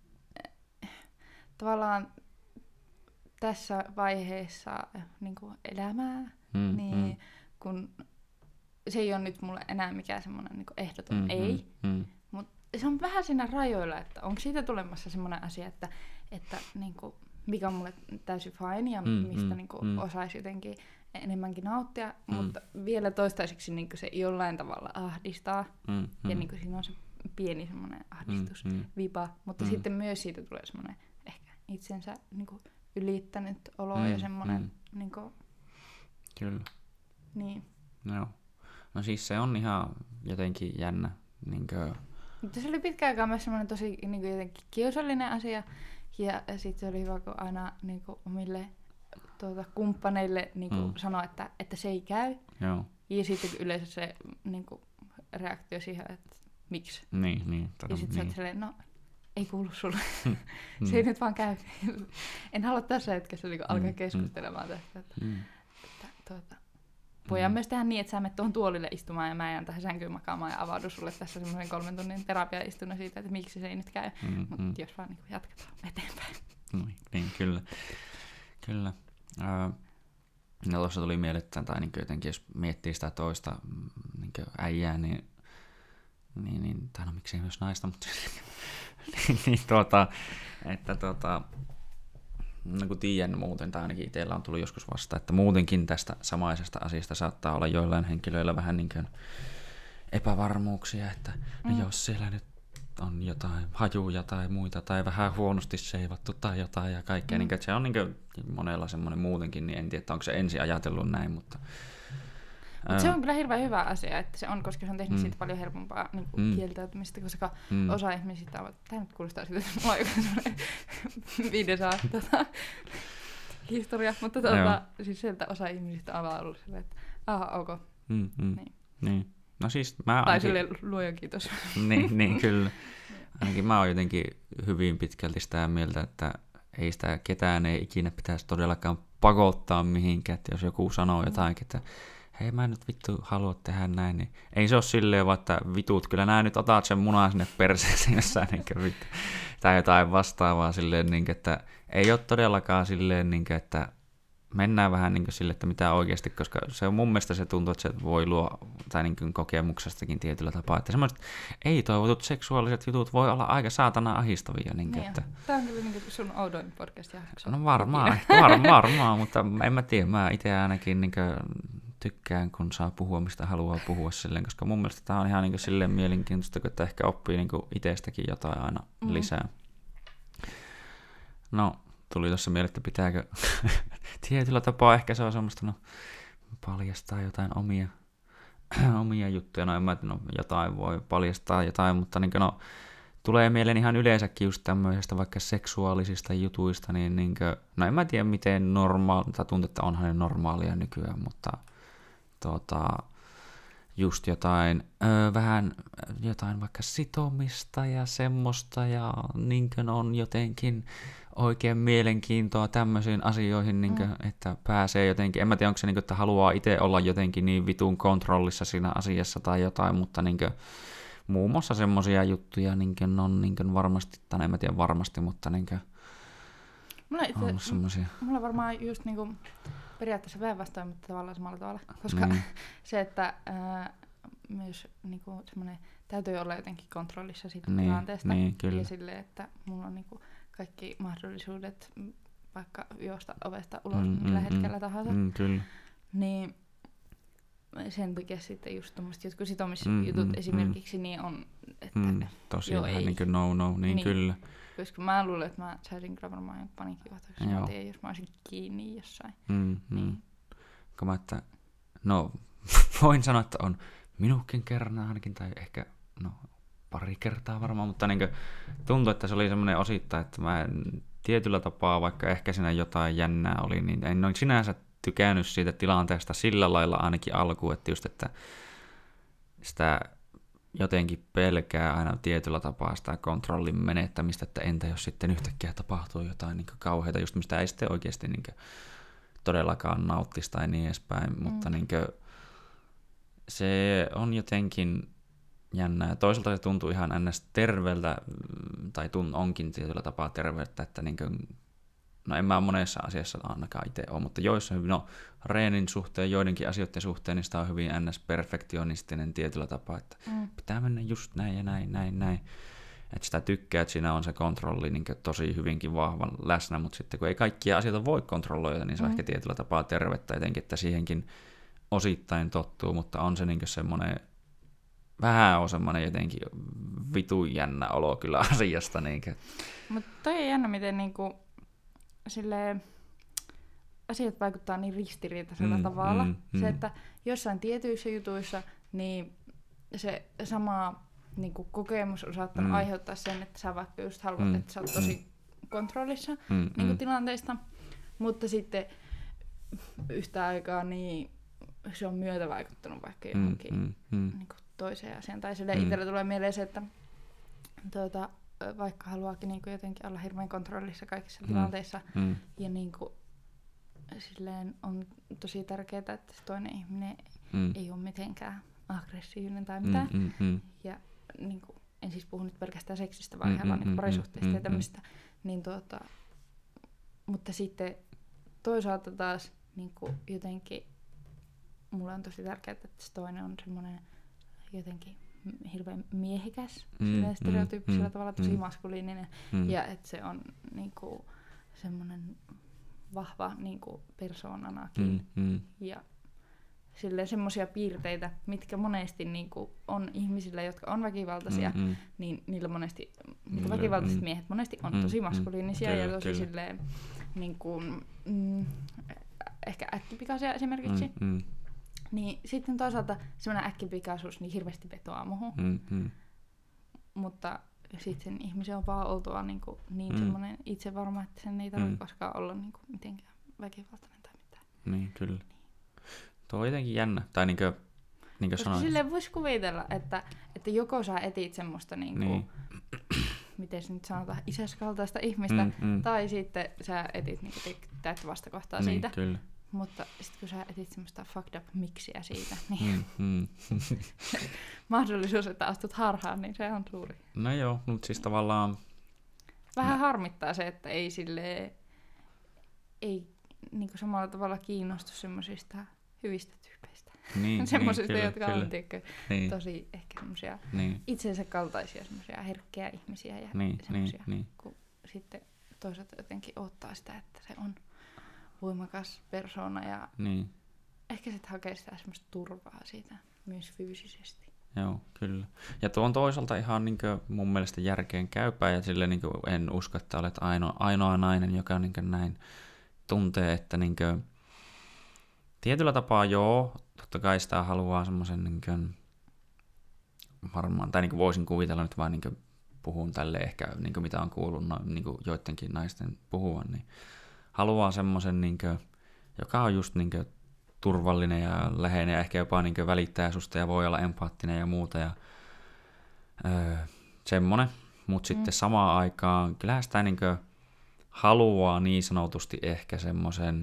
tavallaan tässä vaiheessa niin kuin elämää, mm, niin mm. kun se ei ole nyt mulle enää mikään semmoinen niin kuin ehdoton mm, ei, mm, mutta se on vähän siinä rajoilla, että onko siitä tulemassa semmoinen asia, että, että niin kuin, mikä on mulle täysin fine ja mm, mistä mm, niin kuin, mm. osaisi jotenkin enemmänkin nauttia, mm. mutta vielä toistaiseksi niin kuin se jollain tavalla ahdistaa mm, ja mm. niin kuin, siinä on se pieni semmoinen ahdistusvipa, mm, mutta mm. sitten myös siitä tulee semmoinen ehkä itsensä niin kuin, ylittänyt olo mm, ja semmoinen mm. niin kuin, kyllä. Niin. Joo. No siis se on ihan jotenkin jännä. Niin kuin... Mutta se oli pitkään aikaa myös semmoinen tosi niin kuin jotenkin kiusallinen asia. Ja sitten se oli hyvä, kun aina niin kuin omille tuota, kumppaneille niin kuin mm. sanoi, että, että se ei käy. Joo. Ja sitten yleensä se niin kuin, reaktio siihen, että miksi. Niin, niin. Ja sitten niin. sä silleen, no ei kuulu sulle. Se ei nyt vaan käy. En halua tässä hetkessä niin kuin, alkaa mm. keskustelemaan mm. tästä. Että, mm. että, tuota, voidaan mm. myös tehdä niin, että sä menet tuohon tuolille istumaan ja mä jään tähän sänkyyn makaamaan ja avaudu sulle tässä semmoisen kolmen tunnin terapiaistunnon siitä, että miksi se ei nyt käy. Mm, Mutta mm. jos vaan niin jatketaan eteenpäin. Niin, niin kyllä. kyllä. Öö, no tuossa tuli mieleen, tai niin jotenkin jos miettii sitä toista niin äijää, niin, niin, niin, tai no miksei myös naista, mutta niin, niin tuota, että tuota, no kun tiedän muuten, tai ainakin itsellä on tullut joskus vasta, että muutenkin tästä samaisesta asiasta saattaa olla joillain henkilöillä vähän niin kuin epävarmuuksia, että no mm. jos siellä nyt on jotain hajuja tai muita, tai vähän huonosti seivattu tai jotain ja kaikkea, mm. niin että se on niin kuin monella semmoinen muutenkin, niin en tiedä, että onko se ensin ajatellut näin, mutta... Mut se on kyllä hirveän hyvä asia, että se on, koska se on tehnyt mm. siitä paljon helpompaa niin kuin mm. kieltäytymistä, koska mm. osa ihmisistä on... Tämä nyt kuulostaa siltä, että mulla on joku semmoinen viidesaa tota, historia, mutta tuota, siis sieltä osa ihmisistä on vaan ollut silleen, että aha, ok. Mm, mm. Niin. niin. No siis mä tai silleen luojan kiitos. niin, niin, kyllä. Ainakin mä oon jotenkin hyvin pitkälti sitä mieltä, että ei sitä ketään ei ikinä pitäisi todellakaan pakottaa mihinkään, että jos joku sanoo jotain, että hei mä nyt vittu halua tehdä näin, niin ei se ole silleen vaan, että vitut, kyllä nää nyt otat sen munaa sinne perseeseen jossain, niin vittu, tai jotain vastaavaa silleen, niin, että ei ole todellakaan silleen, niin, että mennään vähän niin sille, että mitä oikeasti, koska se on mun mielestä se tuntuu, että se voi luo, tai niin kokemuksestakin tietyllä tapaa, että semmoiset ei-toivotut seksuaaliset jutut voi olla aika saatana ahistavia. Niin, niin että... Tämä on kyllä niin sun oudoin podcast-jakso. No varmaan, var, varmaan, mutta en mä tiedä, mä itse ainakin niin tykkään, kun saa puhua, mistä haluaa puhua silleen, koska mun mielestä tämä on ihan niin silleen mielenkiintoista, että ehkä oppii niin itsestäkin jotain aina mm. lisää. No, tuli tuossa mieleen, että pitääkö tietyllä tapaa ehkä se on semmoista, no paljastaa jotain omia, omia juttuja, no en mä, no jotain voi paljastaa jotain, mutta niin kuin, no tulee mieleen ihan yleensäkin just tämmöisestä vaikka seksuaalisista jutuista, niin, niin kuin, no en mä tiedä miten normaali, tai tuntuu, että onhan ne normaalia nykyään, mutta tota, just jotain, öö, vähän jotain vaikka sitomista ja semmoista, ja niin kuin on jotenkin oikein mielenkiintoa tämmöisiin asioihin, niin kuin, mm. että pääsee jotenkin, en mä tiedä, onko se niin kuin, että haluaa itse olla jotenkin niin vitun kontrollissa siinä asiassa tai jotain, mutta niin kuin, muun muassa semmoisia juttuja niin kuin, on niin kuin, varmasti, tai en mä tiedä varmasti, mutta niin kuin, mulla itse, on semmoisia. Mulla varmaan just niin kuin, periaatteessa päinvastoin, mutta tavallaan samalla tavalla, koska mm. se, että ää, myös niin kuin, semmoinen täytyy olla jotenkin kontrollissa siitä niin, tilanteesta niin, kyllä. Ja silleen, että mulla on niin kuin, kaikki mahdollisuudet vaikka juosta ovesta ulos mm, millä mm, hetkellä mm, tahansa. Mm, kyllä. Niin sen takia sitten just tommoset jotkut sitomisjutut mm, mm, esimerkiksi, mm. niin on että mm, tosi joo, vähän ei. niin kuin no no, niin, niin kyllä. Koska mä luulen, että mä saisin kyllä varmaan paniikkikohtauksia, mä tiedän, jos mä olisin kiinni jossain. Mm, niin. mm. Mä, että, no voin sanoa, että on minunkin kerran ainakin, tai ehkä no, pari kertaa varmaan, mutta niin kuin, tuntui, että se oli semmoinen osittain, että mä en, tietyllä tapaa, vaikka ehkä siinä jotain jännää oli, niin en ole sinänsä tykännyt siitä tilanteesta sillä lailla ainakin alkuun, että just, että sitä jotenkin pelkää aina tietyllä tapaa sitä kontrollin menettämistä, että entä jos sitten yhtäkkiä tapahtuu jotain niin kauheita, just mistä ei sitten oikeasti niin todellakaan nauttisi tai niin edespäin, mm. mutta niin kuin, se on jotenkin jännää. Ja toisaalta se tuntuu ihan ns. Terveeltä, tai tun, onkin tietyllä tapaa terveeltä, että niin kuin, no en mä monessa asiassa ainakaan itse ole, mutta joissain, no reenin suhteen, joidenkin asioiden suhteen, niin sitä on hyvin ns. Perfektionistinen tietyllä tapaa, että mm. pitää mennä just näin ja näin, näin, näin. Että sitä tykkää, että siinä on se kontrolli niin tosi hyvinkin vahvan läsnä, mutta sitten kun ei kaikkia asioita voi kontrolloida, niin se on mm. ehkä tietyllä tapaa tervettä jotenkin, että siihenkin osittain tottuu, mutta on se niin semmoinen, vähän on semmoinen jotenkin vitun jännä olo kyllä asiasta. Niin mutta toi on jännä, miten niinku, silleen, asiat vaikuttaa niin ristiriitaisella mm, tavalla. Mm, se, mm. että jossain tietyissä jutuissa, niin se sama niin kuin kokemus on saattanut mm. aiheuttaa sen, että sä vaikka just haluat, mm. että sä oot tosi kontrollissa mm. niin kuin tilanteista, mutta sitten yhtä aikaa niin se on myötävaikuttanut vaikka johonkin mm. Mm. Niin kuin toiseen asiaan. Tai sille mm. itsellä tulee mieleen se, että tuota, vaikka haluaakin niin kuin jotenkin olla hirveän kontrollissa kaikissa mm. tilanteissa mm. ja niin kuin, silleen on tosi tärkeää, että se toinen ihminen mm. ei ole mitenkään aggressiivinen tai mitään. Mm, mm, mm. Ja niin kuin, en siis puhu nyt pelkästään seksistä, vaan ihan mm, vaan mm, niin parisuhteista mm, ja tämmöistä. Mm. Niin, tuota, mutta sitten toisaalta taas niin kuin jotenkin mulle on tosi tärkeää, että se toinen on semmoinen jotenkin hirveän miehikäs, mm, stereotyyppisellä mm, tavalla tosi mm, maskuliininen. Mm. Ja että se on niin kuin, semmoinen vahva niin kuin persoonanakin. Mm, mm. Ja silleen semmoisia piirteitä, mitkä monesti niin kuin on ihmisillä, jotka on väkivaltaisia, mm, mm. niin niillä monesti, niin kuin väkivaltaiset mm, miehet monesti on mm, tosi maskuliinisia mm, ja tosi kyllä. silleen niin kuin, mm, ehkä äkkipikaisia esimerkiksi. Mm, mm. Niin sitten toisaalta semmoinen äkkipikaisuus niin hirveästi vetoaa muhun. Mm, mm. Mutta sitten sen ihmisen on vaan oltava niin, kuin niin mm. semmoinen itse varma, että sen ei tarvitse mm. koskaan olla niin kuin mitenkään väkivaltainen tai mitään. Niin, kyllä. Niin. Tuo on jotenkin jännä. Tai niin kuin, niin kuin sanoin. Silleen voisi kuvitella, että, että joko sä etit semmoista, niin kuin, niin. miten se nyt sanotaan, isäskaltaista ihmistä, mm, mm. tai sitten sä etit niin kuin, täyttä vastakohtaa niin, siitä. Kyllä. Mutta sitten kun sä etit semmoista fucked up mixiä siitä, niin mm, mm. mahdollisuus, että astut harhaan, niin se on suuri. No joo, mutta siis tavallaan vähän no. harmittaa se, että ei silleen, ei niinku samalla tavalla kiinnostu semmoisista hyvistä tyypeistä. Niin, semmoisista, niin, jotka kyllä, on tiedätkö, niin. tosi ehkä semmoisia niin. itsensä kaltaisia, semmoisia herkkiä ihmisiä ja niin, semmoisia, niin, kun sitten toisaalta jotenkin odottaa sitä, että se on voimakas persoona ja niin. ehkä sitten hakee sitä semmoista turvaa siitä myös fyysisesti. Joo, kyllä. Ja tuo on toisaalta ihan niin kuin mun mielestä järkeen käypää ja silleen niin kuin en usko, että olet ainoa, ainoa nainen, joka niin kuin näin tuntee, että niin kuin tietyllä tapaa joo, totta kai sitä haluaa semmoisen niin kuin varmaan, tai niin kuin voisin kuvitella nyt vaan niin kuin puhun tälleen ehkä niin kuin mitä on kuullut no, niin kuin joidenkin naisten puhuvan, niin haluaa semmoisen, niin kuin, joka on just niin kuin turvallinen ja läheinen ja ehkä jopa niin kuin välittää susta ja voi olla empaattinen ja muuta ja öö, semmoinen. Mutta mm. sitten samaan aikaan kyllähän sitä niin kuin haluaa niin sanotusti ehkä semmoisen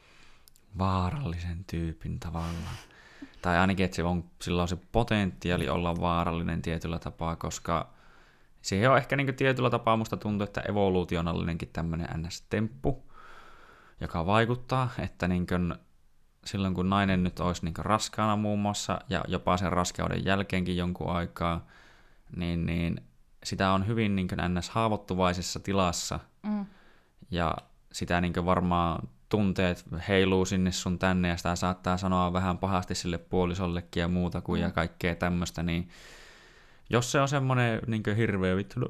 vaarallisen tyypin tavallaan. Tai ainakin, että se on, sillä on se potentiaali olla vaarallinen tietyllä tapaa, koska siihen on ehkä niin kuin tietyllä tapaa musta tuntuu, että evoluutionallinenkin tämmöinen ns-temppu, joka vaikuttaa, että niin kuin silloin kun nainen nyt olisi niin kuin raskaana muun muassa, ja jopa sen raskauden jälkeenkin jonkun aikaa, niin, niin sitä on hyvin niin kuin ns-haavoittuvaisessa tilassa, mm. ja sitä niin kuin varmaan tunteet heiluu sinne sun tänne, ja sitä saattaa sanoa vähän pahasti sille puolisollekin ja muuta kuin, mm. ja kaikkea tämmöistä, niin jos se on semmoinen niin hirveä vittu, no,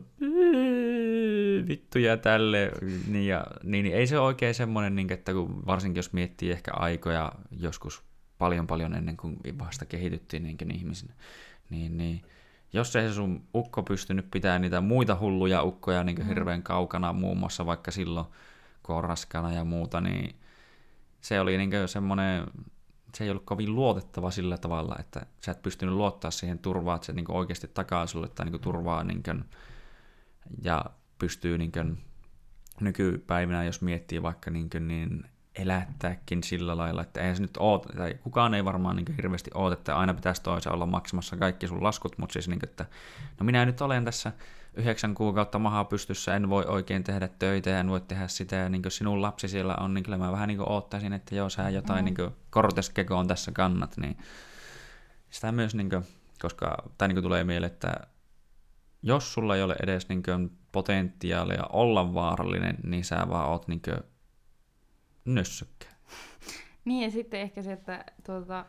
vittu ja tälle, niin, ja, niin, niin ei se ole oikein semmoinen, niin, että kun, varsinkin jos miettii ehkä aikoja joskus paljon paljon ennen kuin vasta kehityttiin niin ihmisinä, niin, niin jos ei se sun ukko pystynyt pitämään niitä muita hulluja ukkoja niin hirveän kaukana, muun muassa vaikka silloin, kun on raskaana ja muuta, niin se oli niin semmoinen, se ei ollut kovin luotettava sillä tavalla, että sä et pystynyt luottaa siihen turvaan, että se niin oikeasti takaa sulle tai niin turvaa niin kuin, ja pystyy niin kuin, nykypäivinä, jos miettii vaikka niin, kuin, niin elättääkin sillä lailla, että ei se nyt ole, tai kukaan ei varmaan niin hirveästi ole, että aina pitäisi toisen olla maksamassa kaikki sun laskut, mutta siis niin kuin, että no minä nyt olen tässä yhdeksän kuukautta mahaa pystyssä, en voi oikein tehdä töitä ja en voi tehdä sitä, ja niin kuin sinun lapsi siellä on, niin kyllä mä vähän niin kuin oottaisin, että joo, sä jotain mm. niin kuin korteskekoon tässä kannat, niin sitä myös, niin kuin, koska, tai niin kuin tulee mieleen, että jos sulla ei ole edes niin kuin potentiaalia olla vaarallinen, niin sä vaan oot niin kuin nössykkä. Niin, ja sitten ehkä se, että tuota,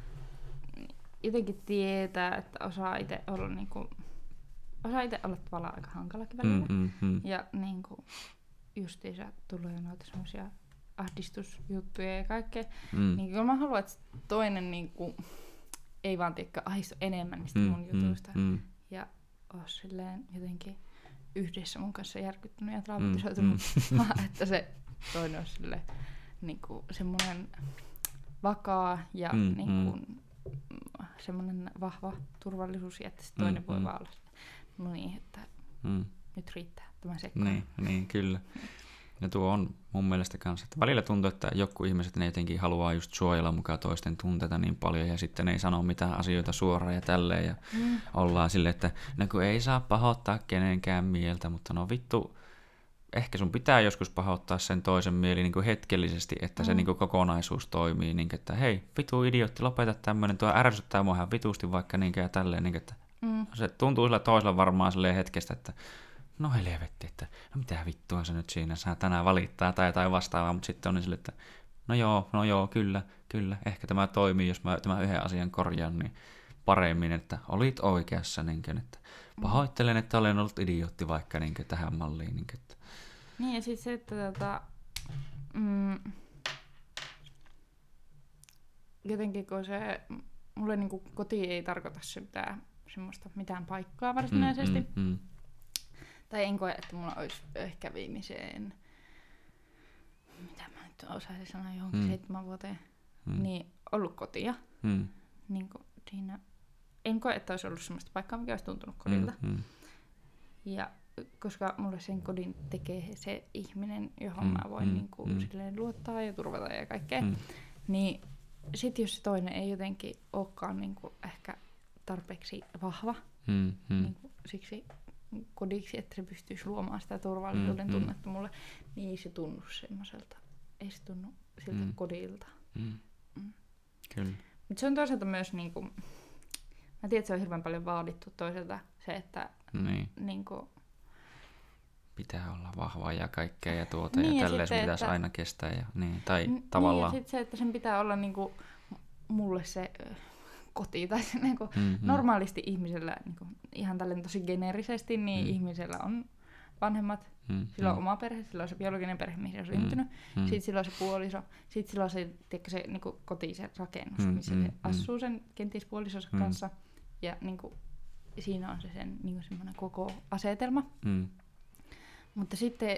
jotenkin tietää, että osaa itse olla niinku, osaa itse olla tavallaan aika hankalakin välillä. Mm, mm, mm. Ja niinku, justiinsa tulee noita semmosia ahdistusjuttuja ja kaikkea. Mm. Niin kyllä mä haluan, että toinen niinku, ei vaan tiedä, ahdistu enemmän niistä mm, mun jutuista. Mm, mm. Ja oo silleen jotenkin yhdessä mun kanssa järkyttynyt ja traumatisoitunut. Mm, mm. Että se toinen on silleen niinku semmoinen vakaa ja mm, niinku mm. semmoinen vahva turvallisuus, ja että se toinen mm, voi mm. vaan olla no niin, että mm. nyt riittää tämä sekkaan. Niin, niin, kyllä. Ja tuo on mun mielestä kanssa, että välillä tuntuu, että joku ihmiset ne jotenkin haluaa just suojella mukaan toisten tunteita niin paljon, ja sitten ne ei sano mitään asioita suoraan ja tälleen, ja mm. ollaan silleen, että no kun ei saa pahoittaa kenenkään mieltä, mutta no vittu, ehkä sun pitää joskus pahoittaa sen toisen mieli niin kuin hetkellisesti, että mm. se niin kuin kokonaisuus toimii, niin kuin, että hei, vitu idiootti, lopeta tämmöinen, tuo ärsyttää mua ihan vitusti vaikka niin kuin, ja tälleen, niin kuin, että mm. se tuntuu sillä toisella varmaan silleen hetkestä, että no helvetti, että no mitä vittua se nyt siinä saa tänään valittaa tai jotain vastaavaa, mutta sitten on niin sille, että no joo, no joo, kyllä, kyllä, ehkä tämä toimii, jos mä tämän yhden asian korjaan, niin paremmin, että olit oikeassa, niin kuin, että pahoittelen, että olen ollut idiootti vaikka niin kuin, tähän malliin, niin kuin, että niin, ja sitten se, että tota, mm, jotenkin kun se, mulle niinku koti ei tarkoita se mitään, semmoista mitään paikkaa varsinaisesti. Mm, mm, mm. Tai en koe, että mulla olisi ehkä viimeiseen, mitä mä nyt osaisin sanoa, johonkin mm. seitsemän vuoteen, mm. niin ollut kotia. Mm. Niin siinä, en koe, että olisi ollut semmoista paikkaa, mikä olisi tuntunut kodilta. Mm, mm. Ja koska mulle sen kodin tekee se ihminen, johon mm, mä voin mm, niinku mm. silleen luottaa ja turvata ja kaikkea, mm. niin sit jos se toinen ei jotenkin olekaan niinku ehkä tarpeeksi vahva mm, mm. Niinku siksi kodiksi, että se pystyisi luomaan sitä turvallisuuden mm, tunnetta mm. mulle, niin ei se tunnu semmoiselta, ei se tunnu siltä mm. kodilta. Mm. Mm. Kyllä. Mutta se on toisaalta myös niinku, mä tiedän, että se on hirveän paljon vaadittu toiselta se, että niin. niinku pitää olla vahvaa ja kaikkea ja tuota niin, ja, ja tälleen sun pitäisi että aina kestää. Ja, niin, tai n- tavallaan. Niin ja sitten se, että sen pitää olla niinku mulle se äh, koti. Tai se, niinku, mm-hmm. normaalisti ihmisellä, niinku, ihan tälleen tosi geneerisesti, niin mm. ihmisellä on vanhemmat. Mm-hmm. Sillä on oma perhe, sillä on se biologinen perhe, mihin se on syntynyt. Mm-hmm. Sitten sillä on se puoliso. Sitten sillä on se, tiedätkö, se niinku, koti, se rakennus, mm-hmm. missä se asuu sen kenties puolisonsa mm-hmm. kanssa. Ja niinku, siinä on se sen niinku, semmoinen koko asetelma. Mm. Mutta sitten,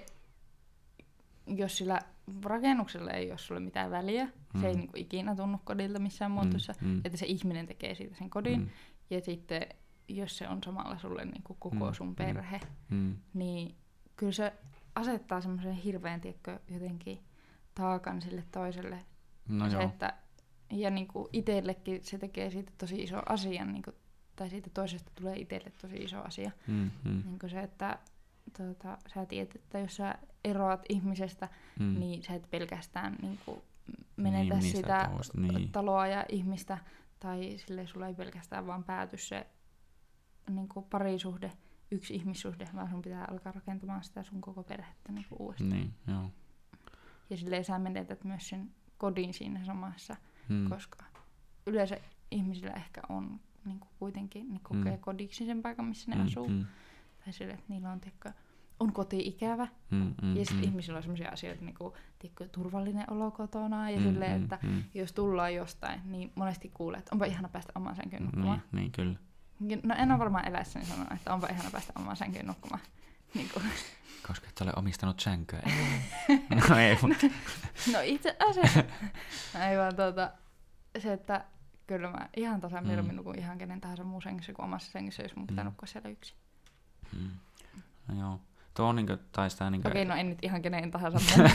jos sillä rakennuksella ei ole sulle mitään väliä, mm. se ei niinku ikinä tunnu kodilta missään muotoissa, mm. että se ihminen tekee siitä sen kodin. Mm. Ja sitten, jos se on samalla sulle niinku koko sun perhe, mm. niin kyllä se asettaa semmoisen hirveän, tiedätkö, jotenkin taakan sille toiselle. No se, että, ja niinku itsellekin se tekee siitä tosi iso asian, niinku, tai siitä toisesta tulee itselle tosi iso asia. Mm. Mm. Niinku se, että Tuota, sä tiedät, että jos sä eroat ihmisestä, mm. niin sä et pelkästään niin kuin, menetä niin, sitä niin. taloa ja ihmistä, tai silleen sulla ei pelkästään vaan pääty se niin kuin parisuhde, yksi ihmissuhde, vaan sun pitää alkaa rakentamaan sitä sun koko perhettä niin kuin uudestaan. Niin, joo. Ja silleen sä menetät myös sen kodin siinä samassa, mm. koska yleensä ihmisillä ehkä on niin kuin kuitenkin niin kokee Mm. kodiksi sen paikan, missä ne Mm, asuu. mm, Tai sille, että niillä on, tiedätkö, on koti-ikävä. mm, mm, Ja sitten mm. ihmisillä on sellaisia asioita, niin kuin tiedätkö, turvallinen olo kotona. Ja Mm, silleen, mm, että mm. jos tullaan jostain, niin monesti kuulee, että onpa ihana päästä omaan sänkyyn nukkumaan. Niin, niin, kyllä. No en ole varmaan eläessäni sanonut, että onpa ihana päästä omaan sänkyyn nukkumaan. Niin kuin. Koska et ole omistanut sänkyä. No ei, mutta... No itse asiassa. No ei vaan tuota, se, että kyllä mä ihan tasan Mm. mieluummin nukun ihan kenen tahansa muu sängyssä kuin omassa sängyssä, jos mun pitää Mm. nukkua siellä yksin. Mm. No joo. Tuo on niinkö, tai sitä niinkö... Okei, no en nyt ihan kenen tahansa muu.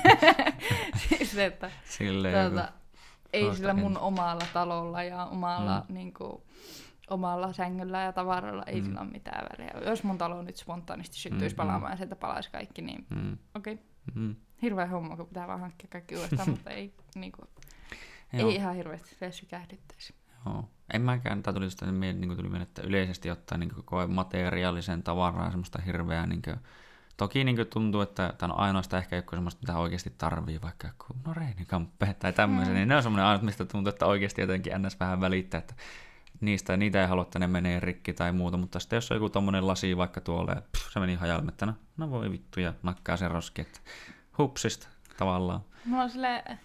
Siis se, että Silleen tuota, ei Tuosta sillä mun en- omalla talolla ja omalla, Mm. niin kuin, omalla sängyllä ja tavaroilla ei Mm. sillä ole mitään väliä. Jos mun talo nyt spontaanisti syttyisi Mm, palaamaan ja sieltä palaisi kaikki, niin Mm. okei, okay, Mm. hirveä homma, kun pitää vaan hankkia kaikki uudestaan, mutta ei, niin kuin, Joo. ei ihan hirveästi se sykähdyttäisi. Joo. En mäkään, tää tuli sitä mieleen, niin tuli mieleen, että yleisesti ottaen niin koe materiaalisen tavaraa semmoista hirveää, niin kuin, toki niin tuntuu, että tämä on ainoastaan ehkä joku semmoista, mitä oikeasti tarvii, vaikka joku no reinikamppeet tai tämmöisen, Mm. niin ne on semmoinen ainut, mistä tuntuu, että oikeasti jotenkin ns. Vähän välittää, että niistä niitä ei halua, että ne menee rikki tai muuta, mutta sitten jos on joku tommonen lasi vaikka tuolle, ja pff, se meni hajalmettana, no voi vittu, ja nakkaa sen roski, että hupsista tavallaan. Mulla on silleen,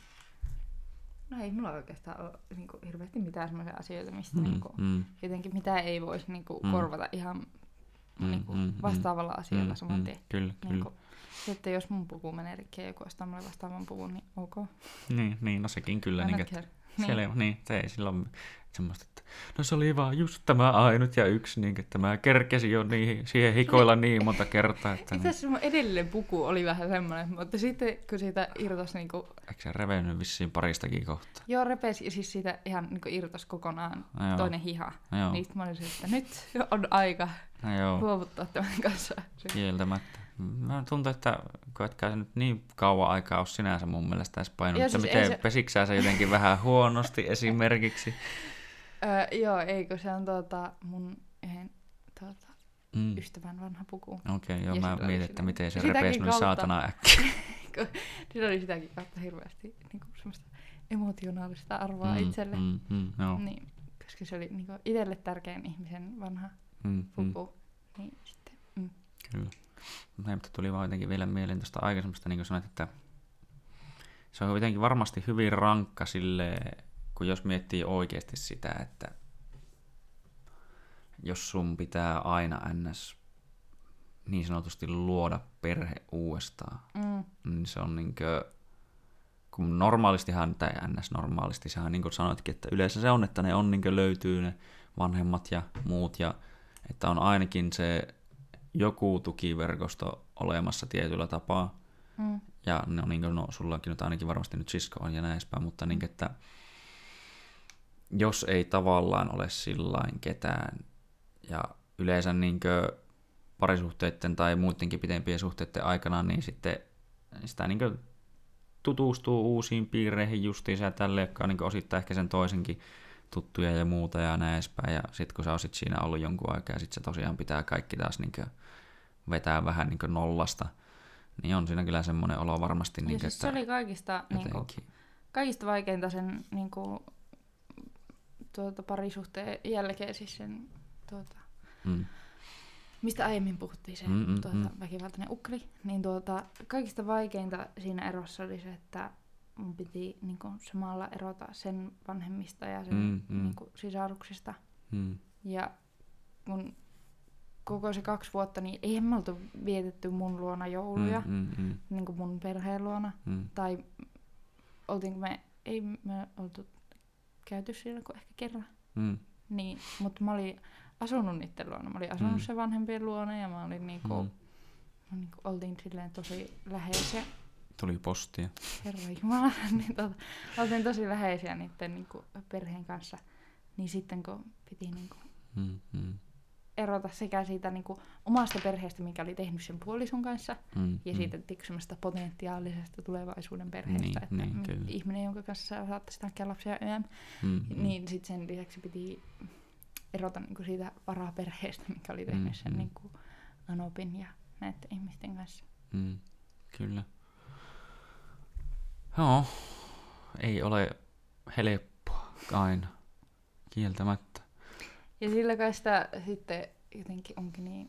no ei mulla oikeastaan ole niin kuin, hirveästi mitään semmoisia asioita, mistä Mm, niin kuin, mm, jotenkin mitä ei voisi niin kuin, Mm. korvata ihan Mm, niin kuin, mm, vastaavalla asialla mm, saman mm, tien. Kyllä, Niin kyllä. kuin, se, että jos mun puku menee rikki ja joku ostaa mulle vastaavan puvun, niin ok. Niin, niin, no sekin kyllä. I Niin, don't että care. Niin. selvä, niin, se ei silloin semmoista, että no se oli vaan just tämä ainut ja yksi, niin, että mä kerkesin jo niihin, siihen hikoilla niin monta kertaa. Että Itse niin, asiassa mun edellinen puku oli vähän semmoinen, mutta sitten kun siitä irtos niinku, eikö se revennyt vissiin paristakin kohtaa? joo repesi ja siis siitä ihan niinku irtos kokonaan No joo. toinen hiha. No joo, Niin sit mä olin se, että nyt on aika no joo, luovuttaa tämän kanssa. kieltämättä. Mä tuntuu, että kun etkä se nyt niin kauan aikaa ole sinänsä mun mielestä edes painunut, Joo, että siis ei miten se- pesiksää se jotenkin vähän huonosti esimerkiksi. Öö, joo, eikö se on tuota, mun yhden tuota, Mm. ystävän vanha puku. Okei, okay, joo, Ja mä sillä oli mietin, että silleen- miten se sitäkin repesi noin kautta. saatana äkkiä. Siinä oli sitäkin kautta hirveästi niin kuin semmoista emotionaalista arvoa Mm, itselle. Mm, mm, joo. Niin, koska se oli niin kuin itselle tärkein ihmisen vanha Mm, mm. puku. Niin sitten, mm. Kyllä. Näin, mutta tuli vaan jotenkin vielä mieleen tuosta aikaisemmasta, niin kuin sanoit, että se on jotenkin varmasti hyvin rankka silleen, kun jos miettii oikeasti sitä, että jos sun pitää aina ns. Niin sanotusti luoda perhe uudestaan, Mm. niin se on niinkö, kun normaalistihan, tai ns. Normaalisti, sehän niin kuin sanoitkin, että yleensä se on, että ne on niinkö löytyy ne vanhemmat ja muut, ja että on ainakin se joku tukiverkosto olemassa tietyllä tapaa, Mm. ja ne on niin kuin, no sullakin nyt ainakin varmasti nyt sisko on ja näin edespäin, mutta niin, että jos ei tavallaan ole sillain ketään, ja yleensä niin kuin parisuhteiden tai muidenkin pitempien suhteiden aikana, niin sitten sitä niin kuin tutustuu uusiin piireihin justiinsa ja tälleen, jotka on niin kuin osittain ehkä sen toisenkin tuttuja ja muuta ja näin edespäin. Ja sitten kun sä osit siinä ollut jonkun aikaa ja sitten se tosiaan pitää kaikki taas niin kuin vetää vähän niin kuin nollasta, niin on siinä kyllä semmoinen olo varmasti, Ja niin kuin, siis se että oli kaikista, niin kuin, jotenkin. kaikista vaikeinta sen niin kuin, tuota, parisuhteen jälkeen, siis sen, tuota, Mm, mistä aiemmin puhuttiin, se Mm, mm, tuota, mm. väkivaltainen ukri, niin tuota, kaikista vaikeinta siinä erossa oli se, että mun piti niin kuin, samalla erota sen vanhemmista ja sen Mm, mm. niin kuin, sisaruksista. mm, Ja kun koko se kaksi vuotta, niin eihän me oltu vietetty mun luona jouluja, mm, mm, mm, niin kuin mun perheen luona. mm, Tai oltiinko me, ei me oltu käyty siellä kuin ehkä kerran. mm, Niin, mutta mä olin asunut niiden luona. Mä olin asunut Mm. sen vanhempien luona ja mä olin niinku, mm. mä niinku oltiin silleen tosi läheisiä. Tuli postia. Herra Jumala, niin tota, oltiin tosi läheisiä niiden niinku perheen kanssa. Niin sitten kun piti niinku Mm, mm, erota sekä siitä niinku omasta perheestä, mikä oli tehnyt sen puolison kanssa, mm, ja mm. siitä semmoista potentiaalisesta tulevaisuuden perheestä, Niin, että niin, mm, kyllä. ihminen, jonka kanssa sä saattaisi hankkia lapsia yön, Mm, mm. niin sitten sen lisäksi piti erota niinku siitä varaperheestä, mikä oli tehnyt Mm, sen mm. niinku Anopin ja näiden ihmisten kanssa. Mm, kyllä. Joo, ei ole helppoa aina, kieltämättä. Ja sillä kai sitä sitten jotenkin onkin niin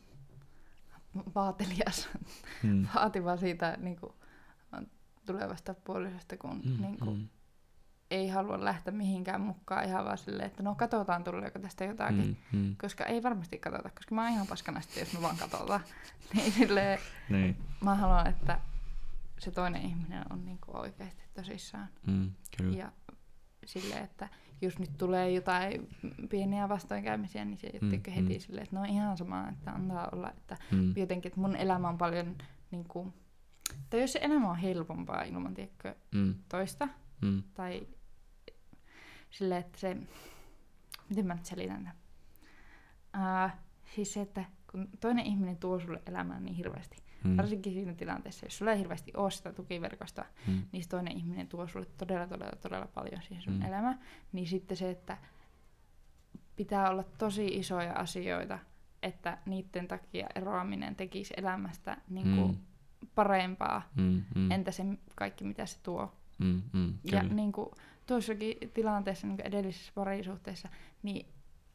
vaatelias, mm. vaativa siitä niin kuin, tulevasta puolisosta, kun mm, niin kuin, mm. ei halua lähteä mihinkään mukaan ihan vaan silleen, että no katsotaan tuleeko tästä jotakin, mm, mm. koska ei varmasti katsota, koska mä oon ihan paskana sitten, jos me vaan katsotaan. Niin silleen, niin. Mä haluan, että se toinen ihminen on niin kuin oikeasti tosissaan. Mm, kyllä. Ja silleen, että jos nyt tulee jotain pieniä vastoinkäymisiä, niin se mm, heti mm. silleen, että no ihan sama, että antaa olla, että mm. jotenkin, että mun elämä on paljon niin kuin, tai jos se elämä on helpompaa ilman, tiedätkö, mm. toista, mm. tai silleen, että se, miten mä nyt selitän tämän? Uh, siis se, että kun toinen ihminen tuo sulle elämään niin hirveästi, mm. varsinkin siinä tilanteessa, jos sulla ei hirveästi ole sitä tukiverkostoa, mm. niin se toinen ihminen tuo sulle todella, todella, todella paljon siihen sun mm. elämään, niin sitten se, että pitää olla tosi isoja asioita, että niiden takia eroaminen tekisi elämästä niin kuin mm. parempaa, mm, mm. entä se kaikki, mitä se tuo. Mm, mm, ja niin kuin tuossakin tilanteessa, niin kuin edellisessä parisuhteessa, niin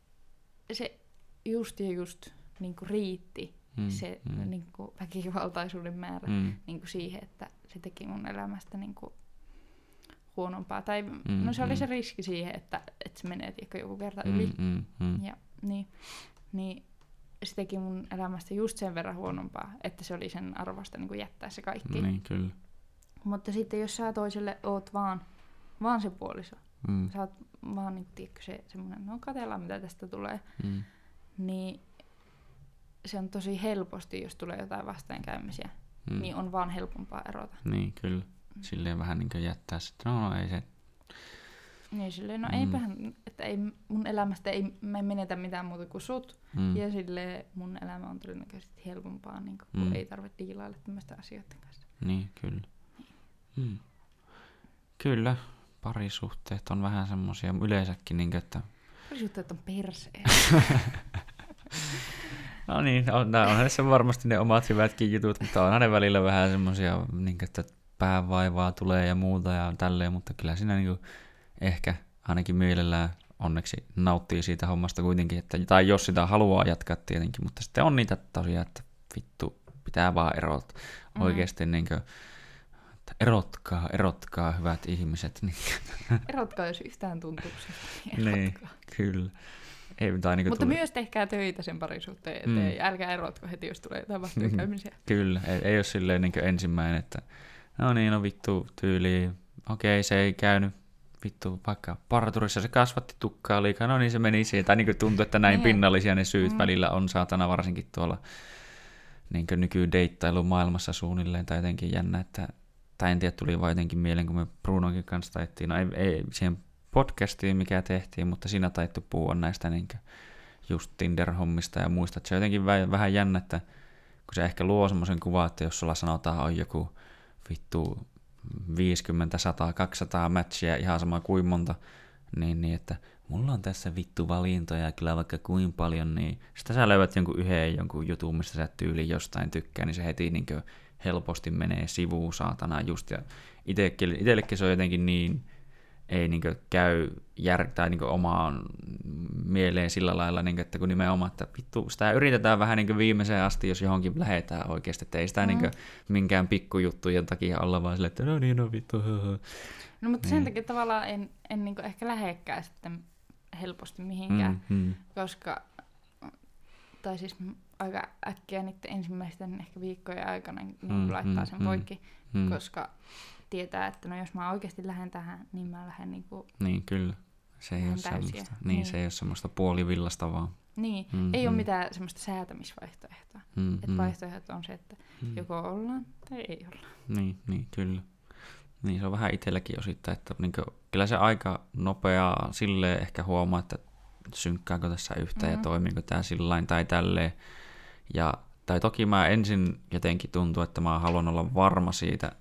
se just ja just niin kuin riitti mm, se mm. niin kuin väkivaltaisuuden määrä mm. niin kuin siihen, että se teki mun elämästä niin kuin huonompaa. Tai mm, no se oli mm. se riski siihen, että, että se menee tiedätkö, joku kerta yli. Mm, mm, mm. Ja, niin, niin se teki mun elämästä just sen verran huonompaa, että se oli sen arvosta niin kuin jättää se kaikki. Niin, kyllä. Mutta sitten jos sä toiselle oot vaan, vaan se puoliso, mm. sä oot vaan niin, tiedätkö, se semmoinen, no katsellaan mitä tästä tulee, mm. niin se on tosi helposti, jos tulee jotain vastoinkäymisiä, mm. niin on vaan helpompaa erota. Niin, kyllä. Silleen vähän niin kuin jättää sitten, no, no ei se. Niin silleen, no mm. eipähän, että ei, mun elämästä ei, mä en menetä mitään muuta kuin sut, mm. ja silleen mun elämä on todennäköisesti helpompaa, niin kun mm. ei tarvitse diilailla tämmöisten asioiden kanssa. Niin, kyllä. Hmm. Kyllä, parisuhteet on vähän semmosia yleensäkin, niin että parisuhteet on perseen. No niin, on, on hänessä varmasti ne omat hyvätkin jutut, mutta on hänen välillä vähän semmosia, niin että päävaivaa tulee ja muuta ja tälleen, mutta kyllä siinä niin kuin ehkä ainakin mielellään onneksi nauttii siitä hommasta kuitenkin, että, tai jos sitä haluaa jatkaa tietenkin, mutta sitten on niitä tosiaan, että vittu, pitää vaan erot mm. oikeasti niin kuin, erotkaa, erotkaa, hyvät ihmiset. Erotkaa, jos yhtään tuntuu siltä. Niin, kyllä. Ei, tai niin mutta tuli... myös tehkää töitä sen parisuhteen eteen. Mm. Älkää erotko heti, jos tulee jotain vastoinkäymisiä. Kyllä, ei, ei ole silleen niin ensimmäinen, että no niin, no vittu tyyliin. Okei, se ei käynyt. Vittu, vaikka parturissa se kasvatti tukkaa liikaa. No niin, se meni siihen. Tai niin tuntuu, että näin pinnallisia ne syyt mm. välillä on saatana varsinkin tuolla niin nykydeittailun maailmassa suunnilleen. Tai jotenkin jännä, että tai en tiedä, tuli vaan jotenkin mieleen, kun me Brunonkin kanssa taittiin, no ei, ei siihen podcastiin, mikä tehtiin, mutta siinä taittu puhua näistä niin just Tinder-hommista ja muista, että se on jotenkin vähän jännä, että kun se ehkä luo semmoisen kuvan, että jos sulla sanotaan on joku vittu viisikymmentä, sata, kaksisataa matchia, ihan sama kuin monta, niin, niin että mulla on tässä vittu valintoja kyllä vaikka kuin paljon, niin sitä sä löydät jonkun yhden jonkun jutun, mistä sä tyyliin jostain tykkää, niin se heti niin kuin helposti menee sivuun saatana just, ja itekin, itsellekin se on jotenkin niin, ei niin käy jär, tai niin omaan mieleen sillä lailla, niin kuin, että kun nimenomaan, että vittu, sitä yritetään vähän niin viimeiseen asti, jos johonkin lähdetään oikeasti, että ei sitä mm. niin minkään pikkujuttujen takia olla vaan silleen, että no niin, no vittu. No mutta niin. Sen takia tavallaan en, en niin ehkä lähekkää sitten helposti mihinkään, mm, mm. koska, tai siis aika äkkiä niiden ensimmäisten ehkä viikkojen aikana niin mm, laittaa sen mm, poikki, mm. koska tietää, että no jos mä oikeasti lähden tähän, niin mä lähden niinku niin kyllä, se ei ole semmoista, niin, niin. Se ei ole semmoista puolivillasta vaan. Niin, mm, ei mm. ole mitään semmoista säätämisvaihtoehtoa. Mm, että mm. vaihtoehto on se, että mm. joko ollaan tai ei olla. Niin, niin kyllä. Niin se on vähän itselläkin osittain, että niin kuin, kyllä se aika nopeaa silleen ehkä huomaa, että synkkääkö tässä yhtään mm-hmm. ja toimiiko tämä sillain tai tälleen. Ja, tai toki mä ensin jotenkin tuntuu, että mä haluan olla varma siitä,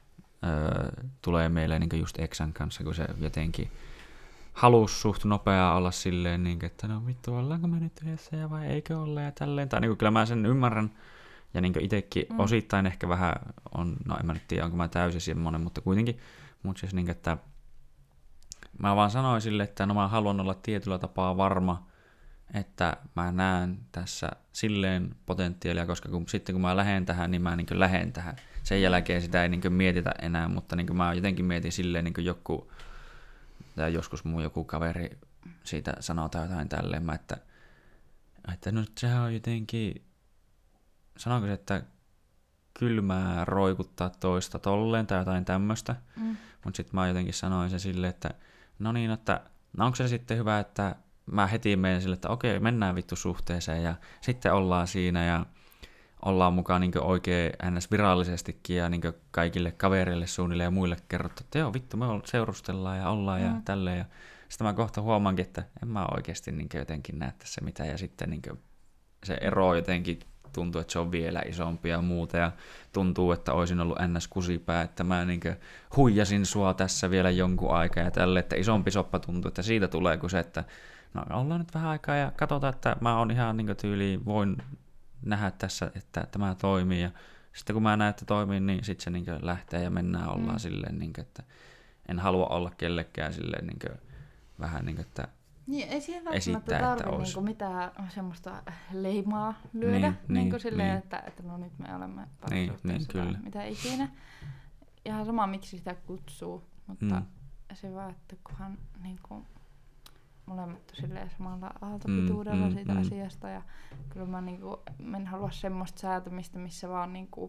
öö, tulee meille niin just Exan kanssa, kun se jotenkin halusi suht nopeaa olla silleen, niin kuin, että no vittu, ollaanko me nyt yhdessä ja vai eikö olla ja tälleen. Tai niin kuin, kyllä mä sen ymmärrän ja niin itsekin mm. osittain ehkä vähän on, no en mä nyt tiedä, onko mä täysin semmoinen, mutta kuitenkin, mutta siis niin kuin, että mä vaan sanoin sille, että no mä haluan olla tietyllä tapaa varma että mä näen tässä silleen potentiaalia, koska kun, sitten kun mä lähden tähän, niin mä niin lähden tähän. Sen jälkeen sitä ei niin mietitä enää, mutta niin mä jotenkin mietin silleen, niin joku, tai joskus mun joku kaveri siitä sanoo jotain tälleen, että, että no sehän on jotenkin, sanoiko se, että kylmää roikuttaa toista tolleen tai jotain tämmöistä, mm. mutta sitten mä jotenkin sanoin se silleen, että no niin, että no onko se sitten hyvä, että mä heti menen sille, että okei, mennään vittu suhteeseen ja sitten ollaan siinä ja ollaan mukaan niin oikein ns. Virallisestikin ja niin kaikille kavereille suunnilleen ja muille kerrottu, että joo vittu, me seurustellaan ja ollaan mm. ja tälleen. Ja sitten mä kohta huomaankin, että en mä oikeasti niin jotenkin näe tässä mitään ja sitten niin se ero jotenkin tuntuu, että se on vielä isompi ja muuta ja tuntuu, että olisin ollut ns. Kusipää, että mä niin huijasin sua tässä vielä jonkun aikaa ja tälle, että isompi soppa tuntuu, että siitä tulee kuin se, että no ollaan nyt vähän aikaa ja katsotaan, että mä oon ihan niin tyyliin, voin nähdä tässä, että tämä toimii ja sitten kun mä näen, että toimii, niin sitten se niin lähtee ja mennään ollaan mm. silleen, niin kuin, että en halua olla kellekään silleen niin kuin, vähän niin kuin, että niin, ei siihen välttämättä tarvitse niinku mitään semmoista leimaa lyödä, niin, niinku niin, silleen, niin. Että, että no nyt me olemme parisuhteessa niin, tai mitä ikinä. Ihan sama, miksi sitä kutsuu, mutta mm. se vaan, että kunhan niinku, molemmat on silleen samalla aaltopituudella mm, siitä mm, asiasta. Ja kyllä mä niinku, en halua semmoista säätämistä, missä vaan niinku,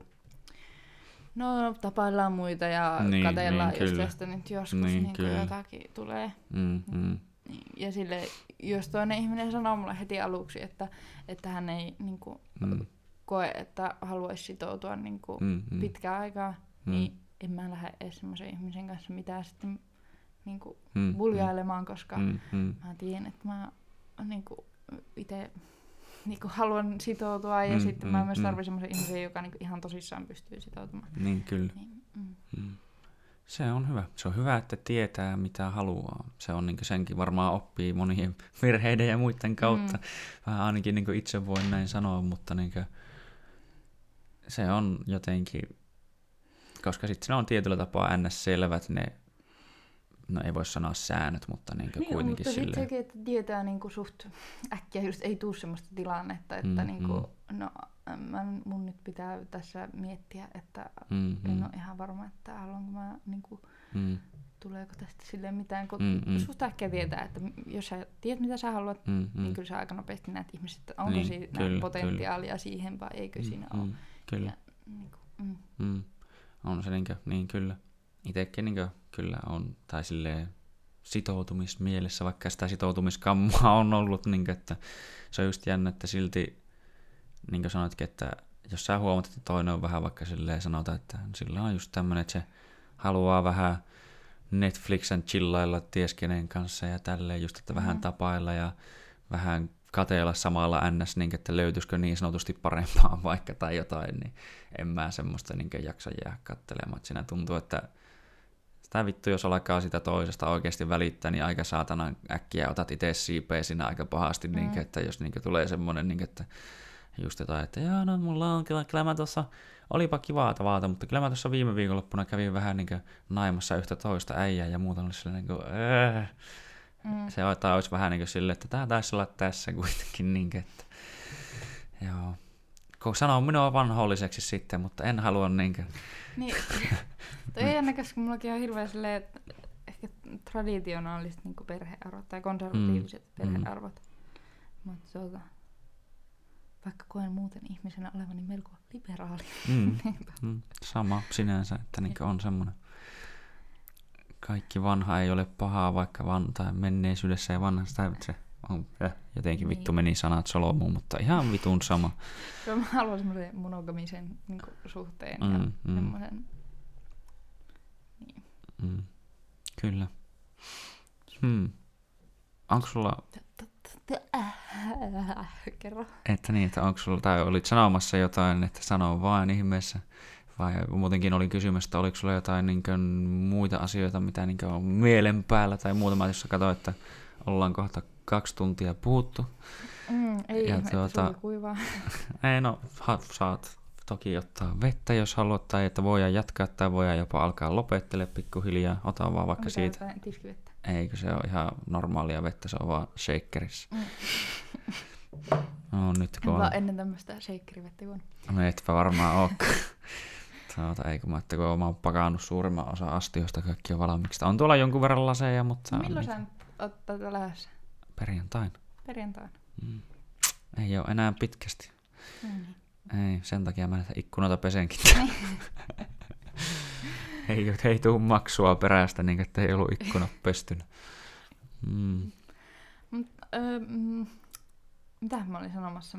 no tapaillaan muita ja niin, katellaan niin, just tästä nyt joskus niin, niinku jotakin tulee. Mm, mm. Ja sille, jos toinen ihminen sanoo mulle heti aluksi, että, että hän ei niinku, mm. koe, että haluaisi sitoutua niinku, mm, mm. pitkään aikaa, mm. niin en mä lähde edes semmoisen ihmisen kanssa mitään sitten niinku, mm. buljailemaan, koska mm. Mm. mä tiedän, että mä niinku, itse niinku, haluan sitoutua ja mm. sitten mm. mä myös tarvitsen semmoisen ihmisen, joka niinku, ihan tosissaan pystyy sitoutumaan. Niin, kyllä. Niin, mm. Mm. Se on hyvä. Se on hyvä, että tietää, mitä haluaa. Se on niin senkin varmaan oppii monien virheiden ja muiden kautta. Mm. Vähän ainakin niin itse voin näin sanoa, mutta niin se on jotenkin, koska sitten ne on tietyllä tapaa ns. Selvät ne, no ei voi sanoa säännöt, mutta niin niin, kuitenkin mutta silleen. Mutta sekin, että tietää niin suht äkkiä, just ei tule semmoista tilannetta, että mm, niin kuin, mm. no mä, mun nyt pitää tässä miettiä, että mm, en mm. ole ihan varma, että haluanko mä, niin kuin, mm. tuleeko tästä silleen mitään, kun mm, mm. susta äkkiä tietää, että jos sä tiedät mitä sä haluat, mm, mm. niin kyllä sä aika nopeasti näet ihmiset, että onko niin, siinä kyllä, potentiaalia kyllä. siihen vai eikö mm, siinä mm, ole. Kyllä. Ja, niin kuin, mm. Mm. On se niinkö, niin kyllä. Itsekin niinkö, kyllä on, tai silleen sitoutumismielessä, vaikka sitä sitoutumiskammaa on ollut, niinkö, että se on just jännä, että silti, niin kuin sanoitkin, että jos sä huomaat, että toinen on vähän vaikka silleen sanotaan, että sillä on just tämmönen, että se haluaa vähän Netflixen chillailla ties kenen kanssa ja tälleen just, että mm. vähän tapailla ja vähän kateella samalla ns, niin, että löytyisikö niin sanotusti parempaa vaikka tai jotain, niin en mä semmoista niin jaksa jää katselemaan. Että siinä tuntuu, että sitä vittu, jos alkaa sitä toisesta oikeasti välittää, niin aika saatana äkkiä otat itse siipeä siinä aika pahasti, mm. niin, että jos niin, tulee semmoinen, niin, että just jotain, että joo, no mulla on kyllä, kyllä mä tuossa, olipa kivaa tavata, mutta kyllä mä tuossa viime viikonloppuna kävin vähän niin naimassa yhtä toista äijää ja muuta oli silleen niin kuin, äh. Mm. Se olisi vähän niin kuin silleen, että tämä taisi olla tässä kuitenkin, niin kuin, että joo. Kun sanoo minua vanholliseksi sitten, mutta en halua niin kuin. Niin, toi ei jännä, koska mullakin on hirveän silleen, että ehkä traditionaaliset niin kuin perhearvot tai konservatiiviset mm. perhearvot. Mm. Mutta tuota, vaikka koen muuten ihmisenä olevani melko liberaali. Mm. mm. Sama sinänsä, että niin on semmoinen. Kaikki vanha ei ole pahaa, vaikka van, tai menneisyydessä ei vanhasta. Se on, äh, jotenkin niin. Vittu meni sanat solomuun, mutta ihan vitun sama. Kyllä mä haluan semmoisen monogamisen niin kuin, suhteen mm, ja mm. semmoisen. Niin. Mm. Kyllä. Hmm. Onko sulla. Kerro. Että niin, että onko sulla, tai olit sanomassa jotain, että sano vaan ihmeessä. Vai muutenkin oli kysymys, että oliko sulla jotain niin kuin, muita asioita, mitä niin kuin, on mielen päällä tai muuta. Mä jossa katsoin, että ollaan kohta kaksi tuntia puhuttu. Mm, ei ja ihme, tuota, että kuivaa. Ei no, saat toki ottaa vettä, jos haluat, tai että voidaan jatkaa, tai voidaan jopa alkaa lopettele pikkuhiljaa. Ota vaan vaikka onko siitä. Onko tiskivettä? Eikö se ole ihan normaalia vettä, se on vaan shakerissa. Mm. No nyt kun En on... vaan ennen tämmöistä shakerivettä juonut. No etpä varmaan ookaan. Tuota, ei kun mä, että kun mä oon pakannut suurimman osa astioista kaikki on valmiiksi. On tuolla jonkun verran laseja, mutta... No milloin sä nyt oot tätä lähdössä? Perjantain. Perjantaina. Mm. Ei oo enää pitkästi. No niin. Ei, sen takia mä näitä ikkunoita pesenkin. ei, ei tuu maksua perästä, niin että ei ollut ikkunat pestynyt. Mm. Mut, öö, mm, mitä mä olin sanomassa?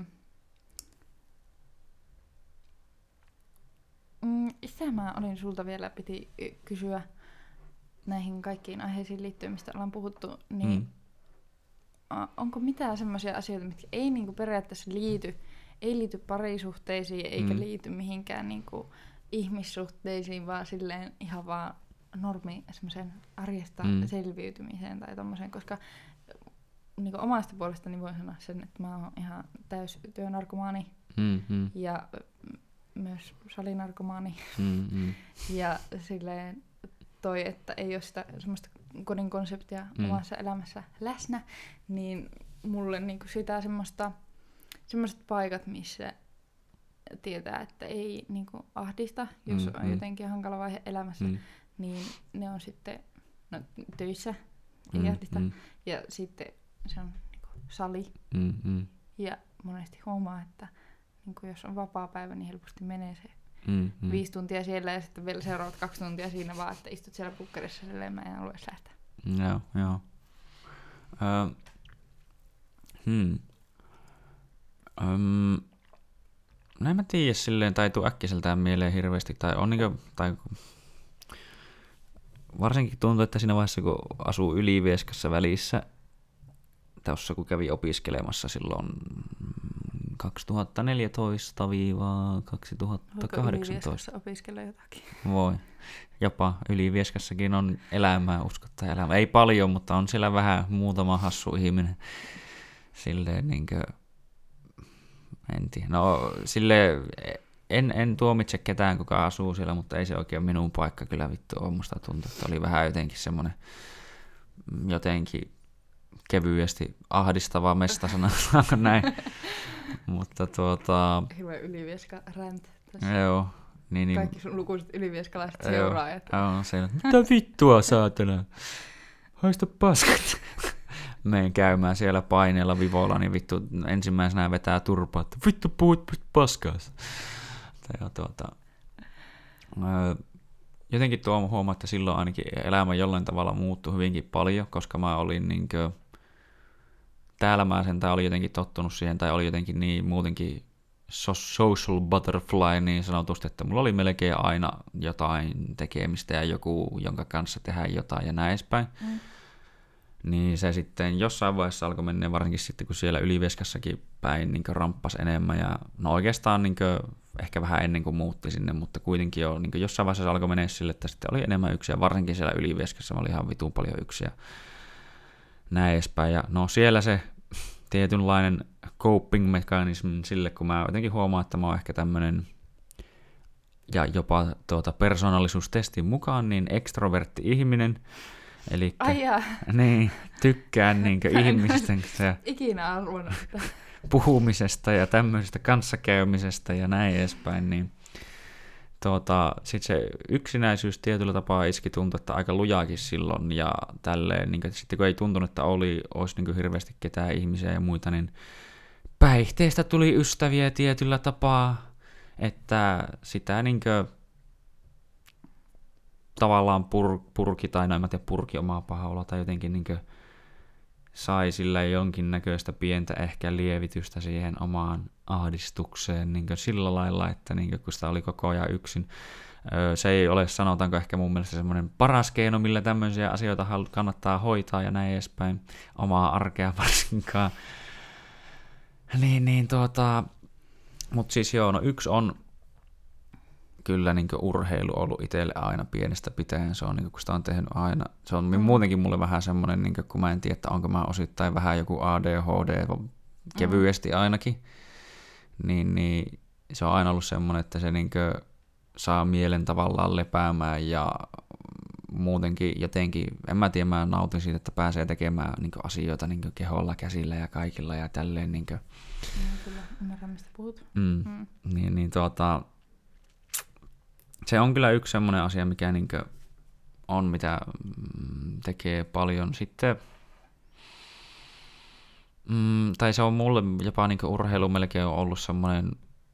Mm, sitä mä olin sulta vielä piti kysyä näihin kaikkiin aiheisiin liittyen, mistä ollaan puhuttu, niin Mm. a, onko mitään semmoisia asioita, mitkä ei niinku periaatteessa liity, ei liity parisuhteisiin eikä Mm. liity mihinkään niinku ihmissuhteisiin, vaan silleen ihan vaan normi semmoisen arjesta Mm. selviytymiseen tai tommoseen, koska niinku omasta puolestani voin sanoa sen, että mä oon ihan täys työnarkomaani Mm, mm, ja myös salinarkomaani. mm, mm. Ja silleen toi, että ei ole sitä semmoista kodin konseptia Mm. omassa elämässä läsnä, niin mulle niinku sitä semmoista, semmoiset paikat, missä tietää, että ei niinku ahdista, jos Mm, on mm. jotenkin hankala vaihe elämässä, Mm, niin ne on sitten no, töissä, ei mm, ahdista. mm, Ja sitten se on niinku sali. mm, mm, Ja monesti huomaa, että niinku jos on vapaa päivä, niin helposti menee se mm, mm. viisi tuntia siellä ja sitten vielä seuraavat kaksi tuntia siinä vaan, että istut siellä pukkarissa silleen, mä en halua edes lähteä. Joo, joo. Öö, hmm. Öm, no en mä tiedä silleen, tai ei tuu äkkiseltään mieleen hirveästi, tai on niinkö, tai varsinkin tuntuu, että siinä vaiheessa, kun asuu Ylivieskassa välissä, tuossa kun kävi opiskelemassa silloin kaksituhattaneljätoista kaksituhattakahdeksantoista. Ylivieskassa opiskelee jotakin. Voi. Jopa Ylivieskassakin on elämää, uskottaa elämää. Ei paljon, mutta on siellä vähän muutama hassu ihminen. Silleen niinkö, en tiedä. No silleen, en, en tuomitse ketään, kuka asuu siellä, mutta ei se oikein minun paikka kyllä vittu ole. Musta tuntuu, että oli vähän jotenkin semmoinen jotenkin kevyesti ahdistava mestasana, saanko näin. Mutta tuota... Hirveä Ylivieska rant. Joo. Niin, niin, Kaikki sun lukuiset ylivieskalaiset seuraajat. Joo, se on, mitä vittua saatana? Haista paskat. Meen käymään siellä paineella vivolla, niin vittu ensimmäisenä vetää turpaa, että vittu puhut paskaas. Ja tuota, öö, jotenkin tuo huomaa, että silloin ainakin elämä jollain tavalla muuttui hyvinkin paljon, koska mä olin niinkö, täällä mä sentään olin jotenkin tottunut siihen, tai oli jotenkin niin muutenkin social butterfly niin sanotusti, että mulla oli melkein aina jotain tekemistä ja joku, jonka kanssa tehdään jotain ja näin edespäin. Mm. Niin se sitten jossain vaiheessa alkoi mennä, varsinkin sitten kun siellä Ylivieskassakin päin niin ramppas enemmän. Ja no oikeastaan niin ehkä vähän ennen kuin muutti sinne, mutta kuitenkin jo niin jossain vaiheessa alkoi mennä sille, että sitten oli enemmän yksiä. Varsinkin siellä Ylivieskassa oli ihan vitun paljon yksiä näin edespäin. Ja no siellä se tietynlainen coping mechanism sille, kun mä jotenkin huomaan, että mä oon ehkä tämmönen ja jopa tuota persoonallisuustestin mukaan niin ekstrovertti ihminen. Eli niin, tykkään niinkö ihmisten ikinä arvon, puhumisesta ja tämmöisestä kanssakäymisestä ja näin edespäin, niin tuota, sitten se yksinäisyys tietyllä tapaa iski tuntui, että aika lujaakin silloin ja tälleen, niin sitten kun ei tuntunut, että oli, olisi niin hirveästi ketään ihmisiä ja muita, niin päihteistä tuli ystäviä tietyllä tapaa, että sitä niin kuin tavallaan pur, purki, tai no en mä tiedä, purki omaa pahaa oloa, tai jotenkin niin kuin sai sillä jonkinnäköistä pientä ehkä lievitystä siihen omaan ahdistukseen niin kuin sillä lailla, että niin kuin, kun sitä oli koko ajan yksin. Se ei ole, sanotaanko ehkä mun mielestä semmoinen paras keino, millä tämmöisiä asioita kannattaa hoitaa ja näin edespäin, omaa arkea varsinkaan. Niin, niin tuota, mutta siis joo, no yksi on kyllä niin kuin urheilu ollut itselle aina pienestä pitäen, se on niin kuin, kun sitä on tehnyt aina, se on mm. muutenkin mulle vähän semmoinen, niin kuin, kun mä en tiedä, että onko mä osittain vähän joku A D H D, kevyesti ainakin, niin, niin se on aina ollut semmoinen, että se niin kuin saa mielen tavallaan lepäämään ja muutenkin jotenkin, en mä tiedä, mä nautin siitä, että pääsee tekemään niin asioita niin keholla, käsillä ja kaikilla ja tälleen. Niin kuin. No, kyllä, ymmärrän mistä puhut. Mm, mm. Niin, niin tuota, se on kyllä yksi semmoinen asia, mikä niin on, mitä tekee paljon. Sitten, mm, tai se on mulle jopa niin urheilu melkein on ollut semmoinen,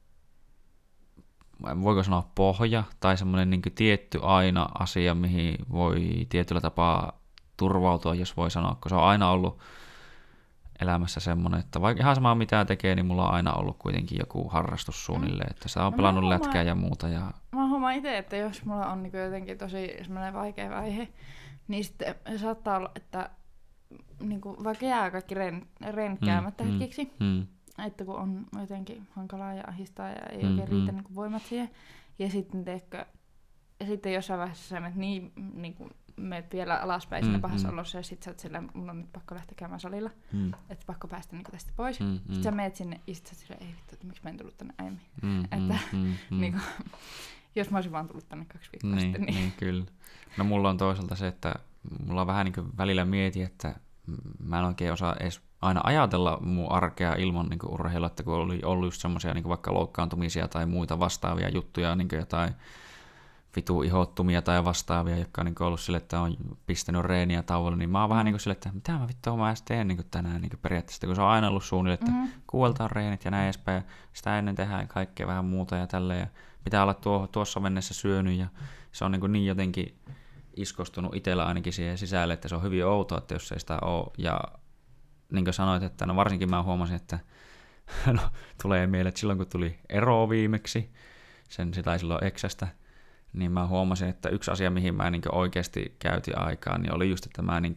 voiko sanoa pohja, tai semmoinen niin tietty aina asia, mihin voi tietyllä tapaa turvautua, jos voi sanoa, kun se on aina ollut elämässä semmoinen, että vaikka ihan samaa mitä tekee, niin mulla on aina ollut kuitenkin joku harrastus suunnilleen, että sitä on no pelannut huomaan, lätkää ja muuta. Ja... Mä huomaan itse, että jos mulla on niin jotenkin tosi semmoinen vaikea vaihe, niin sitten saattaa olla, että niin kuin vaikka jää kaikki ren, renkkäämättä mm, hetkiksi, mm. että kun on jotenkin hankalaa ja ahistaa ja ei mm, oikein riitä mm. niin kuin voimat siihen, ja sitten teekö, ja sitten jossain vaiheessa sä menet niin, niin kuin meet vielä alaspäin mm, siinä pahassa mm. olossa, ja sit sä oot silleen, mun on nyt pakko lähteä käymään salilla, mm. että pakko päästä niinku tästä pois. Mm, sitten mm. sä meet sinne, ja sit sä oot silleen, ei vittu, että miksi mä en tullut tänne aiemmin. Mm, että mm, mm, niinku, jos mä olisin vaan tullut tänne kaksi viikkoa niin, sitten. Niin. niin kyllä. No mulla on toisaalta se, että mulla on vähän niinku välillä mieti, että mä en oikein osaa edes aina ajatella mun arkea ilman niinku urheilua, että kun oli ollut just semmosia niinku vaikka loukkaantumisia tai muita vastaavia juttuja, niinku jotain vitu ihottumia tai vastaavia, jotka on niin ollut sille, että on pistänyt reeniä tauolle, niin mä oon vähän niin kuin sille, että mitä mä vittua mä edes teen niin tänään niin periaatteessa, kun se on aina ollut suunnilleen, että mm-hmm. kuuelta on reenit ja näin edespäin, ja sitä ennen tehdään kaikkea vähän muuta ja tälleen, ja pitää olla tuo, tuossa mennessä syönyt, ja se on niin, niin jotenkin iskostunut itsellä ainakin siihen sisälle, että se on hyvin outoa, että jos ei sitä ole, ja niin kuin sanoit, että no varsinkin mä huomasin, että no, tulee mieleen, että silloin kun tuli ero viimeksi, sen sitä silloin Exästä, niin mä huomasin, että yksi asia, mihin mä niin oikeasti käytin aikaa, niin oli just, että mä niin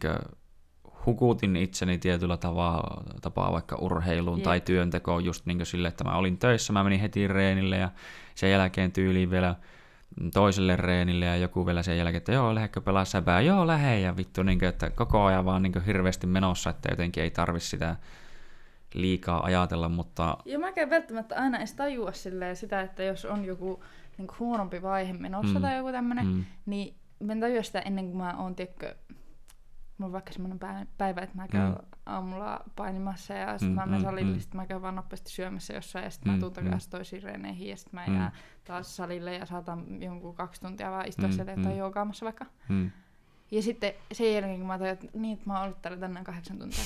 hukutin itseni tietyllä tapaa, tapaa vaikka urheiluun yeah. tai työntekoon just niin sille, että mä olin töissä, mä menin heti reenille ja sen jälkeen tyyliin vielä toiselle reenille ja joku vielä sen jälkeen, että joo, lähdekö pelaa säbää, joo, lähde ja vittu, niin kuin, että koko ajan vaan niin hirveästi menossa, että jotenkin ei tarvi sitä liikaa ajatella, mutta... Ja mä käyn välttämättä aina edes tajua sitä, että jos on joku niin kuin huonompi vaihe menossa mm. tai joku tämmönen, mm. niin mä en tajua sitä ennen kuin mä oon, tiedätkö, mulla on vaikka semmoinen päivä, että mä käyn mm. aamulla painimassa ja sitten mm. mä menen salille, mm. sitten mä käyn vaan nopeasti syömässä jossain ja sitten mm. mä tuun takaisin toisiin reeneihin ja sitten mä mm. jään taas salille ja saatan jonkun kaksi tuntia vaan istua mm. siellä jotain mm. joogaamassa vaikka. Mm. Ja sitten sen jälkeen, kun mä tajuin, että niin, että mä oon ollut täällä tänään kahdeksan tuntia.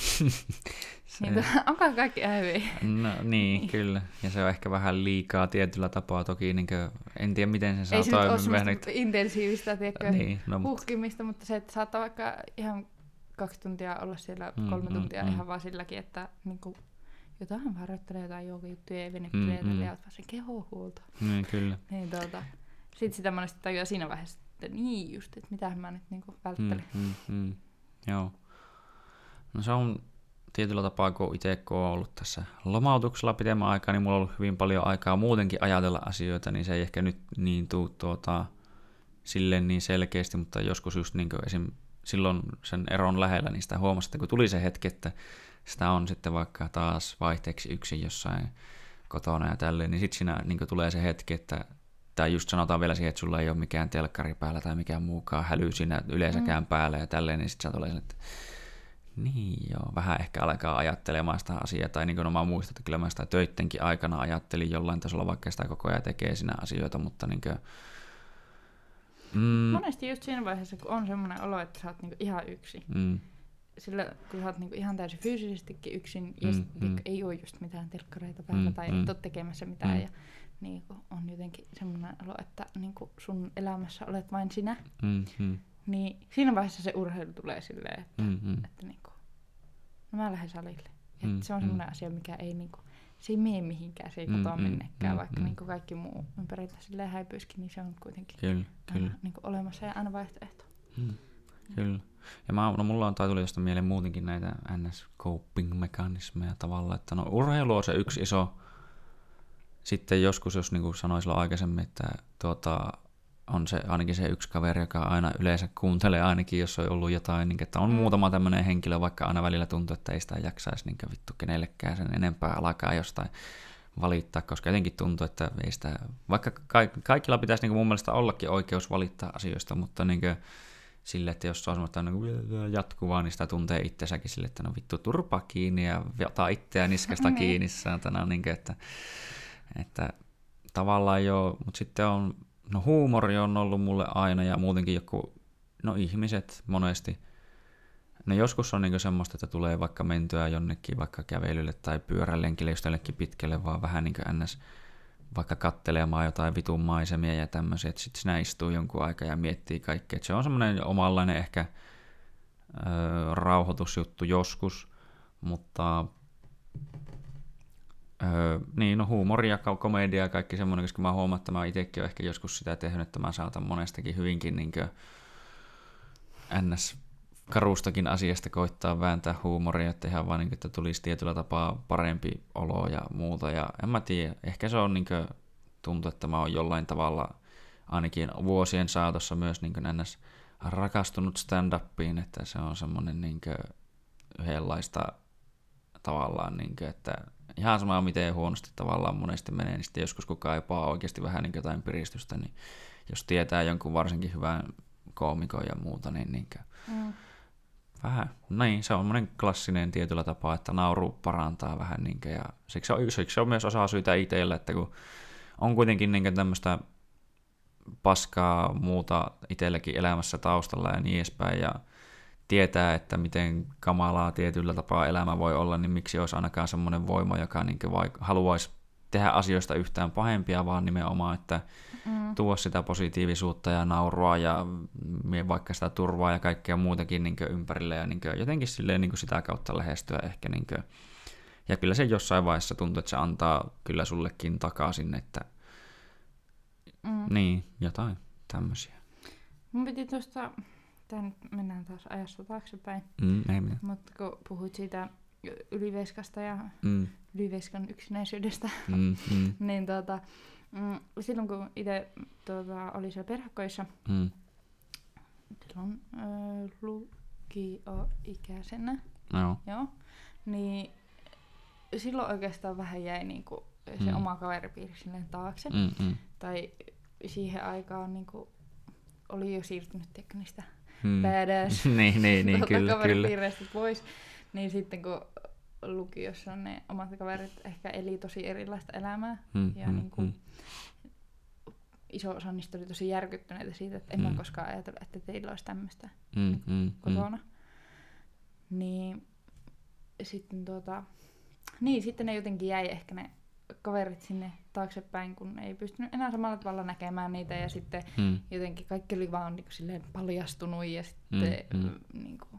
niin, onko kaikki ihan hyvin? No niin, niin, kyllä. Ja se on ehkä vähän liikaa tietyllä tapaa toki. Niin kuin, en tiedä, miten se saa toimia. Ei se nyt ole nyt... intensiivistä tiedätkö, niin, no, huhkimista, mutta se, että saattaa vaikka ihan kaksi tuntia olla siellä, mm, kolme tuntia mm, ihan mm. vaan silläkin, että niin kuin, jotain harjoittelee, jotain joogajuttuja ja venyttelee mm, mm. ja oot vaan sen kehohuolta. Niin, kyllä. niin, tuota. Sitten sitä monesti tajuaa siinä vaiheessa, että niin just, että mitä mä nyt niinku välttelen. Mm, mm, mm. Joo. No se on tietyllä tapaa, kun itse kun on ollut tässä lomautuksella pitemmän aikaa, niin mulla on ollut hyvin paljon aikaa muutenkin ajatella asioita, niin se ei ehkä nyt niin tuu tuota, silleen niin selkeästi, mutta joskus just niin kuin esim. Silloin sen eron lähellä, niin sitä huomasi, että kun tuli se hetki, että sitä on sitten vaikka taas vaihteeksi yksin jossain kotona ja tälleen, niin sitten siinä niin tulee se hetki, että tai just sanotaan vielä siihen, että sulla ei ole mikään telkkari päällä tai mikään muukaan häly siinä yleensäkään mm. päällä ja tälleen, niin sitten sä tulee että niin joo, vähän ehkä alkaa ajattelemaan sitä asiaa. Tai niin kuin no mä muistan, että kyllä mä sitä töittenkin aikana ajattelin jollain tasolla, vaikka sitä koko ajan tekee siinä asioita, mutta niin kuin, mm, monesti just siinä vaiheessa, kun on semmoinen olo, että sä oot niin ihan yksin. Mm. Sillä kun sä oot niin ihan täysin fyysisestikin yksin ja mm, mm. ei ole just mitään telkkareita päällä mm, tai mm. et ole tekemässä mitään mm. ja niin on jotenkin semmoinen olo, että niin sun elämässä olet vain sinä, mm-hmm. niin siinä vaiheessa se urheilu tulee silleen, että, mm-hmm. että niin kuin, no mä lähden salille. Mm-hmm. Että se on semmoinen asia, mikä ei, niin kuin, se ei mene mihinkään, se ei kotoa mm-hmm. minnekään, mm-hmm. vaikka niin kuin kaikki muu ympärillä silleen häipyisikin, niin se on kuitenkin kyllä, aina kyllä. Niin kuin olemassa ja aina vaihtoehto. Mm. Kyllä. Ja mä, no mulla on tai tuli josta mieleen muutenkin näitä N S-coping-mekanismeja tavallaan, että no urheilu on se yksi iso. Sitten joskus, jos niin kuin sanoin silloin aikaisemmin, että tuota, on se ainakin se yksi kaveri, joka aina yleensä kuuntelee ainakin, jos on ollut jotain, niin, että on mm. muutama tämmöinen henkilö, vaikka aina välillä tuntuu, että ei sitä jaksaisi niin vittu kenellekään sen enempää alkaa jostain valittaa, koska jotenkin tuntuu, että ei sitä, vaikka ka- kaikilla pitäisi niin kuin mun mielestä ollakin oikeus valittaa asioista, mutta niin kuin, sille, että jos se on semmoista niin jatkuvaa, niin sitä tuntee itsensäkin sille, että no vittu turpa kiinni ja ota itseä niskasta kiinni, saatana, niin kuin, että, että tavallaan joo, mutta sitten on, no huumori on ollut mulle aina ja muutenkin joku, no ihmiset monesti. No joskus on niinku semmoista, että tulee vaikka mentyä jonnekin vaikka kävelylle tai pyörälenkille just jollekin pitkälle, vaan vähän niin kuin ns. Vaikka kattelemaan jotain vitun maisemia ja tämmöisiä, että sitten sinä istuu jonkun aikaa ja miettii kaikkea. Et se on semmoinen omanlainen ehkä ö, rauhoitusjuttu joskus, mutta Öö, niin, no huumori ja komedia ja kaikki semmoinen, koska mä huomaan, että mä itsekin olen ehkä joskus sitä tehnyt, että mä saatan monestakin hyvinkin niin kuin ns. Karustakin asiasta koittaa vääntää huumoria, että ihan vaan, niin kuin, että tulisi tietyllä tapaa parempi olo ja muuta. Ja en mä tiedä, ehkä se on niin kuin, tuntuu, että mä oon jollain tavalla ainakin vuosien saatossa myös niin kuin ns. Rakastunut stand-upiin, että se on semmoinen niin kuin yhdenlaista tavallaan, niin kuin, että ihan sama miten huonosti tavallaan monesti menee, niin sitten joskus kun kaipaa oikeasti vähän niin jotain piristystä, niin jos tietää jonkun varsinkin hyvän koomikon ja muuta, niin, niin mm. vähän, niin se on monen klassinen tietyllä tapaa, että nauru parantaa vähän, niin kuin, ja siksi se, on, siksi se on myös osa syytä itsellä, että kun on kuitenkin niin tämmöistä paskaa muuta itselläkin elämässä taustalla ja niin edespäin, ja tietää, että miten kamalaa tietyllä tapaa elämä voi olla, niin miksi olisi ainakaan semmoinen voima, joka niin vaik- haluaisi tehdä asioista yhtään pahempia, vaan nimenomaan, että mm. tuo sitä positiivisuutta ja naurua ja vaikka sitä turvaa ja kaikkea muutakin niin ympärille ja niin jotenkin silleen, niin sitä kautta lähestyä ehkä. Niin kuin, ja kyllä se jossain vaiheessa tuntuu, että se antaa kyllä sullekin takaisin, että mm. niin, jotain tämmöisiä. Mun piti tuosta... Tää nyt mennään taas ajassa taaksepäin. Mm, ei mitään. Mutta kun puhuit siitä Yliveskasta ja mm. Yliveskan yksinäisyydestä, mm, mm. niin tota, mm, silloin kun itse tota, oli siellä perhekoissa, mm. silloin ö, lukio-ikäisenä, no. joo, niin silloin oikeastaan vähän jäi niinku se mm. oma kaveripiiri silleen taakse. Mm, mm. Tai siihen aikaan niinku oli jo siirtynyt teknistä Hmm. badass niin, niin, niin, tuota kyllä, kaveripiireistä pois, niin sitten kun lukiossa ne omat kaverit ehkä eli tosi erilaista elämää, hmm, ja hmm, niin kuin hmm. iso osa niistä oli tosi järkyttyneitä siitä, että en hmm. mä koskaan ajatellut, että teillä olisi tämmöistä hmm, niin hmm, kotona. Hmm. Niin sitten tuota, niin sitten ne jotenkin jäi ehkä ne kaverit sinne taaksepäin, kun ei pystynyt enää samalla tavalla näkemään niitä, ja sitten mm. jotenkin kaikki oli vaan niin kuin silleen paljastunut, ja sitten mm. niin kuin,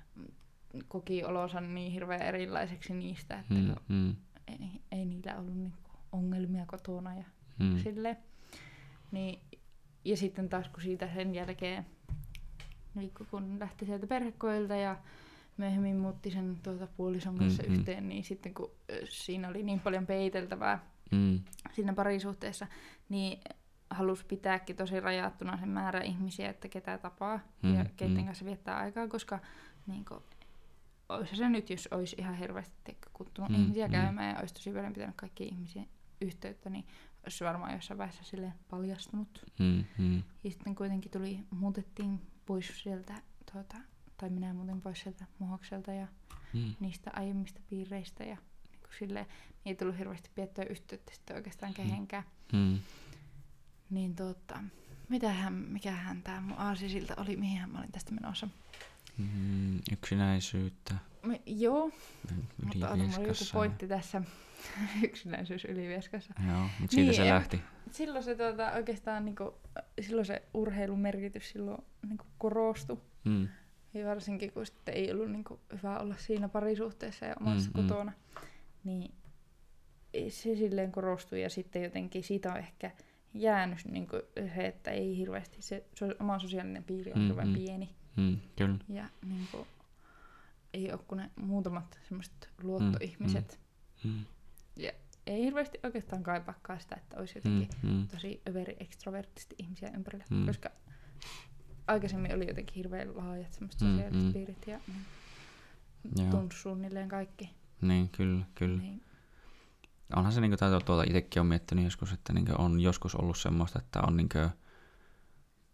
koki olonsa niin hirveän erilaiseksi niistä, että mm. Mm. Ei, ei niillä ollut niin kuin ongelmia kotona ja mm. silleen. Niin, ja sitten taas kun siitä sen jälkeen, niin kun lähti sieltä perhekoilta ja myöhemmin muutti sen tuota puolison kanssa mm, yhteen, mm. niin sitten kun siinä oli niin paljon peiteltävää mm. siinä parisuhteessa, niin halusi pitääkin tosi rajattuna sen määrä ihmisiä, että ketä tapaa mm, ja keiden mm. kanssa viettää aikaa, koska niin kun, olisi se nyt, jos olisi ihan hirveästi kuttunut mm, ihmisiä mm. käymään ja olisi tosi paljon pitänyt kaikkia ihmisiä yhteyttä, niin olisi varmaan jossain vaiheessa silleen paljastunut. Mm, mm. Ja sitten kuitenkin tuli, muutettiin pois sieltä tuota, tai minä muuten pois sieltä Muhokselta ja mm. niistä aiemmista piireistä ja niin silleen, niin ei tullut hirveästi piettyä yhteyttä sitten oikeastaan kehenkään. Mm. Niin tota, mitähän, mikähän tää mun aasisilta oli, mihin mä olin tästä menossa? Mm, yksinäisyyttä. Me, joo, mutta ota, mulla oli joku pointti tässä yksinäisyys Ylivieskassa. Joo, mutta siitä niin, se lähti. Silloin se, tuota, oikeastaan, niinku, silloin se urheilun merkitys silloin niinku, korostui. Mm. Ja varsinkin, kun sitten ei ollut niin kuin hyvä olla siinä parisuhteessa ja omassa mm, kotona, mm. niin se silleen korostui. Ja sitten jotenkin siitä on ehkä jäänyt niin kuin se, että ei hirveästi, se, se oma sosiaalinen piiri on mm, hirveän mm, pieni. Mm, kyllä. Ja niin kuin, ei ole kuin ne muutamat semmoiset luottoihmiset. Mm, mm. Ja ei hirveästi oikeastaan kaipaakaan sitä, että olisi jotenkin mm, mm. tosi överi ekstroverttisesti ihmisiä ympärillä, mm. koska aikaisemmin oli jotenkin hirveän laajat semmoiset sosiaaliset mm, piirit ja mm, tunsi suunnilleen kaikki. Niin, kyllä, kyllä. Niin. Onhan se, niin kuin tuota itsekin on miettinyt joskus, että niin on joskus ollut semmoista, että on niin kuin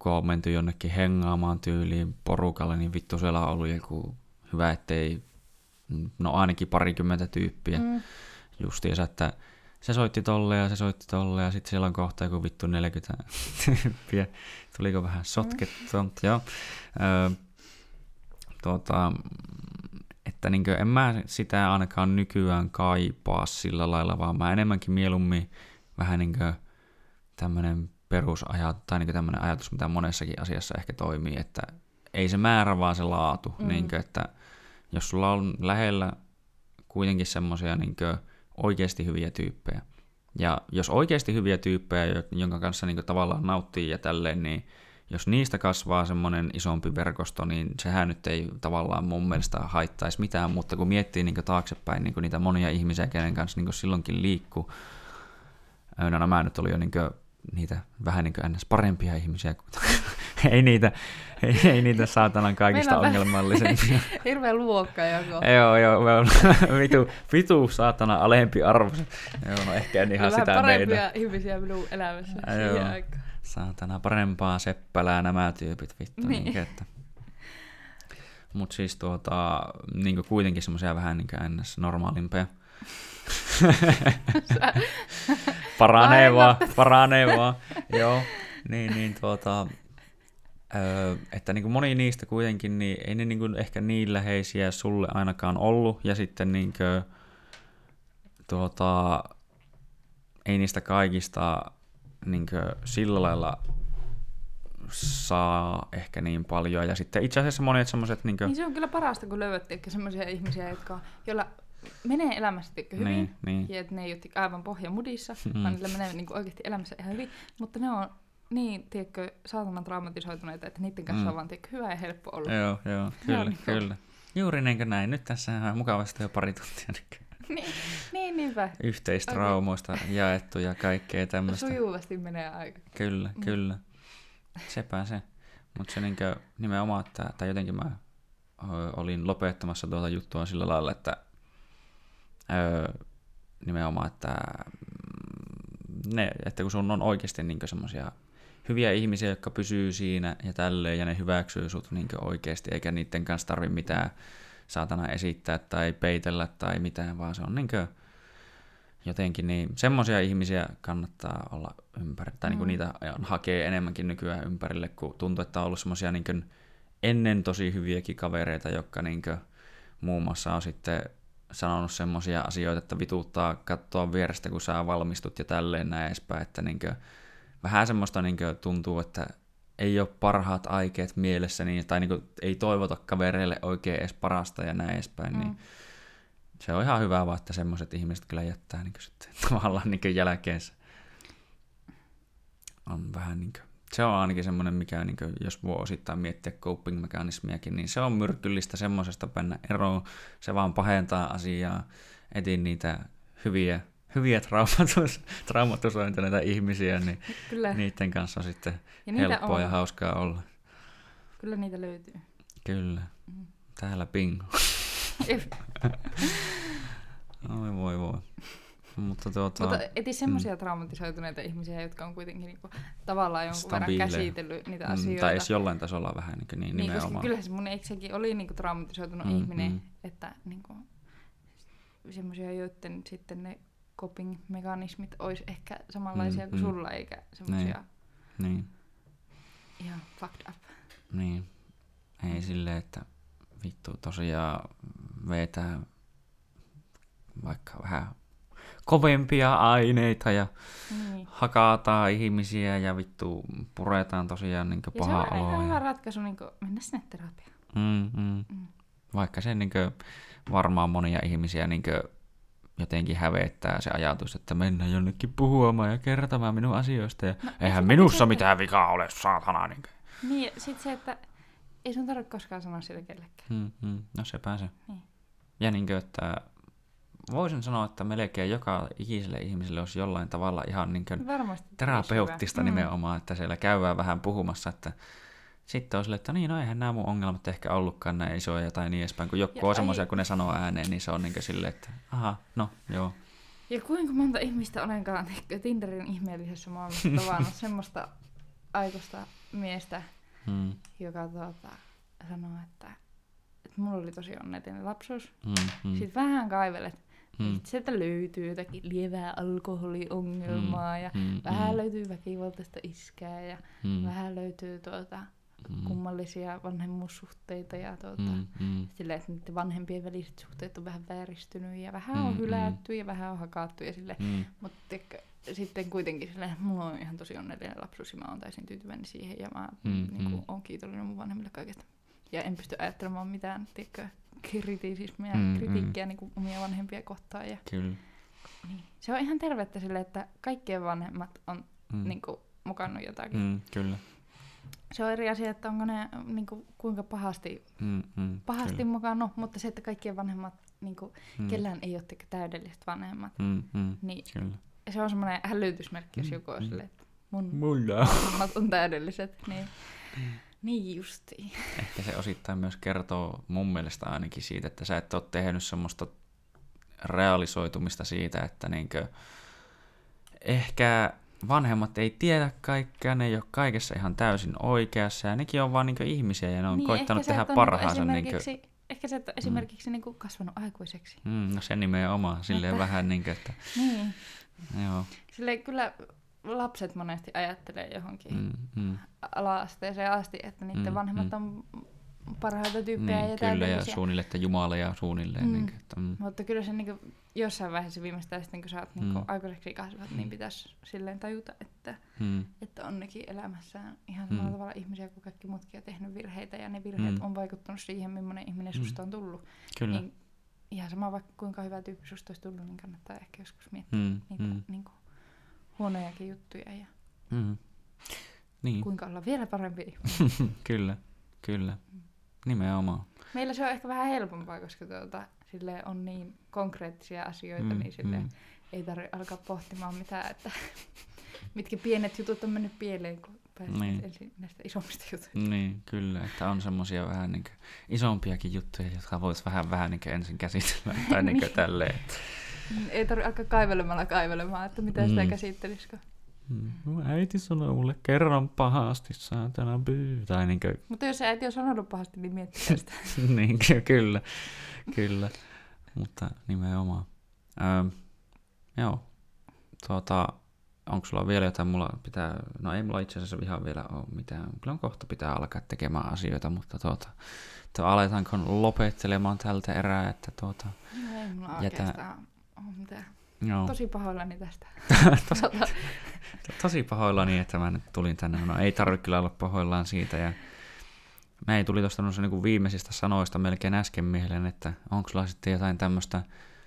kun on menty jonnekin hengaamaan tyyliin porukalle, niin vittu siellä on ollut joku hyvä, ettei, no ainakin parikymmentä tyyppiä. Mm. Justiinsa, että se soitti tolle ja se soitti tolle ja sitten siellä on kohta joku vittu neljäkymmentä tyyppiä. Tuliko vähän sotkettua, mutta joo. Öö, tuota, että niinkö, en mä sitä ainakaan nykyään kaipaa sillä lailla, vaan mä enemmänkin mieluummin vähän niinkö tämmönen perusajat, tai niinkö tämmönen ajatus, mitä monessakin asiassa ehkä toimii, että ei se määrä, vaan se laatu. Mm. Niinkö, että jos sulla on lähellä kuitenkin semmosia niinkö oikeasti hyviä tyyppejä, ja jos oikeasti hyviä tyyppejä, jonka kanssa niinkö tavallaan nauttii ja tälleen, niin jos niistä kasvaa semmoinen isompi verkosto, niin sehän nyt ei tavallaan mun mielestä haittaisi mitään, mutta kun miettii niin taaksepäin niin niitä monia ihmisiä, kenen kanssa niin silloinkin liikkuu, no nämä nyt oli jo niin niitä vähän niin kuin ns. Parempia ihmisiä, ei, niitä, ei, ei niitä saatanan kaikista ongelmallisempia. Hirveä luokka joko. Joo, joo, me on vitu, vitu saatana alempi arvo. Joo, no ehkä en ihan sitä meidän. Parempia ihmisiä minun elämässä siihen aikaan. Saatana, parempaa seppälää nämä tyypit, vittu. Niin. Niin, että. Mut siis tuota, niin kuitenkin semmoisia vähän niin kuin ns. Normaalimpia. paranee vaan, paranee vaan. Joo, niin, niin tuota, öö, että niin kuin moni niistä kuitenkin, niin ei ne niin kuin ehkä niin läheisiä sulle ainakaan ollut, ja sitten niin kuin, tuota, ei niistä kaikista niinkö sillä lailla saa ehkä niin paljon. Ja sitten itse asiassa monet semmoiset niinkö. Niin se on kyllä parasta, kun löydät semmoisia ihmisiä, jotka, joilla menee elämässä hyvin. Niin, niin. Ja että ne ei ole aivan pohjamudissa, mm. vaan niillä menee niin oikeasti elämässä ihan hyvin. Mutta ne on niin, tiedätkö, saatanan traumatisoituneita, että niiden kanssa mm. on vaan tiedätkö, hyvä ja helppo olla. Joo, joo, kyllä, niin kyllä. Juuri niin kuin näin. Nyt tässä on mukavasti jo pari tuntia. niin, niin, niinpä. Yhteistraumoista okay. jaettu ja kaikkea tämmöistä. Sujuvasti menee aika. Kyllä, mm. kyllä. Sepä se. Mutta se niinkö nimenomaan, että, tai jotenkin mä olin lopettamassa tuota juttua sillä lailla, että öö, nimenomaan, että, ne, että kun sun on oikeasti niinkö semmosia hyviä ihmisiä, jotka pysyy siinä ja tälleen, ja ne hyväksyy sut niinkö oikeasti, eikä niiden kanssa tarvi mitään saatana esittää tai peitellä tai mitään, vaan se on niinkö jotenkin niin, semmoisia ihmisiä kannattaa olla ympäri, tai mm. niin niitä hakee enemmänkin nykyään ympärille, kun tuntuu, että on ollut semmoisia niin ennen tosi hyviäkin kavereita, jotka niin kuin, muun muassa on sitten sanonut semmoisia asioita, että vituuttaa katsoa vierestä, kun sä valmistut ja tälleen näin edespäin, että niin kuin, vähän semmoista niin kuin, tuntuu, että ei ole parhaat aikeet mielessä, niin, tai niin kuin, ei toivota kavereille oikein edes parasta ja näin edespäin, mm. niin se on ihan hyvä vaan, että semmoiset ihmiset kyllä jättää niin kuin, sitten, tavallaan niin kuin, jälkeensä. On vähän niin kuin, se on ainakin semmoinen, mikä niin kuin, jos voi osittain miettiä coping-mekanismiakin, niin se on myrkyllistä semmoisesta mennä eroon. Se vaan pahentaa asiaa, etin niitä hyviä, hyviä traumatus, traumatisointuneita ihmisiä, niin kyllä. Niiden kanssa on sitten ja helppoa on. Ja hauskaa olla. Kyllä niitä löytyy. Kyllä. Mm. Täällä bingo. Oi voi voi. Mutta, tuota, Mutta eti semmoisia mm. traumatisoituneita ihmisiä, jotka on kuitenkin niinku, tavallaan jonkun Stabiile. verran käsitellyt niitä asioita. Tai edes jollain tasolla vähän niin, niin nimenomaan. Niin, kyllä se mun eksekin oli niinku traumatisoitunut mm, ihminen, mm. että niinku, semmoisia, joiden sitten ne coping-mekanismit olisi ehkä samanlaisia mm, kuin mm. sulla, eikä semmoisia niin. Niin. ihan fucked up. Niin, ei mm. silleen, että vittu tosiaan vetää vaikka vähän kovempia aineita ja niin. hakataan ihmisiä ja vittu puretaan tosiaan niin paha olo. Se on ihan hyvä ratkaisu niin mennä sinne terapiaan. Mm, mm. Mm. Vaikka se niin varmaan monia ihmisiä niin jotenkin hävettää se ajatus, että mennään jonnekin puhumaan ja kertomaan minun asioista. Ja no, eihän minussa se, mitään vikaa ole, saatana. Niin, niin sit se, että ei sun tarvitse koskaan sanoa sille kellekään. Mm, mm. No sepä se. Niin. Ja niin kuin, että voisin sanoa, että melkein joka ikiselle ihmiselle olisi jollain tavalla ihan niin kuin terapeuttista nimenomaan, mm. että siellä käydään vähän puhumassa, että sitten on silleen, että niin, no eihän nämä mun ongelmat ehkä ollutkaan näin isoja tai niin edespäin, kun joku on semmoisia, kun ne sanoo ääneen, niin se on niin kuin silleen, että aha, no joo. Ja kuinka monta ihmistä olenkaan Tinderin ihmeellisessä maailmassa tavannut semmoista aikuista miestä, mm. joka tuota, sanoo, että, että mulla oli tosi onnellinen lapsuus. Mm, mm. Sitten vähän kaivelet. Mm. Sieltä löytyy jotakin lievää alkoholiongelmaa Mm, ja mm, vähän mm. löytyy väkivaltaista iskää ja Mm. vähän löytyy tuota, Mm. kummallisia vanhemmuussuhteita ja tuota, Mm, mm. silleen, että niiden vanhempien väliset suhteet on vähän vääristynyt ja vähän Mm, on mm. hylätty ja vähän on hakattu ja silleen. Mm. Mutta tiedätkö, sitten kuitenkin silleen, mulla on ihan tosi onnellinen lapsuus ja mä oon täysin tyytyväinen siihen ja mä Mm, niin kuin, mm. oon kiitollinen mun vanhemmille kaikesta. Ja en pysty ajattelemaan mitään, tiedätkö, kritisismiä, Mm, mm. kritiikkiä niin kuin omia vanhempia kohtaan. Ja, Kyllä. niin. Se on ihan tervettä silleen, että kaikkien vanhemmat on Mm. niin kuin, mukannut jotakin. Mm, kyllä. Se on eri asia, että onko ne niin kuin, kuinka pahasti, Mm, mm, pahasti kyllä. mukannut, mutta se, että kaikkien vanhemmat, niin kuin, Mm. kellään ei ole täydelliset vanhemmat, Mm, mm, niin kyllä. se on semmoinen hälytysmerkki, jos Mm, joku on mm. silleen, että mun Mulla. vanhemmat on täydelliset. Niin, niin justiin. Ehkä se osittain myös kertoo mun mielestä ainakin siitä, että sä et ole tehnyt semmoista realisoitumista siitä, että niinkö ehkä vanhemmat ei tiedä kaikkea, ne ei ole kaikessa ihan täysin oikeassa ja nekin on vaan niinkö ihmisiä ja ne on niin, koittanut ehkä tehdä sä et ole parhaansa. Niinku Niinkö, esimerkiksi, ehkä sä et ole esimerkiksi niinku kasvanut aikuiseksi. mm, no se nimenomaan, silleen Että- vähän niinkö, että Niin. joo. Silleen kyllä lapset monesti ajattelee johonkin Mm, mm, ala-asteeseen asti, että niiden Mm, vanhemmat mm. on parhaita tyyppejä niin, ja kyllä, ja täydellisiä. suunnilleen jumaleja suunnilleen. Mm. Niinkö, että, mm, Mutta kyllä se niinku jossain vaiheessa viimeistään sitten, kun sä oot niinku Mm. aikuiseksi kasvat, niin pitäisi silleen tajuta, että, mm, että on nekin elämässään ihan samalla Mm. tavalla ihmisiä kuin kaikki muutkin ja tehnyt virheitä. Ja ne virheet Mm. on vaikuttanut siihen, millainen ihminen Mm. susta on tullut. kyllä. Niin ihan sama vaikka kuinka hyvä tyyppi susta olisi tullut, niin kannattaa ehkä joskus miettiä Mm, niitä mm, niinku huonojakin juttuja ja mm. Niin, kuinka olla vielä parempi ihminen. kyllä, kyllä. Nimenomaan. Meillä se on ehkä vähän helpompaa, koska tuota, silleen on niin konkreettisia asioita, Mm, niin silleen mm. ei tarvitse alkaa pohtimaan mitään, että mitkä pienet jutut on mennyt pieleen, kun päästään Niin. ensin näistä isommista jutuista. Niin, kyllä, että on semmosia vähän niin isompiakin juttuja, jotka vois vähän, vähän niin ensin käsitellä tai niin Niin. tälleen. Ei tarvitse alkaa kaivelemalla kaivelemaan, että mitä sitä Mm. käsittelisikö. Mm, mun äiti sanoi mulle kerran pahasti, saatana pyy. Tai niin kuin, Mutta jos äiti on sanonut pahasti, niin miettikää sitä. niin, ky- kyllä, kyllä, mutta nimenomaan. Öö, joo, tuota, onko sulla vielä jotain, mulla pitää, no ei mulla itse asiassa ihan vielä ole mitään, kyllä on kohta pitää alkaa tekemään asioita, mutta tuota, tuo aletaanko lopettelemaan tältä erää, että tuota, No ei mulla Jätä- oikeastaan ole mitään. joo. Tosi pahoillani tästä. tosi, tosi pahoillani, että mä nyt tulin tänne. No ei tarvitse kyllä olla pahoillaan siitä. Ja mä ei tuli tuosta niin viimeisistä sanoista melkein äsken mieleen, että onko sulla sitten jotain tämmöistä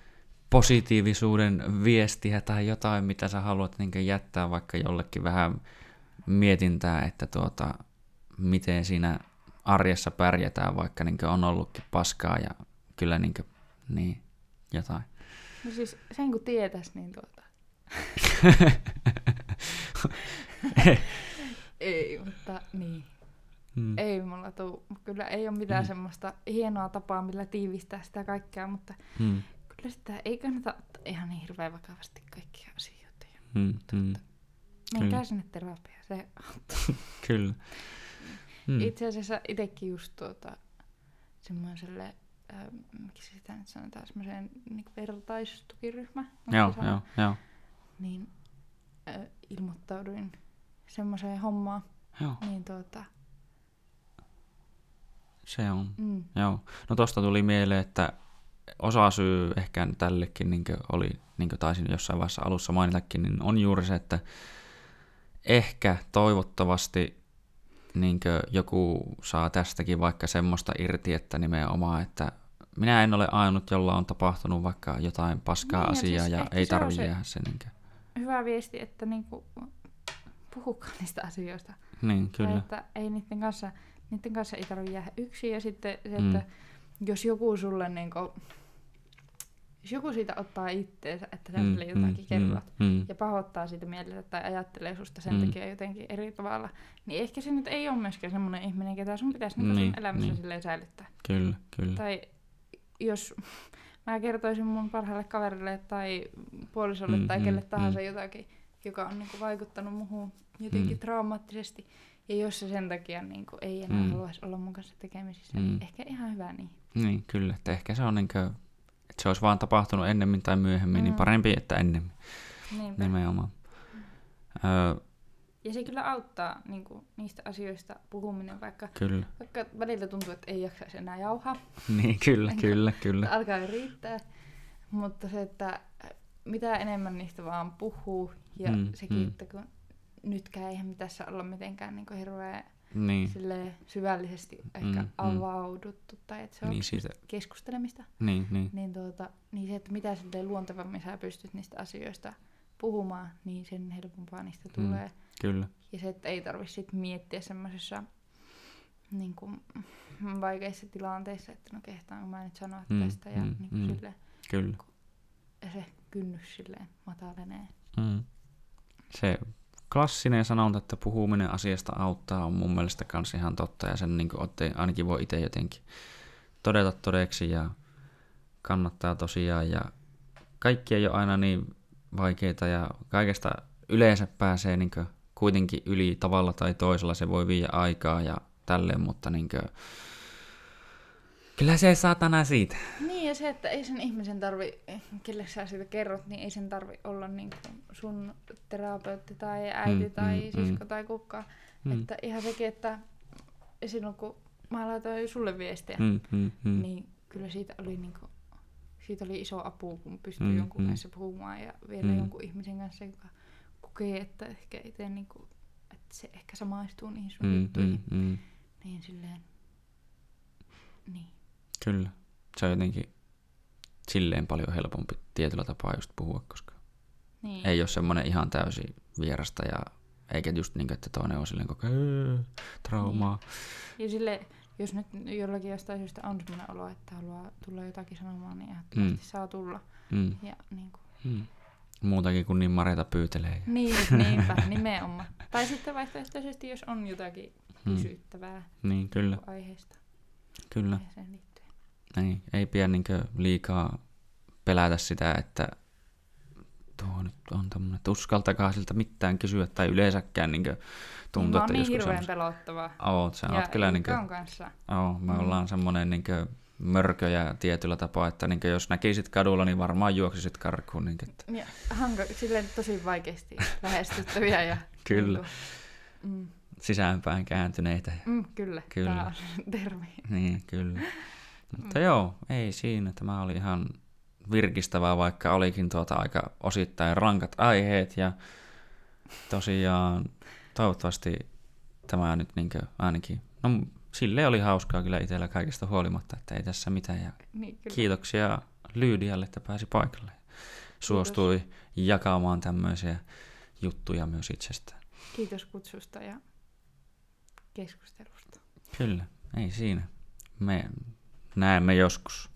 positiivisuuden viestiä tai jotain, mitä sä haluat niin jättää vaikka jollekin vähän mietintää, että tuota, miten siinä arjessa pärjätään, vaikka niin on ollutkin paskaa ja kyllä niin, kuin, niin jotain. No siis sen kun tietäis, niin tuota... ei, mutta niin. Mm. Ei mulla tuu. Kyllä ei ole mitään Mm. semmoista hienoa tapaa, millä tiivistää sitä kaikkea, mutta Mm. kyllä sitä ei kannata ottaa ihan niin hirveän vakavasti kaikkia asioita. Ja Mm. Mm. menkää Kyllä. sinne terapiaan, se auttaa. Kyllä. Mm. Itse asiassa itsekin just tuota, semmoiselle, äh, miksi sitä nyt sanotaan, semmoiseen niin vertaistukiryhmä, onko Joo, se sana? joo, joo. Niin äh, ilmoittauduin semmoiseen hommaan, Joo, niin tuota, se on. mm, Joo. No tosta tuli mieleen, että osa syy ehkä tällekin, niin kuin oli, niin kuin taisin jossain vaiheessa alussa mainitakin, niin on juuri se, että ehkä toivottavasti niin kuin joku saa tästäkin vaikka semmoista irti, että nimenomaan, että minä en ole ainut, jolla on tapahtunut vaikka jotain paskaa Niin, ja asiaa siis ja ehkä ei se on tarvitse se- jäädä se. Niin, kuin. hyvä viesti, että niinku, puhukaa niistä asioista. niin Tai kyllä. että ei niiden kanssa, niiden kanssa ei tarvitse jäädä yksin. Ja sitten se, Mm. että jos joku sulle niinku, jos joku siitä ottaa itteensä, että sä Mm, sille jotakin mm, kerrot mm, mm. ja pahoittaa siitä mieltä tai ajattelee susta sen Mm. takia jotenkin eri tavalla, niin ehkä se nyt ei ole myöskään semmoinen ihminen, ketä sun pitäisi niinku Niin, sun elämässä niin. silleen säilyttää. Kyllä, kyllä. Tai jos mä kertoisin mun parhaalle kaverille tai puolisolle Mm, tai mm, kelle tahansa mm. jotakin, joka on niinku vaikuttanut muhun jotenkin Mm. traumaattisesti. Ja jos se sen takia niinku ei enää Mm. haluaisi olla mun kanssa tekemisissä, Mm. niin ehkä ihan hyvä niin. Niin, kyllä. Että ehkä se on niinkö, että se olisi vaan tapahtunut ennemmin tai myöhemmin, Mm. niin parempi, että ennemmin. Niinpä. Nimenomaan. Öö, Ja se kyllä auttaa niinku, niistä asioista puhuminen, vaikka, kyllä. vaikka välillä tuntuu, että ei jaksaisi enää jauhaa. Niin, kyllä, Enkä- kyllä, kyllä. Että alkaa jo riittää. Mutta se, että mitä enemmän niistä vaan puhuu, ja Mm, sekin, mm. että kun nytkään eihän me tässä olla mitenkään niin hirveän Niin, silleen syvällisesti ehkä Mm, mm, mm. avauduttu, tai että se on niin siitä, keskustelemista, niin, niin, niin, tuota, niin se, että mitä silleen luontevammin sä pystyt niistä asioista puhumaan, niin sen helpompaa niistä Mm. tulee. kyllä. Ja se, että ei tarvitse sit miettiä semmoisessa niin kuin, vaikeissa tilanteissa, että no kehtaanko mä nyt sanoa Mm, tästä, ja mm, niin kuin mm. silleen, Kyllä. ja se kynnys silleen matalenee. Mm. Se klassinen sanonta, että puhuminen asiasta auttaa, on mun mielestä kans ihan totta, ja sen niin otte, ainakin voi itse jotenkin todeta todeksi, ja kannattaa tosiaan, ja kaikki ei ole aina niin vaikeita, ja kaikesta yleensä pääsee niin kuitenkin yli tavalla tai toisella, se voi viedä aikaa ja tälleen, mutta niin kuin, kyllä se saatana siitä. Niin, ja se, että ei sen ihmisen tarvi, kelle sä siitä kerrot, niin ei sen tarvi olla niin kuin sun terapeutti tai äiti Mm, tai mm, sisko mm. tai kukaan. Mm. Että ihan sekin, että silloin kun mä laitoin sulle viestiä, Mm, mm, mm. niin kyllä siitä oli, niin kuin, siitä oli iso apu, kun pystyi Mm, jonkun mm. kanssa puhumaan ja vielä Mm. jonkun ihmisen kanssa, joka kokee, että ehkä itse niin kuin, että se ehkä samaistuu niihin sun Mm, juttuihin. mm, mm. Niin silleen, niin. Kyllä. Se on jotenkin silleen paljon helpompi tietyllä tapaa just puhua, koska niin. ei ole semmoinen ihan täysin vierasta ja eikä just niin, että toinen on silleen koko ajan traumaa. Ja sille, jos nyt jollakin jostain syystä on semmoinen olo, että haluaa tulla jotakin sanomaan, niin ehdottomasti Mm. saa tulla. Mm. Ja niin kuin. Mm. Muutakin kuin niin Mareta pyytelee. Niin, niinpä, nimenomaan. Tai sitten vaihtoehtoisesti, jos on jotakin Mm. kysyttävää Niin, kyllä, aiheesta. kyllä. Aiheeseen liittyen. Ei, ei pidä niinkö liikaa pelätä sitä, että tuo nyt on tämmöinen, että uskaltakaa siltä mitään kysyä tai yleensäkään niinkö tuntuu, Niin, että mä oon niin joskus hirveän on... pelottavaa. Oot, sä oot kyllä ja niinkö... Ilkka on kanssa. Oo, me Mm. ollaan semmonen niinkö mörköjä tietyllä tapaa, että niinkö jos näkisit kadulla, niin varmaan juoksisit karkuun. Niinkö, että... Ja hanko, silleen tosi vaikeasti lähestyttäviä. Ja, Kyllä. Niin kuin, mm, Sisäänpäin kääntyneitä. mm, kyllä, Kyllä. tää on se termi. Niin, kyllä. Mm. Mutta joo, ei siinä. Tämä oli ihan virkistävää, vaikka olikin tuota aika osittain rankat aiheet. Ja tosiaan toivottavasti tämä nyt niinkö ainakin... No silleen oli hauskaa kyllä itsellä kaikesta huolimatta, että ei tässä mitään. Ja Niin, kyllä. kiitoksia Lyydialle, että pääsi paikalle. Suostui jakamaan tämmöisiä juttuja myös itsestään. Kiitos kutsusta ja keskustelusta. Kyllä, ei siinä. Me näemme joskus.